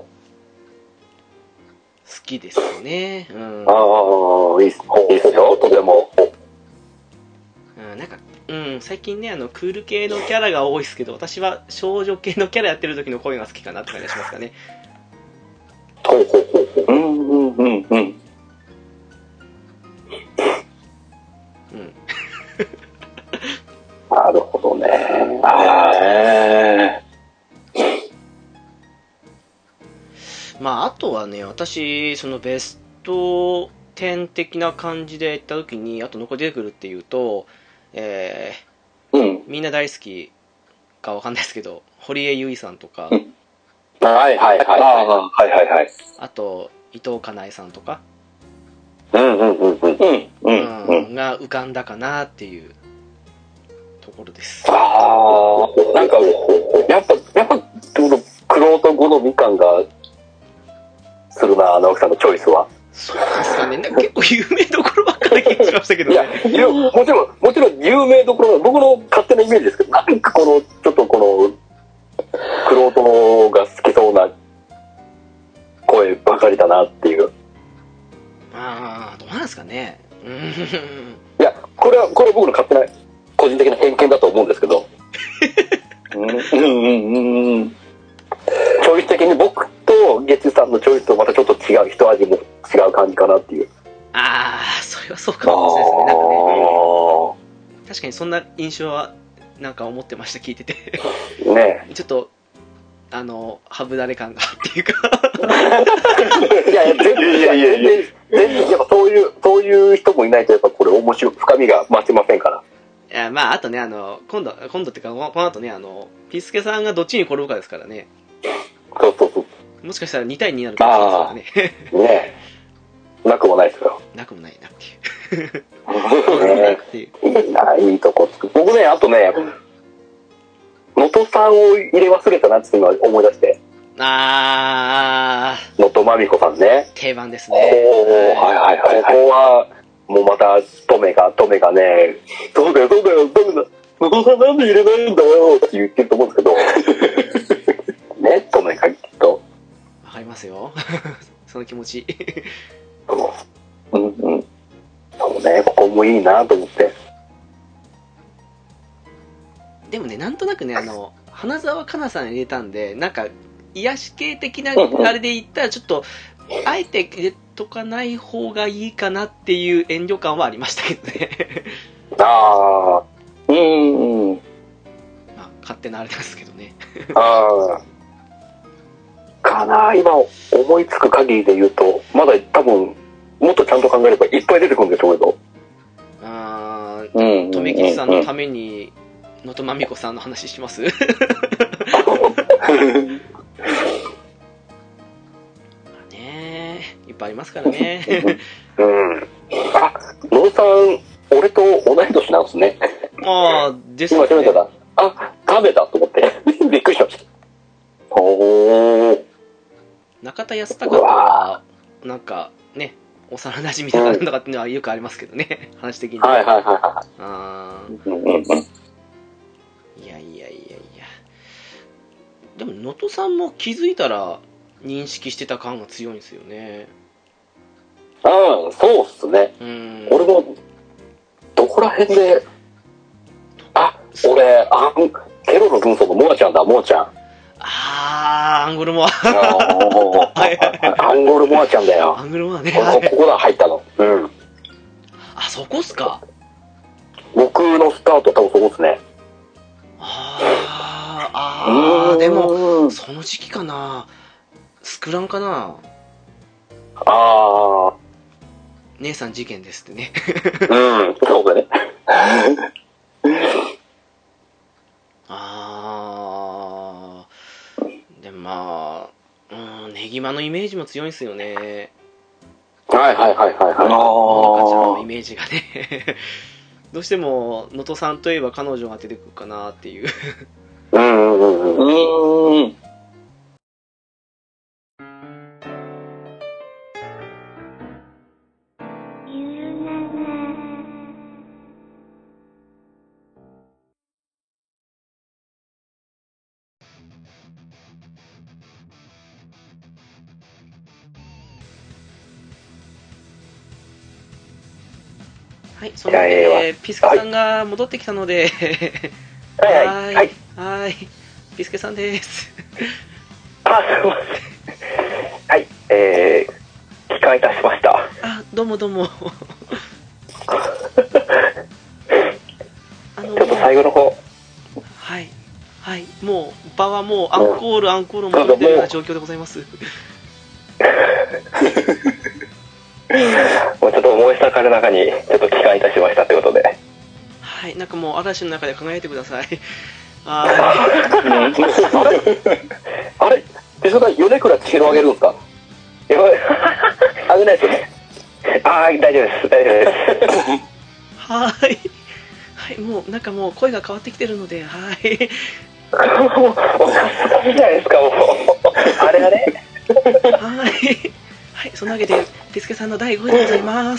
きですね。うん。 ああ、いいっすよ、とても。 うん、なんか、うん、最近ね、あの、クール系のキャラが多いですけど、私は少女系のキャラやってる時の声が好きかなって感じがしますかね。 ほうほうほうほう。 うんうんうんうん。うん。 なるほどね。 ああ。 まあ、あとはね、私、そのベスト点的な感じでいった時に、あと残り出てくるっていうと、えうん。 ー、みんな大好きかわかんないですけど、堀江由衣さんとか、 うん、はいはいはいはい。ああ、はいはいはい。 あと、伊藤かなえさんとか、 うんうんうんうん。うんうんうん。 が浮かんだかなっていうところです。 ああ、なんか、やっぱ、やっぱ、クロート好み感がするな、直樹さんのチョイスは。 そうですかね。なんか結構有名どころばっかり気がしましたけどね。 いや、いやもちろん、もちろん有名どころは、僕の勝手なイメージですけど、なんかこの、ちょっとこの、クロートが好きそうな声ばかりだなっていう。 ああ、どうなんですかね。うん。いや、これは、これは僕の勝手な、個人的な偏見だと思うんですけど。うんうんうんうん。チョイス的に僕と月さんのチョイスとまたちょっと違う、一味も違う感じかなっていう。 ああ、それはそうかもしれないですね。なんかね。確かにそんな印象は、なんか思ってました、聞いてて。 ねちょっと、あの、ハブダレ感がっていうかいやいや、全然、いやいやいや、全然、やっぱそういう、そういう人もいないと、やっぱこれ面白い、深みが増しませんから。 いや、まあ、あとね、あの、今度、今度っていうか、この後ね、あの、ピスケさんがどっちに転ぶかですからね。 そうそうそう。 もしかしたらに対にになるかもしれないですからね。 ねえ。なくもないですよ。 なくもないなっていう。ねっていう。 いいな、いいとこつく。僕ね、あとね、能登さんを入れ忘れたなって今思い出して。 あー。能登まみこさんね。 定番ですね。 おー、はいはいはい。ここは、もうまた、トメが、トメがね、そうだよ、そうだよ、ダメだ。能登さんなんで入れないんだよって言ってると思うんですけど。ね、トメがきっと。 わかりますよ。その気持ち。 うんうん。そうね、ここもいいなと思って。 でもね、なんとなくね、あの、花澤香菜さん入れたんで、なんか、癒し系的なあれで言ったら、ちょっと、あえて入れとかない方がいいかなっていう遠慮感はありましたけどね。 ああ、うんうん。 まあ、勝手なあれですけどね。 ああ。かな、今思いつく限りで言うと、まだ多分、もっとちゃんと考えればいっぱい出てくるんでしょうけど。 あー、 うん。 とめきちさんのために、能登まみこさんの話しますねえ、いっぱいありますからね。 うん。あ、野呂さん、俺と同い年なんですね。 ああ、ですね。 今調べたら、あ、食べたと思って。びっくりしました。おー。 中田康隆とは、なんかね、幼馴染みとかなんとかっていうのはよくありますけどね、話的に。 はいはいはいはい。 あうんうんうん。 いやいやいやいや。でも、能登さんも気づいたら認識してた感が強いんですよね。 ああ、そうっすね。 うん。 俺も、どこら辺で、あ、俺、あん、ケロロ軍曹のモアちゃんだ、モアちゃん。 あー、アンゴルモア。 アンゴルモアちゃんだよ。 アンゴルモアね。 ここだ、入ったの。うん。 あ、そこっすか。 僕のスタート多分そこっすね。 あー、あー、でも、その時期かな。スクランかな。 あー。 姉さん事件ですってね。 うん、そうだね。 あー。でもまあ、うん、ネギマのイメージも強いんですよね。 はいはいはいはいはい。あのかちゃんのイメージがね。どうしても、能登さんといえば彼女が出てくるかなっていう。 うんうんうんうん。うん。 はい、そので、ピスケさんが戻ってきたので、 はいはいはい。 はい、ピスケさんです。 あ、すいません。はい、えー、帰還いたしました。 あ、どうもどうも。 あのちょっと最後の方。 はい、はい、もう場はもうアンコール、うん、アンコールを求めているような状況でございます。 もうち燃え盛る中にちょっと帰還いたしましたってことで。 はい、なんかもう嵐の中で考えてください。ああれあれ手塚米倉千尋あげるんですか？ あげないですね。ああ、大丈夫です。大丈夫です。 はい。はい、もう、なんかもう声が変わってきてるので、はい。 もう、おかしかったじゃないですか、もう。あれあれはい。はい、そのわけで、手助さんのだいごいでございます。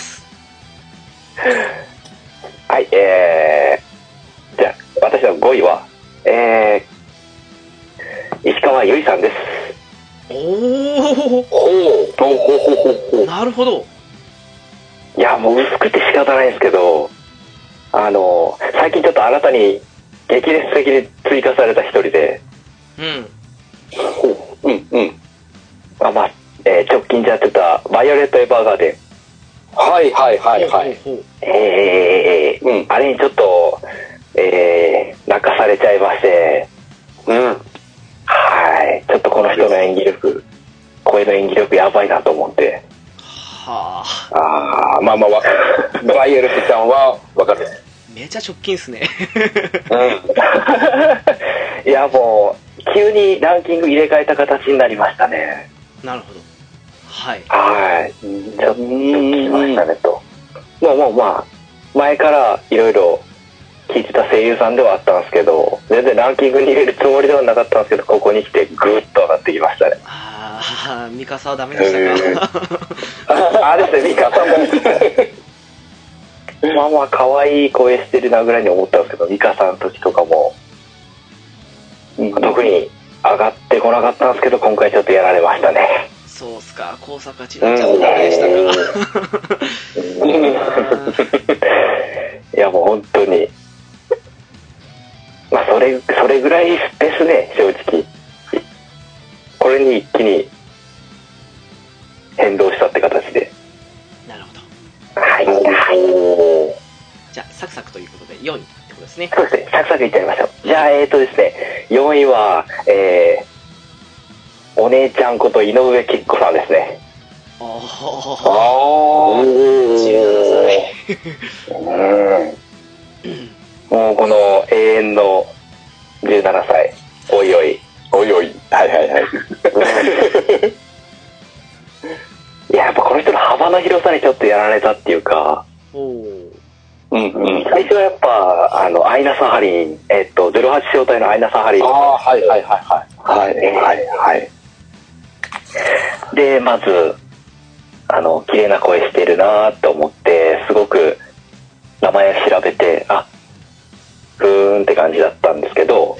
はい、えー、じゃあ、私のごいは、えー、石川由依さんです。 おー。 ほう、ほうほうほうほう。 なるほど。 いや、もう薄くて仕方ないんですけど、あの、最近ちょっと新たに激烈的に追加された一人で、 うん。 うんうんまあまあ、えー直近でやってたバイオレット・エヴァーガーデン。 はいはいはいはい。 ほうほうほう。 えー、 うんあれにちょっと、えー、泣かされちゃいまして、 うん。 はい、ちょっとこの人の演技力、声の演技力やばいなと思って、 はあ。 ああ、まあまあわ、バイエルトちゃんはわかる。 めちゃ直近っすね。 うん。 いやもう、急にランキング入れ替えた形になりましたね。 なるほど。はい。 はい。ちょっと来ましたねと。もうもうまあ、前からいろいろ聞いてた声優さんではあったんですけど、全然ランキングに入れるつもりではなかったんですけど、ここに来てグーッと上がってきましたね。 ああ、ミカサはダメでしたか。 あれですね、ミカさんも。まあまあ、可愛い声してるなぐらいに思ったんですけど、ミカさんの時とかも、特に上がってこなかったんですけど、今回ちょっとやられましたね。 そうっすか、高坂千奈ちゃんもダメでしたか。 いやもう本当に、まあそれそれぐらいですね、正直。これに一気に変動したって形で。 なるほど。 はいはい。 じゃあサクサクということでよんいってことですね。 そうですね、サクサクいっちゃいましょう。じゃあえーとですね、よんいは、えー、お姉ちゃんこと井上貴子さんですね。 ああ。 ああ。 じゅうななさい。 うん。もうこの永遠のじゅうななさい。おいおい。 おいおい。はいはいはい。 いや、やっぱこの人の幅の広さにちょっとやられたっていうか、 おー。 うんうん。 最初はやっぱ、あの、アイナ・サハリン、えっと、ゼロはち小隊のアイナ・サハリン。 ああ、はいはいはいはい。はいはいはい。 で、まず、あの、綺麗な声してるなと思って、すごく名前調べて、あ、ふーんって感じだったんですけど、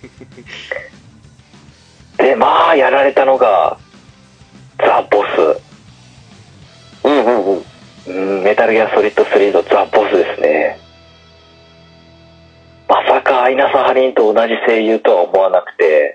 で、まあ、やられたのが、ザ・ボス。 うんうんうん。 うん、メタルギアソリッドスリーのザ・ボスですね。まさかアイナ・サハリンと同じ声優とは思わなくて、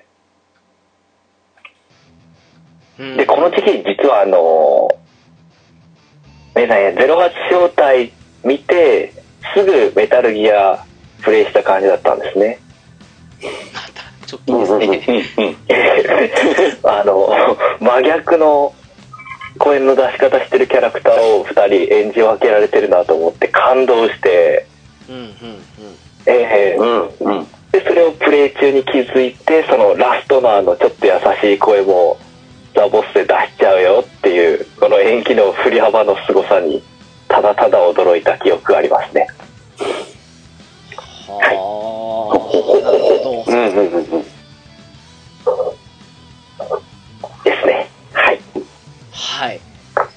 で、この時期実はあの、ね、ゼロはち小隊見て、すぐメタルギアプレイした感じだったんですね。 また直近ですね。 あの、真逆の声の出し方してるキャラクターをふたり演じ分けられてるなと思って感動して、 うんうんうん。 ええうんうん。 で、それをプレイ中に気づいて、そのラストのあのちょっと優しい声もザ・ボスで出しちゃうよっていう、この演技の振り幅の凄さにただただ驚いた記憶がありますね。 はあ。なるほど。 うんうんうんうん。 ですね。はい。 はい。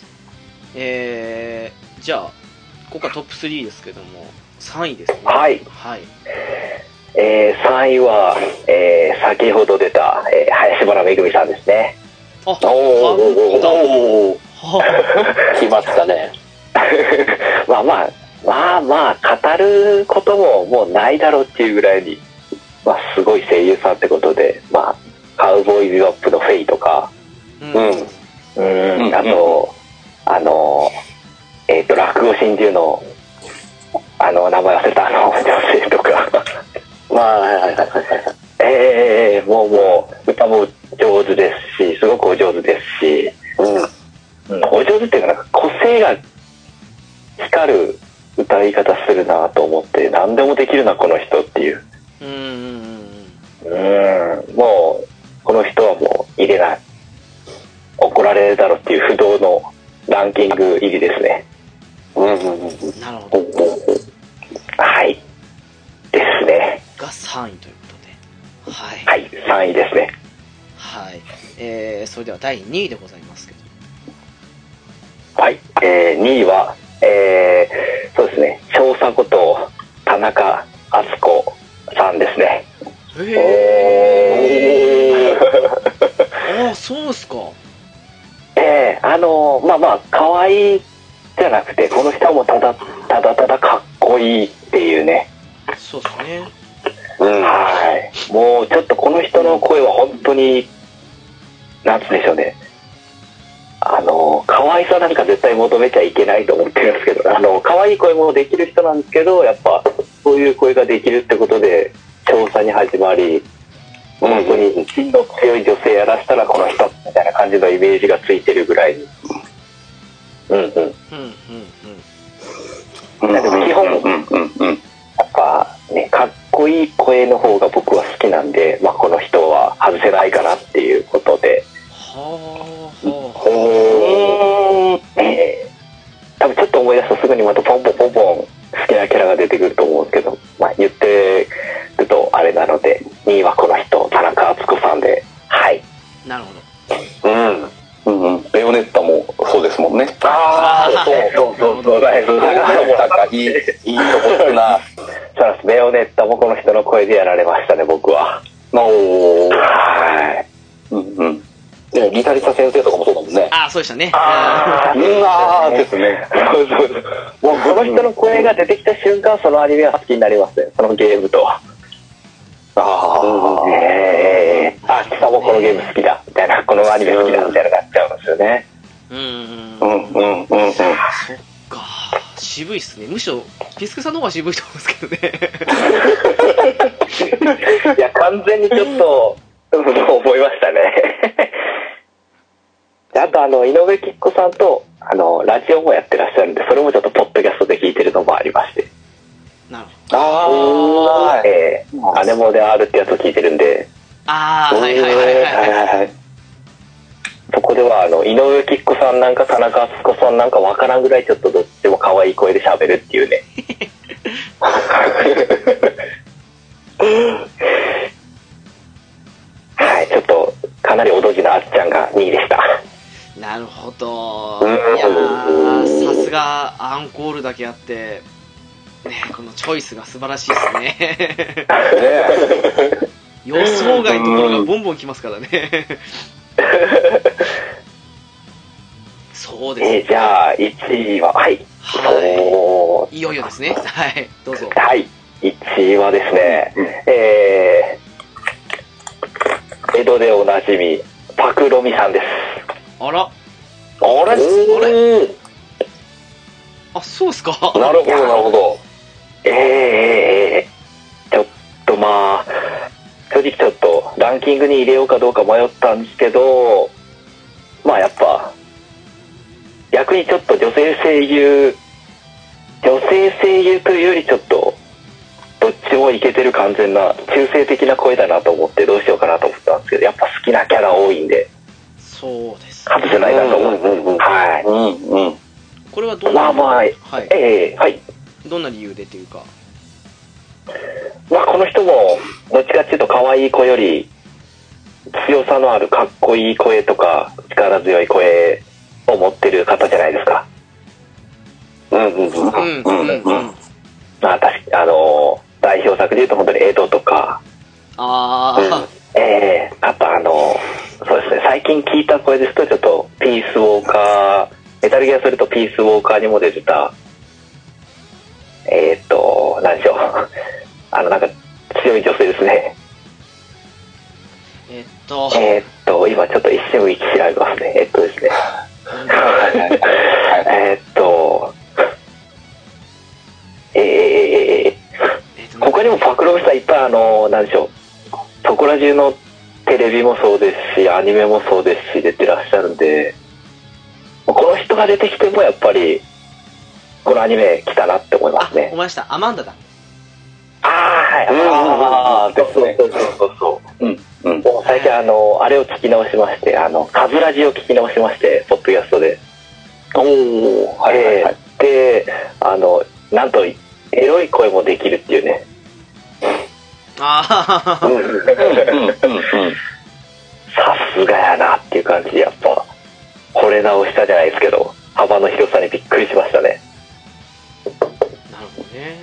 えー、じゃあ、ここはトップスリーですけども、さんいですね。 はい。 はい。 えー、さんいは、えー、先ほど出た、えー、林原めぐみさんですね。 あ、 おーおーおーは来ましたね。 まあまあ、まあまあ、語ることももうないだろうっていうぐらいに、まあ、すごい声優さんってことで、まあ、カウボーイビバップのフェイとか、 うん。 うん。 うん、 うんあと、あの、えっ、と、落語真珠の、あの、名前忘れた、あの、女性とか、 まあ、はいはいはいはいはい。 ええもうもう、歌も上手ですし、すごくお上手ですし、 うん。 うん、お上手っていうか、なんか個性が光る歌い方するなと思って、何でもできるなこの人っていう。 うんうんうんうん、もうこの人はもう入れない、怒られるだろうっていう不動のランキング入りですね。 うんうんうん。 なるほど。 はいですね。 がさんいということで、はい、 はい、さんいですね。 はい、えー、それではだいにいでございますけど。 はい、えー、にいは、えー、そうですね、調査こと田中敦子さんですね。 へー。ああ、そうっすか。 えー、あのー、まあまあ可愛いじゃなくて、この人はもうただただただかっこいいっていうね。 そうですね。 うん、はい。もうちょっとこの人の声は本当に、なんつうんでしょうね。あの可愛さなんか絶対求めちゃいけないと思ってるんですけど、あの可愛い声もできる人なんですけど、やっぱそういう声ができるってことで調査に始まり、本当に芯の強い女性やらしたらこの人みたいな感じのイメージがついてるぐらいに。うんうん。うんうんうん。でも基本、うんうんうん。やっぱね、かっこいい声の方が僕は好きなんで、まあこの人は外せないかなっていうことで。 はあはあ。えー、多分ちょっと思い出すとすぐにまたポンポンポンポン好きなキャラが出てくると思うんですけど、まあ言ってるとあれなので、にいはこの人、田中敦子さんで、はい。 なるほど。うん。うんうん。ベヨネッタもそうですもんね。 ああ、そうそうそうそうだよ。ベヨネッタか、いい、いいとこつな。そうです。ベヨネッタもこの人の声でやられましたね、僕は。 おー。 はい。 うんうん。で、リタリサ先生とかもそうだもんね。 ああ、そうでしたね。 ああ、 うわーですね。 そうそうそう。もうこの人の声が出てきた瞬間、そのアニメは好きになりますね。そのゲームとは。 ああ。 ええー。あ、貴様もこのゲーム好きだみたいな、このアニメ好きだみたいななっちゃうんですよね。 うんうんうんうんうんうんうん。 そっか、渋いっすね。むしろピスケさんの方が渋いと思うんですけどね。 いや、完全にちょっと思いましたね。あとあの井上貴子さんとあのラジオもやってらっしゃるんで、それもちょっとポッドキャストで聞いてるのもありまして。 なるほど。 ああ、ええー、アネモで R ってやつを聞いてるんで。 ああ、はいはいはいはいはい。 そこではあの井上貴子さんなんか田中敦子さんなんかわからんぐらいちょっとどっちも可愛い声で喋るっていうね。はい、ちょっとかなりおどじなあっちゃんがにいでした。 なるほど。いやー、さすがアンコールだけあってね、このチョイスが素晴らしいですね。予想外のところがボンボンきますからね。そうですね。 えー、じゃあいちいは、はい、 はい、いよいよですね。はい、どうぞ。 はい、いちいはですね、うん、えー、江戸でおなじみパクロミさんです。 あら、 あれ、あれ、 あ、そうですか。 なるほどなるほど。 えー、ちょっとまあ正直ちょっとランキングに入れようかどうか迷ったんですけど、まあやっぱ逆にちょっと女性声優女性声優というよりちょっとどっちもいけてる完全な中性的な声だなと思ってどうしようかなと思ったんですけど、やっぱ好きなキャラ多いんでそうです、 ね、外せないなと思う、うんうんうん、はい、 うんうん、 これはどんな、 まあまあ、はい、えー、はい、 どんな理由でというか、 まあこの人もどっちかっていうと可愛い子より強さのあるかっこいい声とか力強い声を持ってる方じゃないですか。うんうんうんうんうんうん。まあ確かあのー、代表作でいうと本当に江戸とか、 ああ、 うん、ええー、あとあのー、そうですね、最近聞いた声ですとちょっとピースウォーカー、メタルギアするとピースウォーカーにも出てたえー、っと何でしょうあのなんか強い女性ですね。 えっとえー、っと今ちょっと一瞬ウィキ調べますね。えっとですねえっとえー、えー、他にもパクロミさんいっぱいあの何でしょう、そこら中のテレビもそうですしアニメもそうですし出てらっしゃるんで、この人が出てきてもやっぱりこのアニメ来たなって思いますあ、 ね。 思いました。アマンダだ。 ああ、はい。 ああ、ですね。 そうそうそうそう。 うん。うん。 もう最近あの、あれを聞き直しまして、あの、カズラジを聞き直しまして、ポッドキャストで。 おー、はいはいはい。 で、あの、なんと、エロい声もできるっていうね。 ああ、 うんうんうんうん。 さすがやなっていう感じで、やっぱ、惚れ直したじゃないですけど、幅の広さにびっくりしましたね。 なるほどね。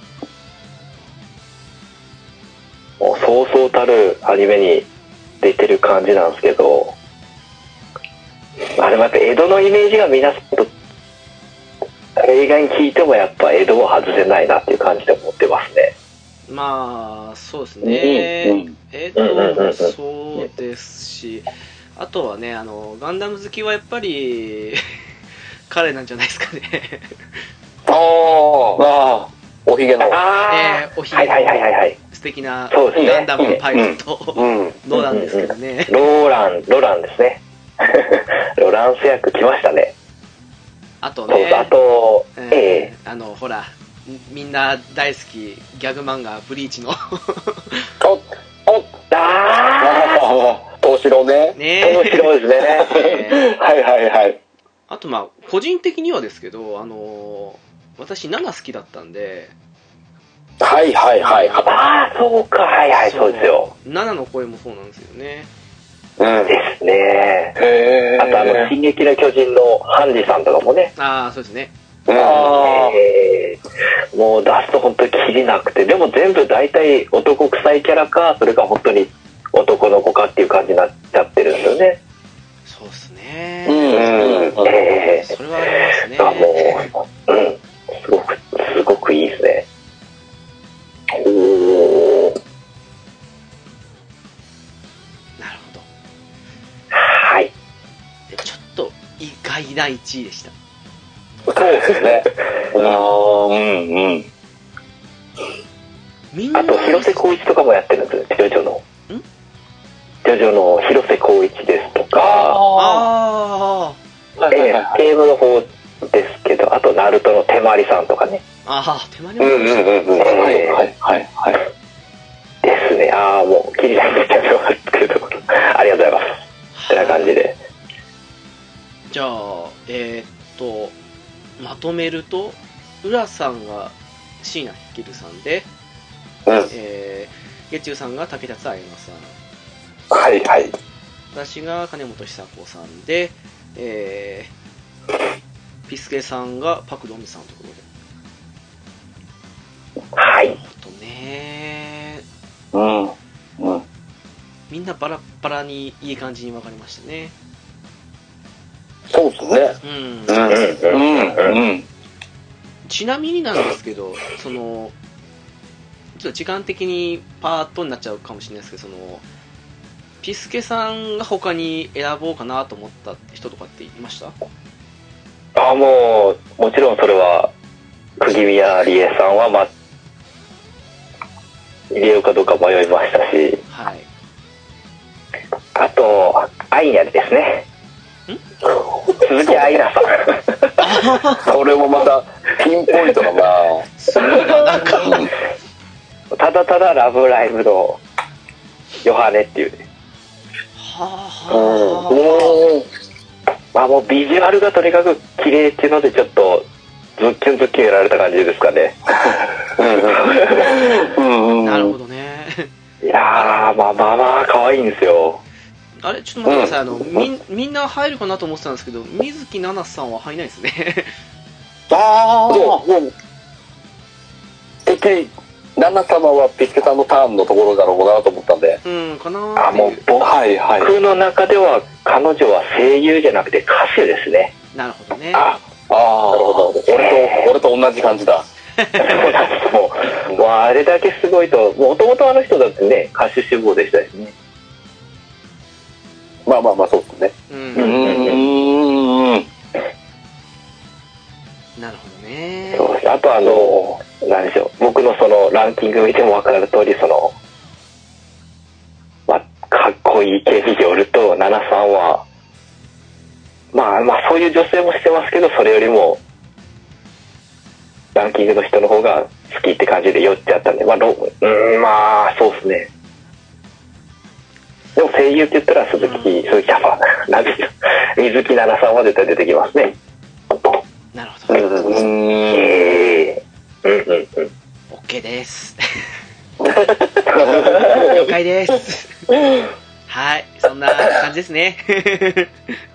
もうそうそうたるアニメに出てる感じなんですけど、あれもやっぱ江戸のイメージが皆さんと映画に聞いてもやっぱ江戸を外せないなっていう感じで思ってますね。 まあ、そうですね。 うんうんえっと、そうですし、あとはね、あの、ガンダム好きはやっぱり、彼なんじゃないですかね。 ああ、ああ、おひげの。 えー、おひげはいはいはいはいはい。 素敵なそうですねガンダムのパイロット、 うん。 どうなんですけどね。 ローラン、ロランですね。ロランス役来ましたね。 あとそうそう、あね、 と、 ええーあの、ほら、みんな大好きギャグ漫画ブリーチのお、お、 ー、あああ、東四郎ね。 ー、 ね面白いですね。 えーはいはいはい。 あとまあ個人的にはですけど、あのー、私ナナ好きだったんで、 はいはいはいはい。 ああ、そうか、はいはい、そうですよ。 ナナの声もそうなんですよね。 うん。 ですね。 へえ。 あとあの、進撃の巨人のハンジさんとかもね。 ああ、そうですね。 うん。 えー、もう出すと本当にキリなくて、でも全部大体男臭いキャラか、それか本当に男の子かっていう感じになっちゃってるんですよね。 そうですね。 うんうん。 えー、 それはありますね。 がもう、うん、すごく、すごくいいですね。おー。 なるほど。 はい。 でちょっと意外ないちいでした。 そうですね。ああ、うんうん。 みんなあと、広瀬光一とかもやってるんですよ、ジョジョの。 んジョジョの広瀬光一ですとか、 あーはいはいはいえー、ゲームの方ですけど、あと、ナルトの手まりさんとかね。 あー、手間にうんうんもかかうんうん。はいはいはいはい。 ですね。ああ、もう、キリないんでちゃいますけど、ありがとうございます。ってな感じで。 じゃあ、えー、っと、まとめると、浦さんが椎名秀さんで、 うん。 えー、月中さんが竹達彩乃さん、 はいはい。 私が金本久子さんで、えー、ピスケさんがパクドミさんということで。 はい。 なるほどね。 うん。うん。 みんなバラッバラにいい感じに分かりましたね。 そうですね。 うん。 うん。うん。うん。 ちなみになんですけど、その、ちょっと時間的にパーッとになっちゃうかもしれないですけど、その、ピスケさんが他に選ぼうかなと思った人とかっていました？ ああ、もう、もちろんそれは、釘宮理恵さんは、ま、入れようかどうか迷いましたし、 はい。 あと、アイニャですね。鈴木アイナさん。 それもまた、ピンポイントだな。 すごいな、なんか。 ただただラブライブのヨハネっていうね。 はあはまあもうビジュアルがとにかく綺麗っていうのでちょっとズッキュンズッキュンやられた感じですかね。 あ。なるほどね。 いやー、まあまあまあ可愛いんですよ。 あれ、ちょっと待ってください。あの、み、みんな入るかなと思ってたんですけど、水木奈々さんは入んないですね。 ああ、もう、てっきり、旦那様はピスケさんのターンのところだろうなと思ったんで。 うん、かなあ、 ーっていう。 もう僕はいはい。 の中では彼女は声優じゃなくて歌手ですね。 なるほどね。 ああ、なるほど。俺と、俺と同じ感じだ。 そうなんです。もう、もうあれだけすごいと、もともとあの人だってね、歌手志望でしたしね。 まあまあまあ、そうですね。 う。 うんーん。 なるほどね。 そうです。あとあの、なんでしょう、僕のそのランキング見ても分かる通り、その、まあ、かっこいい系によると、ナナさんは、まあまあそういう女性もしてますけど、それよりも、 ランキングの人の方が好きって感じで酔っちゃったんで、まあ、ロうん、まあ、そうですね。でも声優って言ったら鈴木、うん、鈴木さんは、なんですよ。水木奈々さんは絶対出てきますね。 なるほど。うん、うん、うん、うん。OK です。了解です。はい、そんな感じですね。